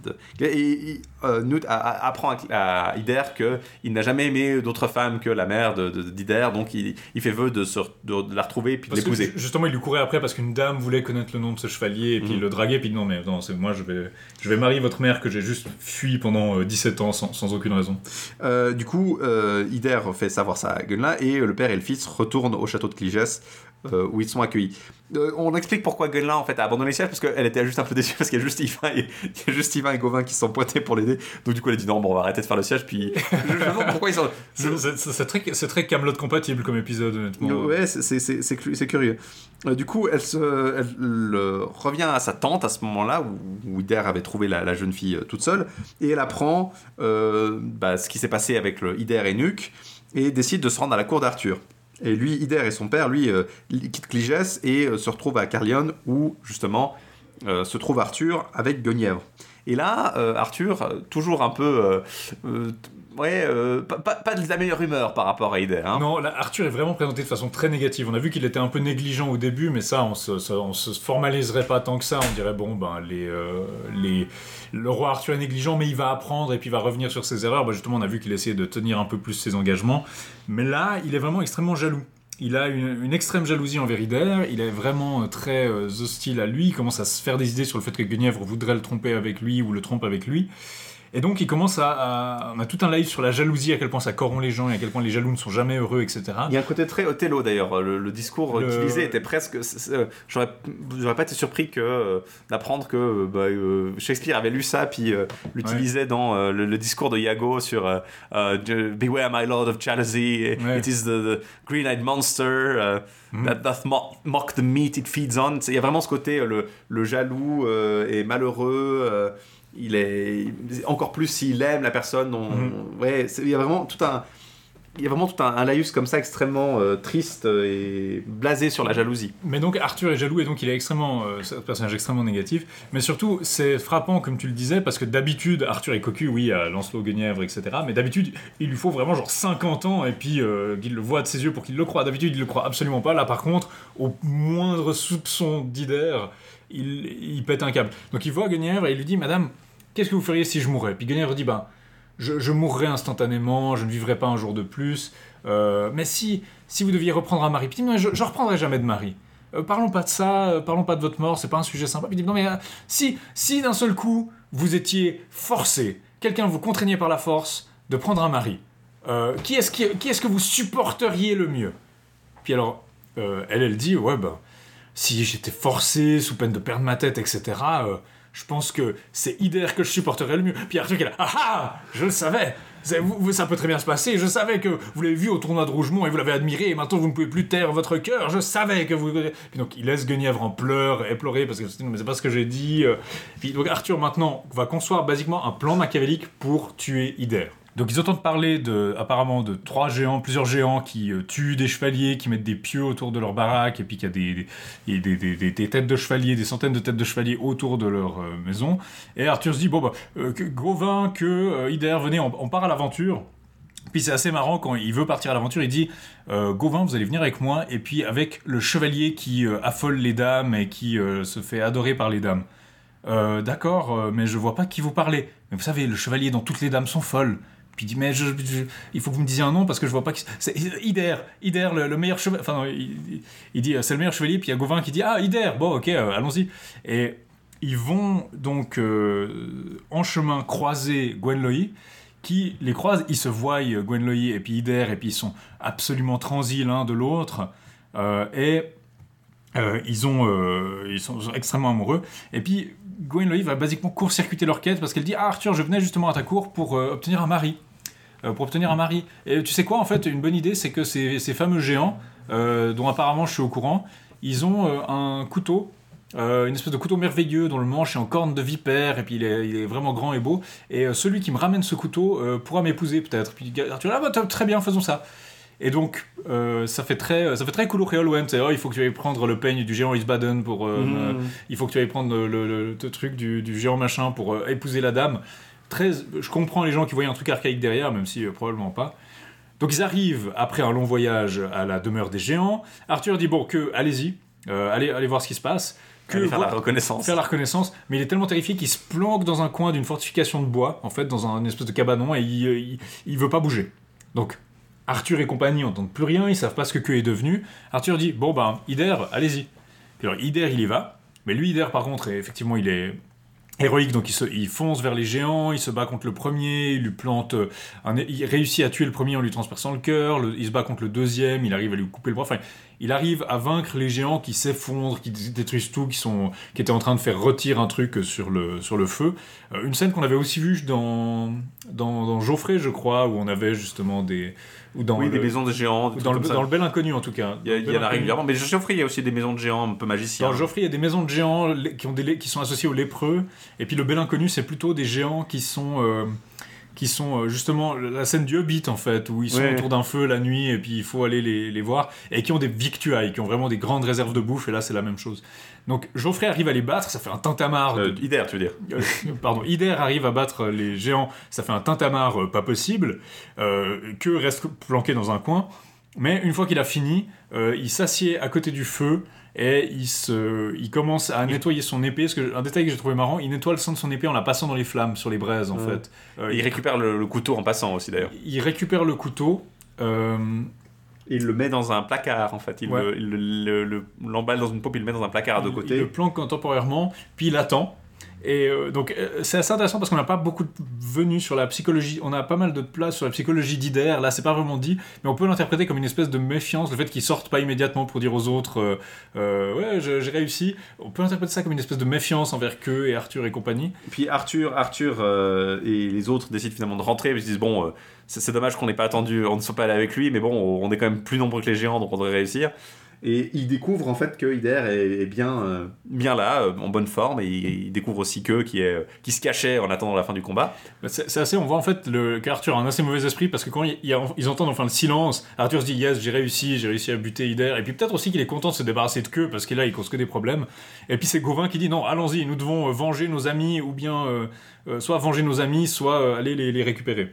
de... Et, et euh, Newt a, a, apprend à, à Ider qu'il n'a jamais aimé d'autre femme que la mère de, de, d'Ider, donc il, il fait vœu de, se, de, de la retrouver et puis de parce l'épouser. Justement, il lui courait après parce qu'une dame voulait connaître le nom de ce chevalier et puis mmh. il le draguait, puis non, mais non, c'est, moi je vais, je vais marier votre mère que j'ai juste fui pendant euh, dix-sept ans sans, sans aucune raison. Euh, du coup, euh, Ider fait savoir ça à Gunla et le père et le fils retournent au château de Cligès euh, où ils sont accueillis. Euh, on explique pourquoi Gunla en fait a abandonné le siège parce qu'elle était juste un peu déçue parce qu'il y a juste Yvain et, il y a juste Yvain et Gauvin qui se sont pointés pour l'aider. Donc du coup elle a dit non, bon on va arrêter de faire le siège. Puis je me demande pourquoi ils sont. c'est, c'est, c'est très c'est très Camelot compatible comme épisode honnêtement. Ouais, c'est c'est c'est, c'est, c'est curieux. Euh, du coup elle se elle, elle, elle revient à sa tante à ce moment-là où, où Ider avait trouvé la, la jeune fille euh, toute seule et elle apprend euh, bah, ce qui s'est passé avec le Ider et Nuc et décide de se rendre à la cour d'Arthur. Et lui, Ider et son père, lui, euh, quittent Cligès et euh, se retrouvent à Caerleon, où, justement, euh, se trouve Arthur avec Guenièvre. Et là, euh, Arthur, toujours un peu... Euh, euh, ouais, euh, pas, pas, pas de la meilleure humeur par rapport à Ider. Hein. Non, là, Arthur est vraiment présenté de façon très négative. On a vu qu'il était un peu négligent au début, mais ça, on se, ça, on se formaliserait pas tant que ça. On dirait, bon, ben, les... Euh, les... Le roi Arthur est négligent, mais il va apprendre et puis il va revenir sur ses erreurs. Bah justement, on a vu qu'il essayait de tenir un peu plus ses engagements. Mais là, il est vraiment extrêmement jaloux. Il a une, une extrême jalousie envers Ider. Il est vraiment très euh, hostile à lui. Il commence à se faire des idées sur le fait que Guenièvre voudrait le tromper avec lui ou le trompe avec lui. Et donc, il commence à, à... On a tout un live sur la jalousie, à quel point ça corrompt les gens et à quel point les jaloux ne sont jamais heureux, et cetera. Il y a un côté très Othello, d'ailleurs. Le, le discours le... utilisé était presque... C'est, c'est, j'aurais, j'aurais pas été surpris que, euh, d'apprendre que euh, bah, euh, Shakespeare avait lu ça, puis euh, l'utilisait ouais. dans euh, le, le discours de Iago sur euh, uh, « Beware, my lord of jealousy. Ouais. It is the, the green-eyed monster uh, mm. that doth mock, mock the meat it feeds on. » Il y a vraiment ce côté, le, le jaloux euh, et malheureux... Euh, il est encore plus s'il aime la personne on, mm-hmm. ouais il y a vraiment tout un il y a vraiment tout un, un laïus comme ça extrêmement euh, triste et blasé sur la jalousie. Mais donc Arthur est jaloux et donc il est extrêmement euh, c'est un personnage extrêmement négatif, mais surtout c'est frappant comme tu le disais parce que d'habitude Arthur est cocu, oui, à Lancelot, Guenièvre, et cetera, mais d'habitude il lui faut vraiment genre cinquante ans et puis euh, qu'il le voit de ses yeux pour qu'il le croie. D'habitude il le croit absolument pas. Là par contre au moindre soupçon d'Ider il, il pète un câble. Donc il voit Guenièvre et il lui dit madame, qu'est-ce que vous feriez si je mourais? Puis Guenièvre dit ben Je, je mourrais instantanément, je ne vivrais pas un jour de plus. Euh, mais si, si vous deviez reprendre un mari, puis je ne reprendrai jamais de mari. Euh, parlons pas de ça, euh, parlons pas de votre mort, c'est pas un sujet sympa. Puis il dit, non mais euh, si, si d'un seul coup, vous étiez forcé, quelqu'un vous contraignait par la force de prendre un mari, euh, qui, est-ce qui, qui est-ce que vous supporteriez le mieux? Puis alors, euh, elle, elle dit, ouais ben, si j'étais forcé, sous peine de perdre ma tête, et cetera, euh, je pense que c'est Ider que je supporterais le mieux. Puis Arthur qui est là, ah ah, je le savais, vous, ça peut très bien se passer, je savais que vous l'avez vu au tournoi de Rougemont et vous l'avez admiré, et maintenant vous ne pouvez plus taire votre cœur, je savais que vous... Puis donc il laisse Guenièvre en pleurs et pleurer, parce que non, mais c'est pas ce que j'ai dit. Puis donc Arthur maintenant va concevoir basiquement un plan machiavélique pour tuer Ider. Donc ils entendent parler de, apparemment de trois géants, plusieurs géants qui euh, tuent des chevaliers, qui mettent des pieux autour de leur baraque, et puis qu'il y a des, des, des, des, des, des têtes de chevaliers, des centaines de têtes de chevaliers autour de leur euh, maison. Et Arthur se dit, bon bah, euh, que Gauvin, que euh, Ider, venez, on, on part à l'aventure. Puis c'est assez marrant, quand il veut partir à l'aventure, il dit, euh, Gauvin, vous allez venir avec moi, et puis avec le chevalier qui euh, affole les dames et qui euh, se fait adorer par les dames. Euh, d'accord, euh, mais je vois pas qui vous parlez. Mais vous savez, le chevalier dont toutes les dames sont folles. Puis il dit, mais je, je, il faut que vous me disiez un nom parce que je vois pas qui c'est. Ider, Ider, le, le meilleur chevalier. Enfin, il, il dit, c'est le meilleur chevalier. Puis il y a Gauvin qui dit, ah, Ider, bon, ok, euh, allons-y. Et ils vont donc euh, en chemin croiser Gwenloï, qui les croise, ils se voient, Gwenloï et puis Ider, et puis ils sont absolument transis l'un de l'autre. Euh, et euh, ils, ont, euh, ils sont extrêmement amoureux. Et puis. Gwenloï va basiquement court-circuiter leur quête parce qu'elle dit « Ah Arthur, je venais justement à ta cour pour euh, obtenir un mari. Euh, pour obtenir un mari. » Et tu sais quoi, en fait, une bonne idée, c'est que ces, ces fameux géants, euh, dont apparemment je suis au courant, ils ont euh, un couteau, euh, une espèce de couteau merveilleux dont le manche est en corne de vipère, et puis il est, il est vraiment grand et beau. Et euh, celui qui me ramène ce couteau euh, pourra m'épouser peut-être. Puis Arthur dit « Ah bah très bien, faisons ça. » Et donc, euh, ça fait très, ça fait très cool au Réolwen. C'est, oh, il faut que tu ailles prendre le peigne du géant Isbaden pour, euh, mmh. euh, il faut que tu ailles prendre le, le, le, le truc du, du géant machin pour euh, épouser la dame. Très, je comprends les gens qui voient un truc archaïque derrière, même si euh, probablement pas. Donc ils arrivent après un long voyage à la demeure des géants. Arthur dit bon que allez-y, euh, allez, allez voir ce qui se passe. que faire voir, la reconnaissance. Faire la reconnaissance, mais il est tellement terrifié qu'il se planque dans un coin d'une fortification de bois, en fait, dans un une espèce de cabanon, et il, il, il veut pas bouger. Donc, Arthur et compagnie n'entendent plus rien, ils savent pas ce que Queue est devenu. Arthur dit, bon ben, Ider, allez-y. Puis alors, Ider, il y va, mais lui, Ider, par contre, effectivement, il est héroïque, donc il, se, il fonce vers les géants, il se bat contre le premier, il lui plante, un, il réussit à tuer le premier en lui transperçant le cœur, le, il se bat contre le deuxième, il arrive à lui couper le bras, enfin, il arrive à vaincre les géants qui s'effondrent, qui détruisent tout, qui, sont, qui étaient en train de faire retirer un truc sur le, sur le feu. Euh, une scène qu'on avait aussi vue dans, dans, dans Geoffrey, je crois, où on avait justement des... Ou dans oui, le, des maisons de géants. Dans le, dans le Bel Inconnu, en tout cas. Il y, a, il y en a régulièrement. Mais Geoffrey, il y a aussi des maisons de géants un peu magiciens. Dans Geoffrey, il y a des maisons de géants qui, ont des, qui sont associées aux lépreux. Et puis le Bel Inconnu, c'est plutôt des géants qui sont... Euh, qui sont euh, justement la scène du Hobbit, en fait, où ils sont ouais. autour d'un feu la nuit, et puis il faut aller les, les voir, et qui ont des victuailles, qui ont vraiment des grandes réserves de bouffe, et là, c'est la même chose. Donc, Geoffrey arrive à les battre, ça fait un tintamarre... Euh, de... Ider, tu veux dire euh, Pardon, Ider arrive à battre les géants, ça fait un tintamarre euh, pas possible, euh, que reste planqué dans un coin, mais une fois qu'il a fini, euh, il s'assied à côté du feu, et il, se, il commence à nettoyer son épée, parce que un détail que j'ai trouvé marrant, il nettoie le sang de son épée en la passant dans les flammes, sur les braises, en mmh. fait. Euh, il, il récupère le, le couteau en passant aussi, d'ailleurs. Il récupère le couteau... Euh... Il le met dans un placard, en fait. Il, ouais. le, il le, le, l'emballe dans une paume, il le met dans un placard de côté. Il le planque temporairement, puis il attend. Et euh, donc, euh, c'est assez intéressant parce qu'on n'a pas beaucoup de venues sur la psychologie. On a pas mal de place sur la psychologie d'Ider. Là, c'est pas vraiment dit, mais on peut l'interpréter comme une espèce de méfiance, le fait qu'il sorte pas immédiatement pour dire aux autres euh, euh, ouais, je, j'ai réussi. On peut interpréter ça comme une espèce de méfiance envers Queue et Arthur et compagnie. Et puis Arthur, Arthur euh, et les autres décident finalement de rentrer. Ils se disent bon, euh, c'est, c'est dommage qu'on n'ait pas attendu, on ne soit pas allé avec lui, mais bon, on est quand même plus nombreux que les géants, donc on devrait réussir. Et il découvre en fait que Ider est, est bien, euh, bien là, euh, en bonne forme, et il, il découvre aussi que qui, est, euh, qui se cachait en attendant la fin du combat. C'est, c'est assez, on voit en fait le, qu'Arthur a un assez mauvais esprit, parce que quand il, il, ils entendent enfin le silence, Arthur se dit yes, j'ai réussi, j'ai réussi à buter Ider, et puis peut-être aussi qu'il est content de se débarrasser de Queue, parce que là il cause que des problèmes. Et puis c'est Gauvin qui dit non, allons-y, nous devons venger nos amis, ou bien euh, euh, soit venger nos amis, soit euh, aller les, les récupérer.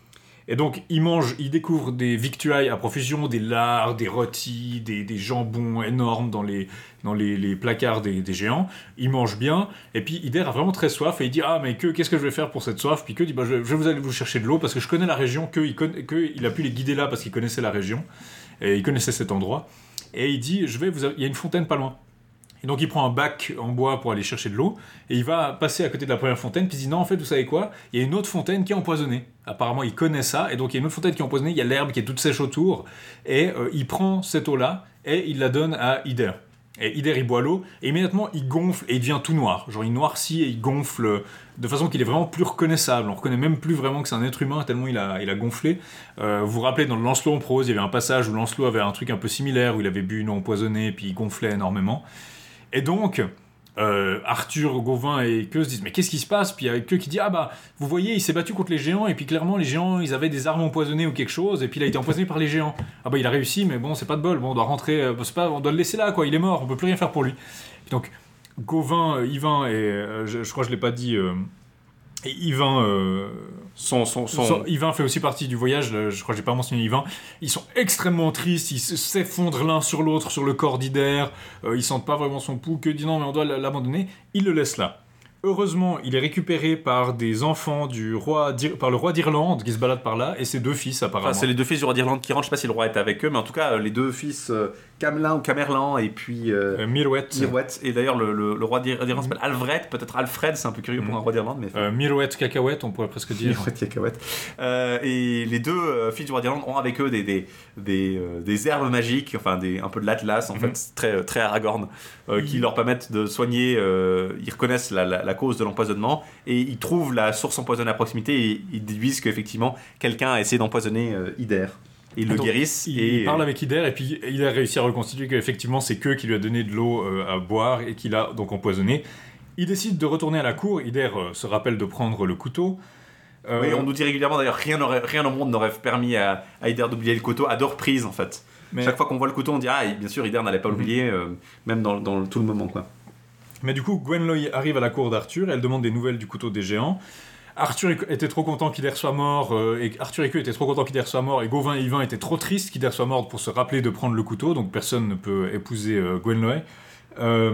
Et donc, il mange, il découvre des victuailles à profusion, des lards, des rôtis, des, des jambons énormes dans les, dans les, les placards des, des géants. Il mange bien, et puis Ider a vraiment très soif, et il dit « Ah, mais que, qu'est-ce que je vais faire pour cette soif ?» Puis Queue dit bah, « Je vais vous aller vous chercher de l'eau, parce que je connais la région, Queue, il, conna... Queue, il a pu les guider là, parce qu'il connaissait la région, et il connaissait cet endroit. » Et il dit je vais vous... Il y a une fontaine pas loin. Et donc il prend un bac en bois pour aller chercher de l'eau, et il va passer à côté de la première fontaine, puis il dit non, en fait, vous savez quoi, il y a une autre fontaine qui est empoisonnée. Apparemment, il connaît ça, et donc il y a une autre fontaine qui est empoisonnée, il y a l'herbe qui est toute sèche autour, et euh, il prend cette eau-là, et il la donne à Ider. Et Ider, il boit l'eau, et immédiatement, il gonfle, et il devient tout noir. Genre, il noircit, et il gonfle de façon qu'il est vraiment plus reconnaissable. On reconnaît même plus vraiment que c'est un être humain, tellement il a, il a gonflé. Euh, vous vous rappelez, dans le Lancelot en prose, il y avait un passage où Lancelot avait un truc un peu similaire, où il avait bu une eau empoisonnée, puis il gonflait énormément. Et donc, euh, Arthur, Gauvin et Queue se disent « Mais qu'est-ce qui se passe ?» Puis il y a Queue qui dit « Ah bah, vous voyez, il s'est battu contre les géants, et puis clairement, les géants, ils avaient des armes empoisonnées ou quelque chose, et puis il a été empoisonné par les géants. Ah bah, il a réussi, mais bon, c'est pas de bol, bon, on doit rentrer, euh, c'est pas, on doit le laisser là, quoi, il est mort, on peut plus rien faire pour lui. » Donc, Gauvin, euh, Yvain, et euh, je, je crois que je l'ai pas dit... Euh, Et Yvain, euh, son, son, son... son, Yvain fait aussi partie du voyage, je crois que j'ai pas mentionné Yvain. Ils sont extrêmement tristes, ils s'effondrent l'un sur l'autre sur le corps d'Ider, euh, ils sentent pas vraiment son pouls, que dit non mais on doit l'abandonner, ils le laissent là. Heureusement, il est récupéré par des enfants du roi, par le roi d'Irlande qui se balade par là, et ses deux fils apparemment. Enfin, c'est les deux fils du roi d'Irlande qui rentrent, je sais pas si le roi était avec eux, mais en tout cas, les deux fils, euh, Camelin ou Camerlan, et puis... Euh, euh, Mirwet. Mirwet. Et d'ailleurs, le, le, le roi d'Irlande s'appelle Alfred, peut-être Alfred, c'est un peu curieux pour un roi d'Irlande, mais... Euh, Mirwet Cacahuète, on pourrait presque dire. Mirwet Cacahuète. Euh, et les deux euh, fils du roi d'Irlande ont avec eux des, des, des, euh, des herbes magiques, enfin des, un peu de l'Atlas, en mm-hmm. fait, très, très Aragorn, euh, mm-hmm. qui leur permettent de soigner, euh, ils reconnaissent la, la, la cause de l'empoisonnement, et ils trouvent la source empoisonnée à proximité, et ils déduisent qu'effectivement, quelqu'un a essayé d'empoisonner euh, Ider. Et ils le donc, guérissent. Il et... parle avec Ider, et puis il a réussi à reconstituer qu'effectivement c'est Queue qui lui a donné de l'eau euh, à boire et qui l'a donc empoisonné. Il décide de retourner à la cour. Ider euh, se rappelle de prendre le couteau. Euh... Oui, on nous dit régulièrement d'ailleurs rien, rien au monde n'aurait permis à, à Ider d'oublier le couteau à deux reprises en fait. Mais... Chaque fois qu'on voit le couteau, on dit ah, bien sûr, Ider n'allait pas l'oublier, mm-hmm. euh, même dans, dans tout le moment quoi. Mais du coup, Gwenloy arrive à la cour d'Arthur, elle demande des nouvelles du couteau des géants. Arthur était trop content qu'Ider soit mort, euh, et Arthur et Queue étaient trop contents qu'Ider soit mort, et Gauvin et Yvain étaient trop tristes qu'Ider soit mort pour se rappeler de prendre le couteau, donc personne ne peut épouser euh, Gwenloy. Euh,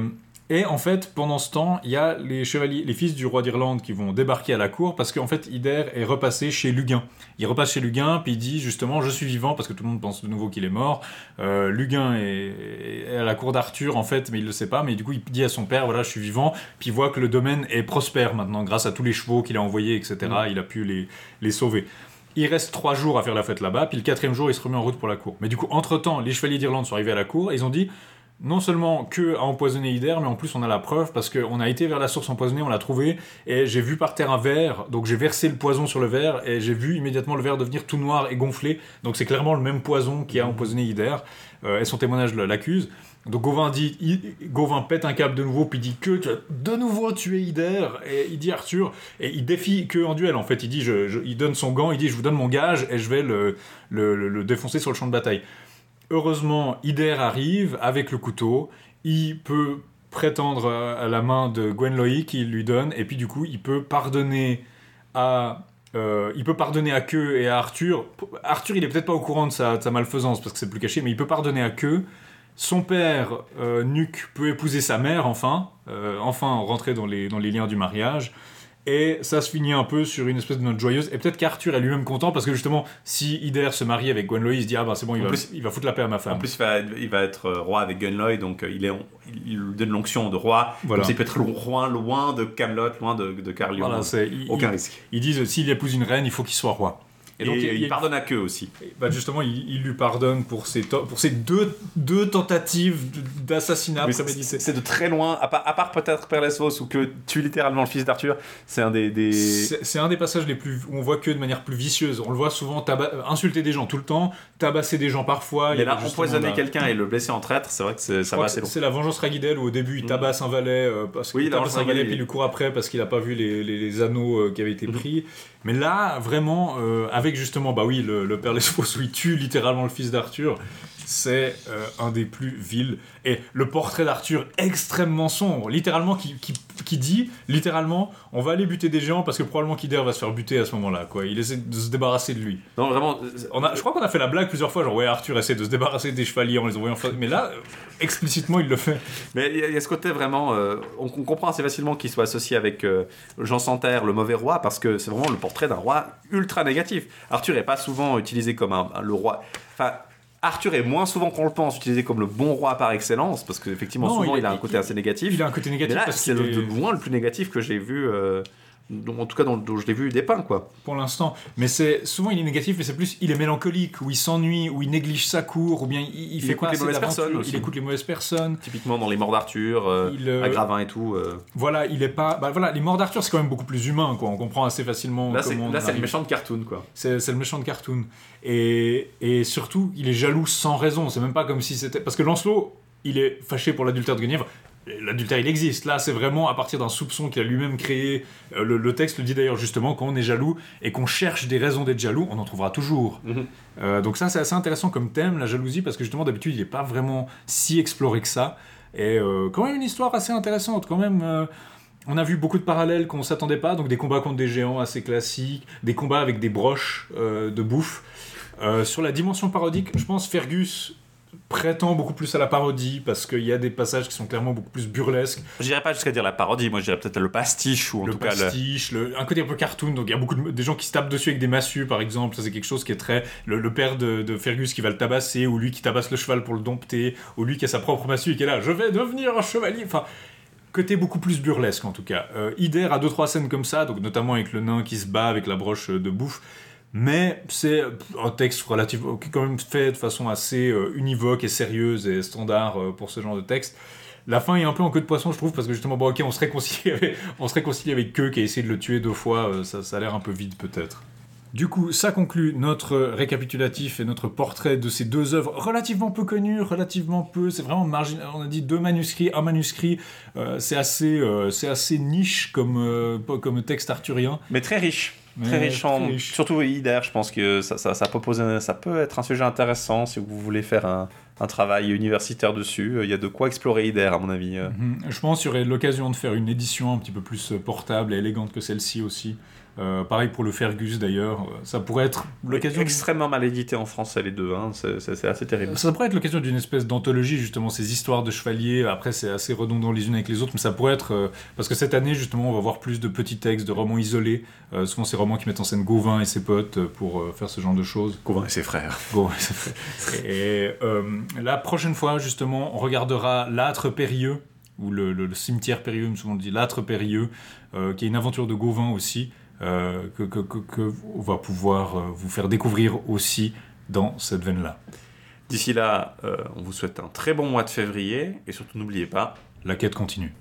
Et en fait, pendant ce temps, il y a les chevaliers, les fils du roi d'Irlande qui vont débarquer à la cour parce qu'en fait, Ider est repassé chez Lugain. Il repasse chez Lugain, puis il dit justement, je suis vivant, parce que tout le monde pense de nouveau qu'il est mort. Euh, Lugain est, est à la cour d'Arthur, en fait, mais il le sait pas. Mais du coup, il dit à son père, voilà, je suis vivant. Puis il voit que le domaine est prospère maintenant, grâce à tous les chevaux qu'il a envoyés, et cetera. Mmh. Il a pu les, les sauver. Il reste trois jours à faire la fête là-bas, puis le quatrième jour, il se remet en route pour la cour. Mais du coup, entre-temps, les chevaliers d'Irlande sont arrivés à la cour, et ils ont dit, non seulement que a empoisonné Ider, mais en plus on a la preuve, parce qu'on a été vers la source empoisonnée, on l'a trouvée, et j'ai vu par terre un verre, donc j'ai versé le poison sur le verre, et j'ai vu immédiatement le verre devenir tout noir et gonflé, donc c'est clairement le même poison qui a empoisonné Ider, euh, et son témoignage l'accuse. Donc Gauvin dit, il, Gauvin pète un câble de nouveau, puis dit que tu as de nouveau tué Ider, et il dit Arthur, et il défie que en duel en fait, il dit, je, je, il donne son gant, il dit je vous donne mon gage, et je vais le, le, le, le défoncer sur le champ de bataille. Heureusement, Ider arrive avec le couteau, il peut prétendre à la main de Gwenloy qu'il lui donne, et puis du coup il peut pardonner à... Euh, il peut pardonner à Queux et à Arthur. Arthur il est peut-être pas au courant de sa, de sa malfaisance, parce que c'est plus caché, mais il peut pardonner à Queux. Son père, euh, Nuc, peut épouser sa mère, enfin, euh, enfin rentrer dans les, dans les liens du mariage, et ça se finit un peu sur une espèce de note joyeuse, et peut-être qu'Arthur est lui-même content, parce que justement, si Ider se marie avec Gwenloy, il se dit, ah ben c'est bon, il va, plus, il va foutre la paix à ma femme. En plus, il va, il va être roi avec Gwenloy, donc il, est, il lui donne l'onction de roi, voilà. Donc il peut être loin, loin de Camelot, loin de, de Carlion, voilà, aucun il, risque. Ils disent, s'il épouse une reine, il faut qu'il soit roi. Et donc, et il, il pardonne a... à Queux aussi. Bah justement, il, il lui pardonne pour ses, to- pour ses deux, deux tentatives d'assassinat prémédité. C'est, c'est de très loin, à part, à part peut-être Perlesvos, où que tue littéralement le fils d'Arthur, c'est un des... des... C'est, c'est un des passages les plus, où on voit que de manière plus vicieuse. On le voit souvent taba- insulter des gens tout le temps, tabasser des gens parfois. Mais là, empoisonner la... quelqu'un et le blesser en traître, c'est vrai que c'est, ça va assez long. C'est la vengeance Ragidel, où au début, il tabasse mmh. un valet, euh, parce oui, qu'il tabasse un valet, puis il lui court après parce qu'il n'a pas vu les, les, les anneaux euh, qui avaient été pris. Mmh. Mais là, vraiment, euh, avec justement, bah oui, le, le père Lesfos où il tue littéralement le fils d'Arthur, c'est euh, un des plus vils. Et le portrait d'Arthur extrêmement sombre, littéralement, qui, qui, qui dit, littéralement, on va aller buter des géants parce que probablement qu'Ider va se faire buter à ce moment-là, quoi. Il essaie de se débarrasser de lui. Non, vraiment... On a, je crois qu'on a fait la blague plusieurs fois, genre, ouais, Arthur essaie de se débarrasser des chevaliers en les envoyant... Mais là, explicitement, il le fait. Mais il y, y a ce côté vraiment... Euh, on, on comprend assez facilement qu'il soit associé avec euh, Jean Santerre, le mauvais roi, parce que c'est vraiment le portrait d'un roi ultra négatif. Arthur n'est pas souvent utilisé comme un, un, le roi... Enfin... Arthur est moins souvent qu'on le pense utilisé comme le bon roi par excellence, parce qu'effectivement non, souvent il, il a un côté il, assez négatif. Il a un côté négatif. Mais là, parce c'est qu'il le, est... de loin le plus négatif que j'ai vu, euh, en tout cas dont, dont je l'ai vu dépeint, quoi. Pour l'instant. Mais c'est souvent il est négatif, mais c'est plus il est mélancolique, ou il s'ennuie, ou il néglige sa cour, ou bien il, il, il fait écoute pas les mauvaises personnes. Il écoute les mauvaises personnes. Typiquement dans les morts d'Arthur, euh, il, euh, à Gravin et tout. Euh... Voilà, il est pas. Bah voilà, les morts d'Arthur c'est quand même beaucoup plus humain, quoi. On comprend assez facilement. Là, comment c'est, là, c'est le méchant de cartoon, quoi. C'est, c'est le méchant de cartoon. Et, et surtout, il est jaloux sans raison. C'est même pas comme si c'était... Parce que Lancelot, il est fâché pour l'adultère de Guenièvre. L'adultère, il existe. Là, c'est vraiment à partir d'un soupçon qu'il a lui-même créé. Le, le texte le dit d'ailleurs justement, quand on est jaloux et qu'on cherche des raisons d'être jaloux, on en trouvera toujours. Mm-hmm. Euh, donc ça, c'est assez intéressant comme thème, la jalousie, parce que justement, d'habitude, il n'est pas vraiment si exploré que ça. Et euh, quand même une histoire assez intéressante, quand même... Euh, on a vu beaucoup de parallèles qu'on ne s'attendait pas, donc des combats contre des géants assez classiques, des combats avec des broches euh, de bouffe. Euh, sur la dimension parodique, je pense Fergus prétend beaucoup plus à la parodie, parce qu'il y a des passages qui sont clairement beaucoup plus burlesques. Je dirais pas jusqu'à dire la parodie, moi je dirais peut-être le pastiche, ou en le tout pastiche, cas... Le pastiche, un côté un peu cartoon, donc il y a beaucoup de, des gens qui se tapent dessus avec des massues, par exemple, ça c'est quelque chose qui est très... Le, le père de, de Fergus qui va le tabasser, ou lui qui tabasse le cheval pour le dompter, ou lui qui a sa propre massue et qui est là, je vais devenir un chevalier, enfin... Côté beaucoup plus burlesque en tout cas. Euh, Ider a deux trois scènes comme ça, donc notamment avec le nain qui se bat avec la broche de bouffe, mais c'est un texte relativement qui est quand même fait de façon assez euh, univoque et sérieuse et standard euh, pour ce genre de texte. La fin est un peu en queue de poisson, je trouve, parce que justement, bon, ok, on se réconcilie avec, on se réconcilie avec Queux qui a essayé de le tuer deux fois, euh, ça, ça a l'air un peu vide peut-être. Du coup, ça conclut notre récapitulatif et notre portrait de ces deux œuvres relativement peu connues, relativement peu, c'est vraiment marginal, on a dit deux manuscrits, un manuscrit, euh, c'est, assez, euh, c'est assez niche comme, euh, comme texte arthurien. Mais très riche, Mais très riche, en, riche. Surtout Ider, je pense que ça, ça, ça, peut poser, ça peut être un sujet intéressant si vous voulez faire un, un travail universitaire dessus. Il y a de quoi explorer Ider, à mon avis. Mm-hmm. Je pense qu'il y aurait l'occasion de faire une édition un petit peu plus portable et élégante que celle-ci aussi. Euh, pareil pour le Fergus d'ailleurs, ça pourrait être l'occasion... Extrêmement mal édité en français les deux, hein. c'est, c'est, c'est assez terrible. Ça pourrait être l'occasion d'une espèce d'anthologie, justement, ces histoires de chevaliers, après c'est assez redondant les unes avec les autres, mais ça pourrait être... Euh, parce que cette année, justement, on va voir plus de petits textes, de romans isolés, euh, souvent ces romans qui mettent en scène Gauvin et ses potes pour euh, faire ce genre de choses. Gauvin et ses frères. Gauvin et ses frères. Et euh, la prochaine fois, justement, on regardera L'Âtre Périlleux, ou le, le, le cimetière Périlleux, souvent on le dit, L'Âtre Périlleux, euh, qui est une aventure de Gauvin aussi, Euh, que, que, que, que on va pouvoir euh, vous faire découvrir aussi dans cette veine-là. D'ici là, euh, on vous souhaite un très bon mois de février, et surtout n'oubliez pas, la quête continue.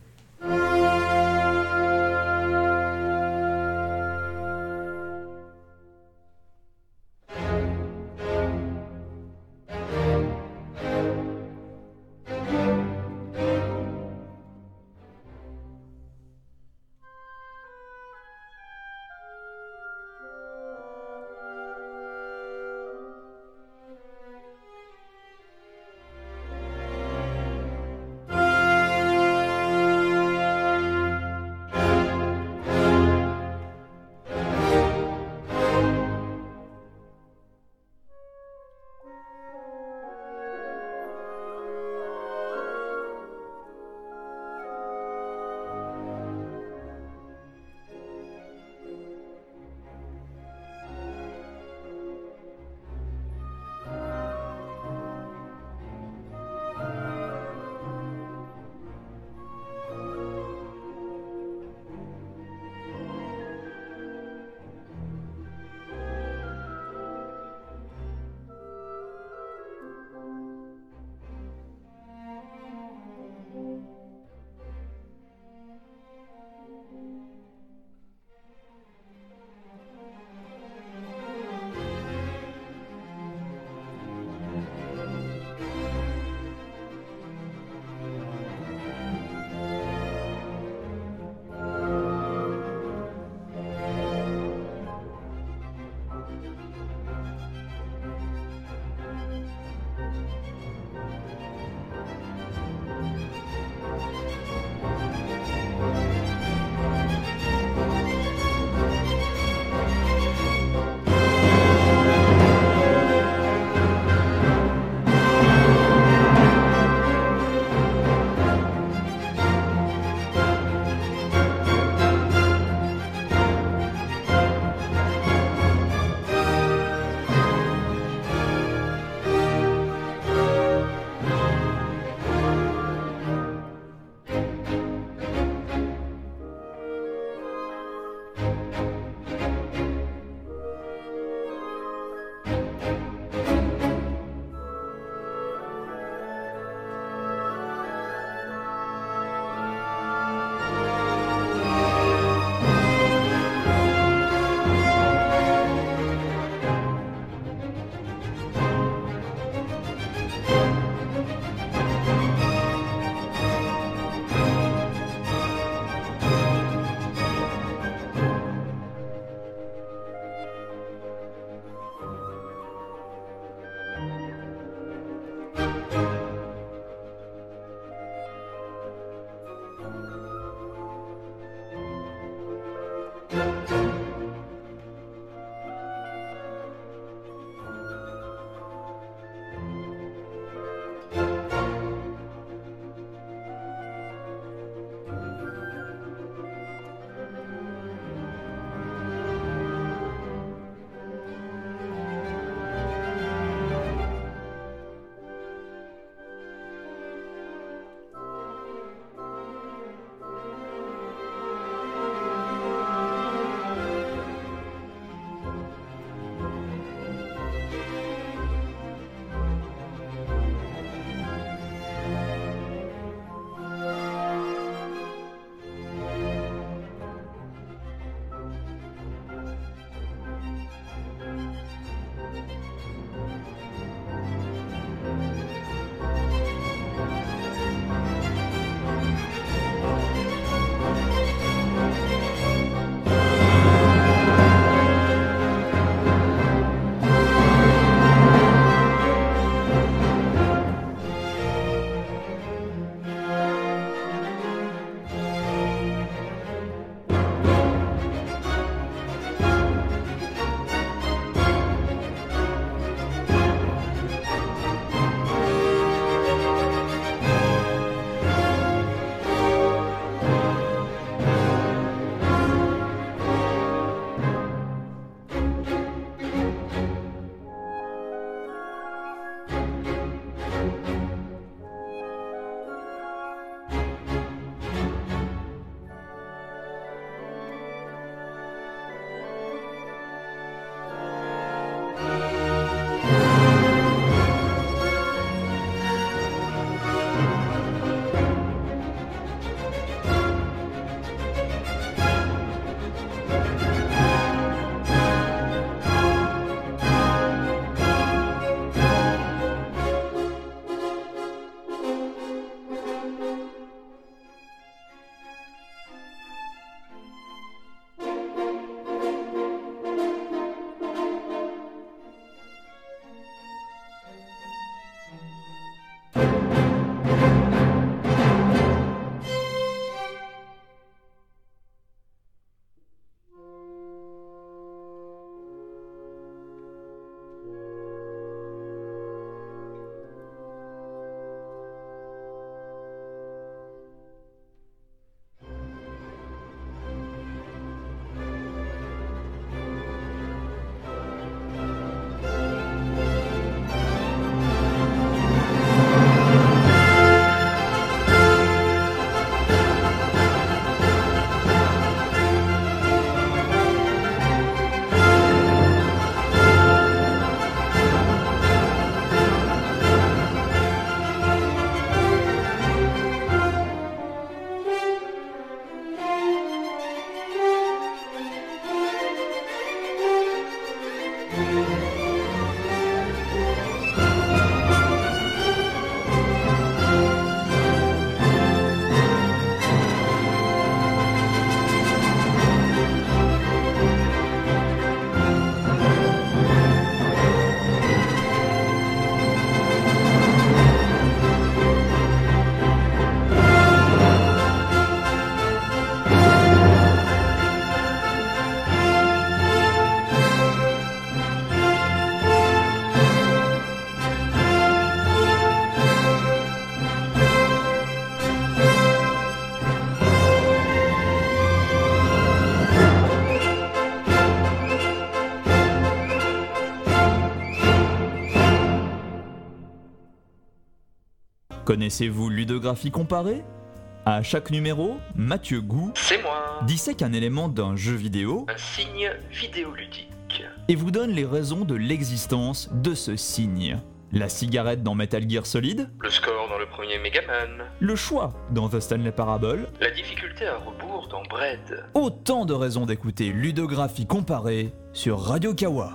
Connaissez-vous Ludographie comparée ? À chaque numéro, Mathieu Gou C'est moi. dissèque un élément d'un jeu vidéo, Un signe vidéoludique. et vous donne les raisons de l'existence de ce signe. La cigarette dans Metal Gear Solid, Le score dans le premier Megaman. le choix dans The Stanley Parable, La difficulté à rebours dans Bread. autant de raisons d'écouter Ludographie comparée sur Radio Kawa.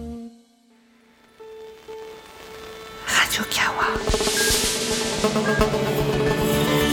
Radio Kawa.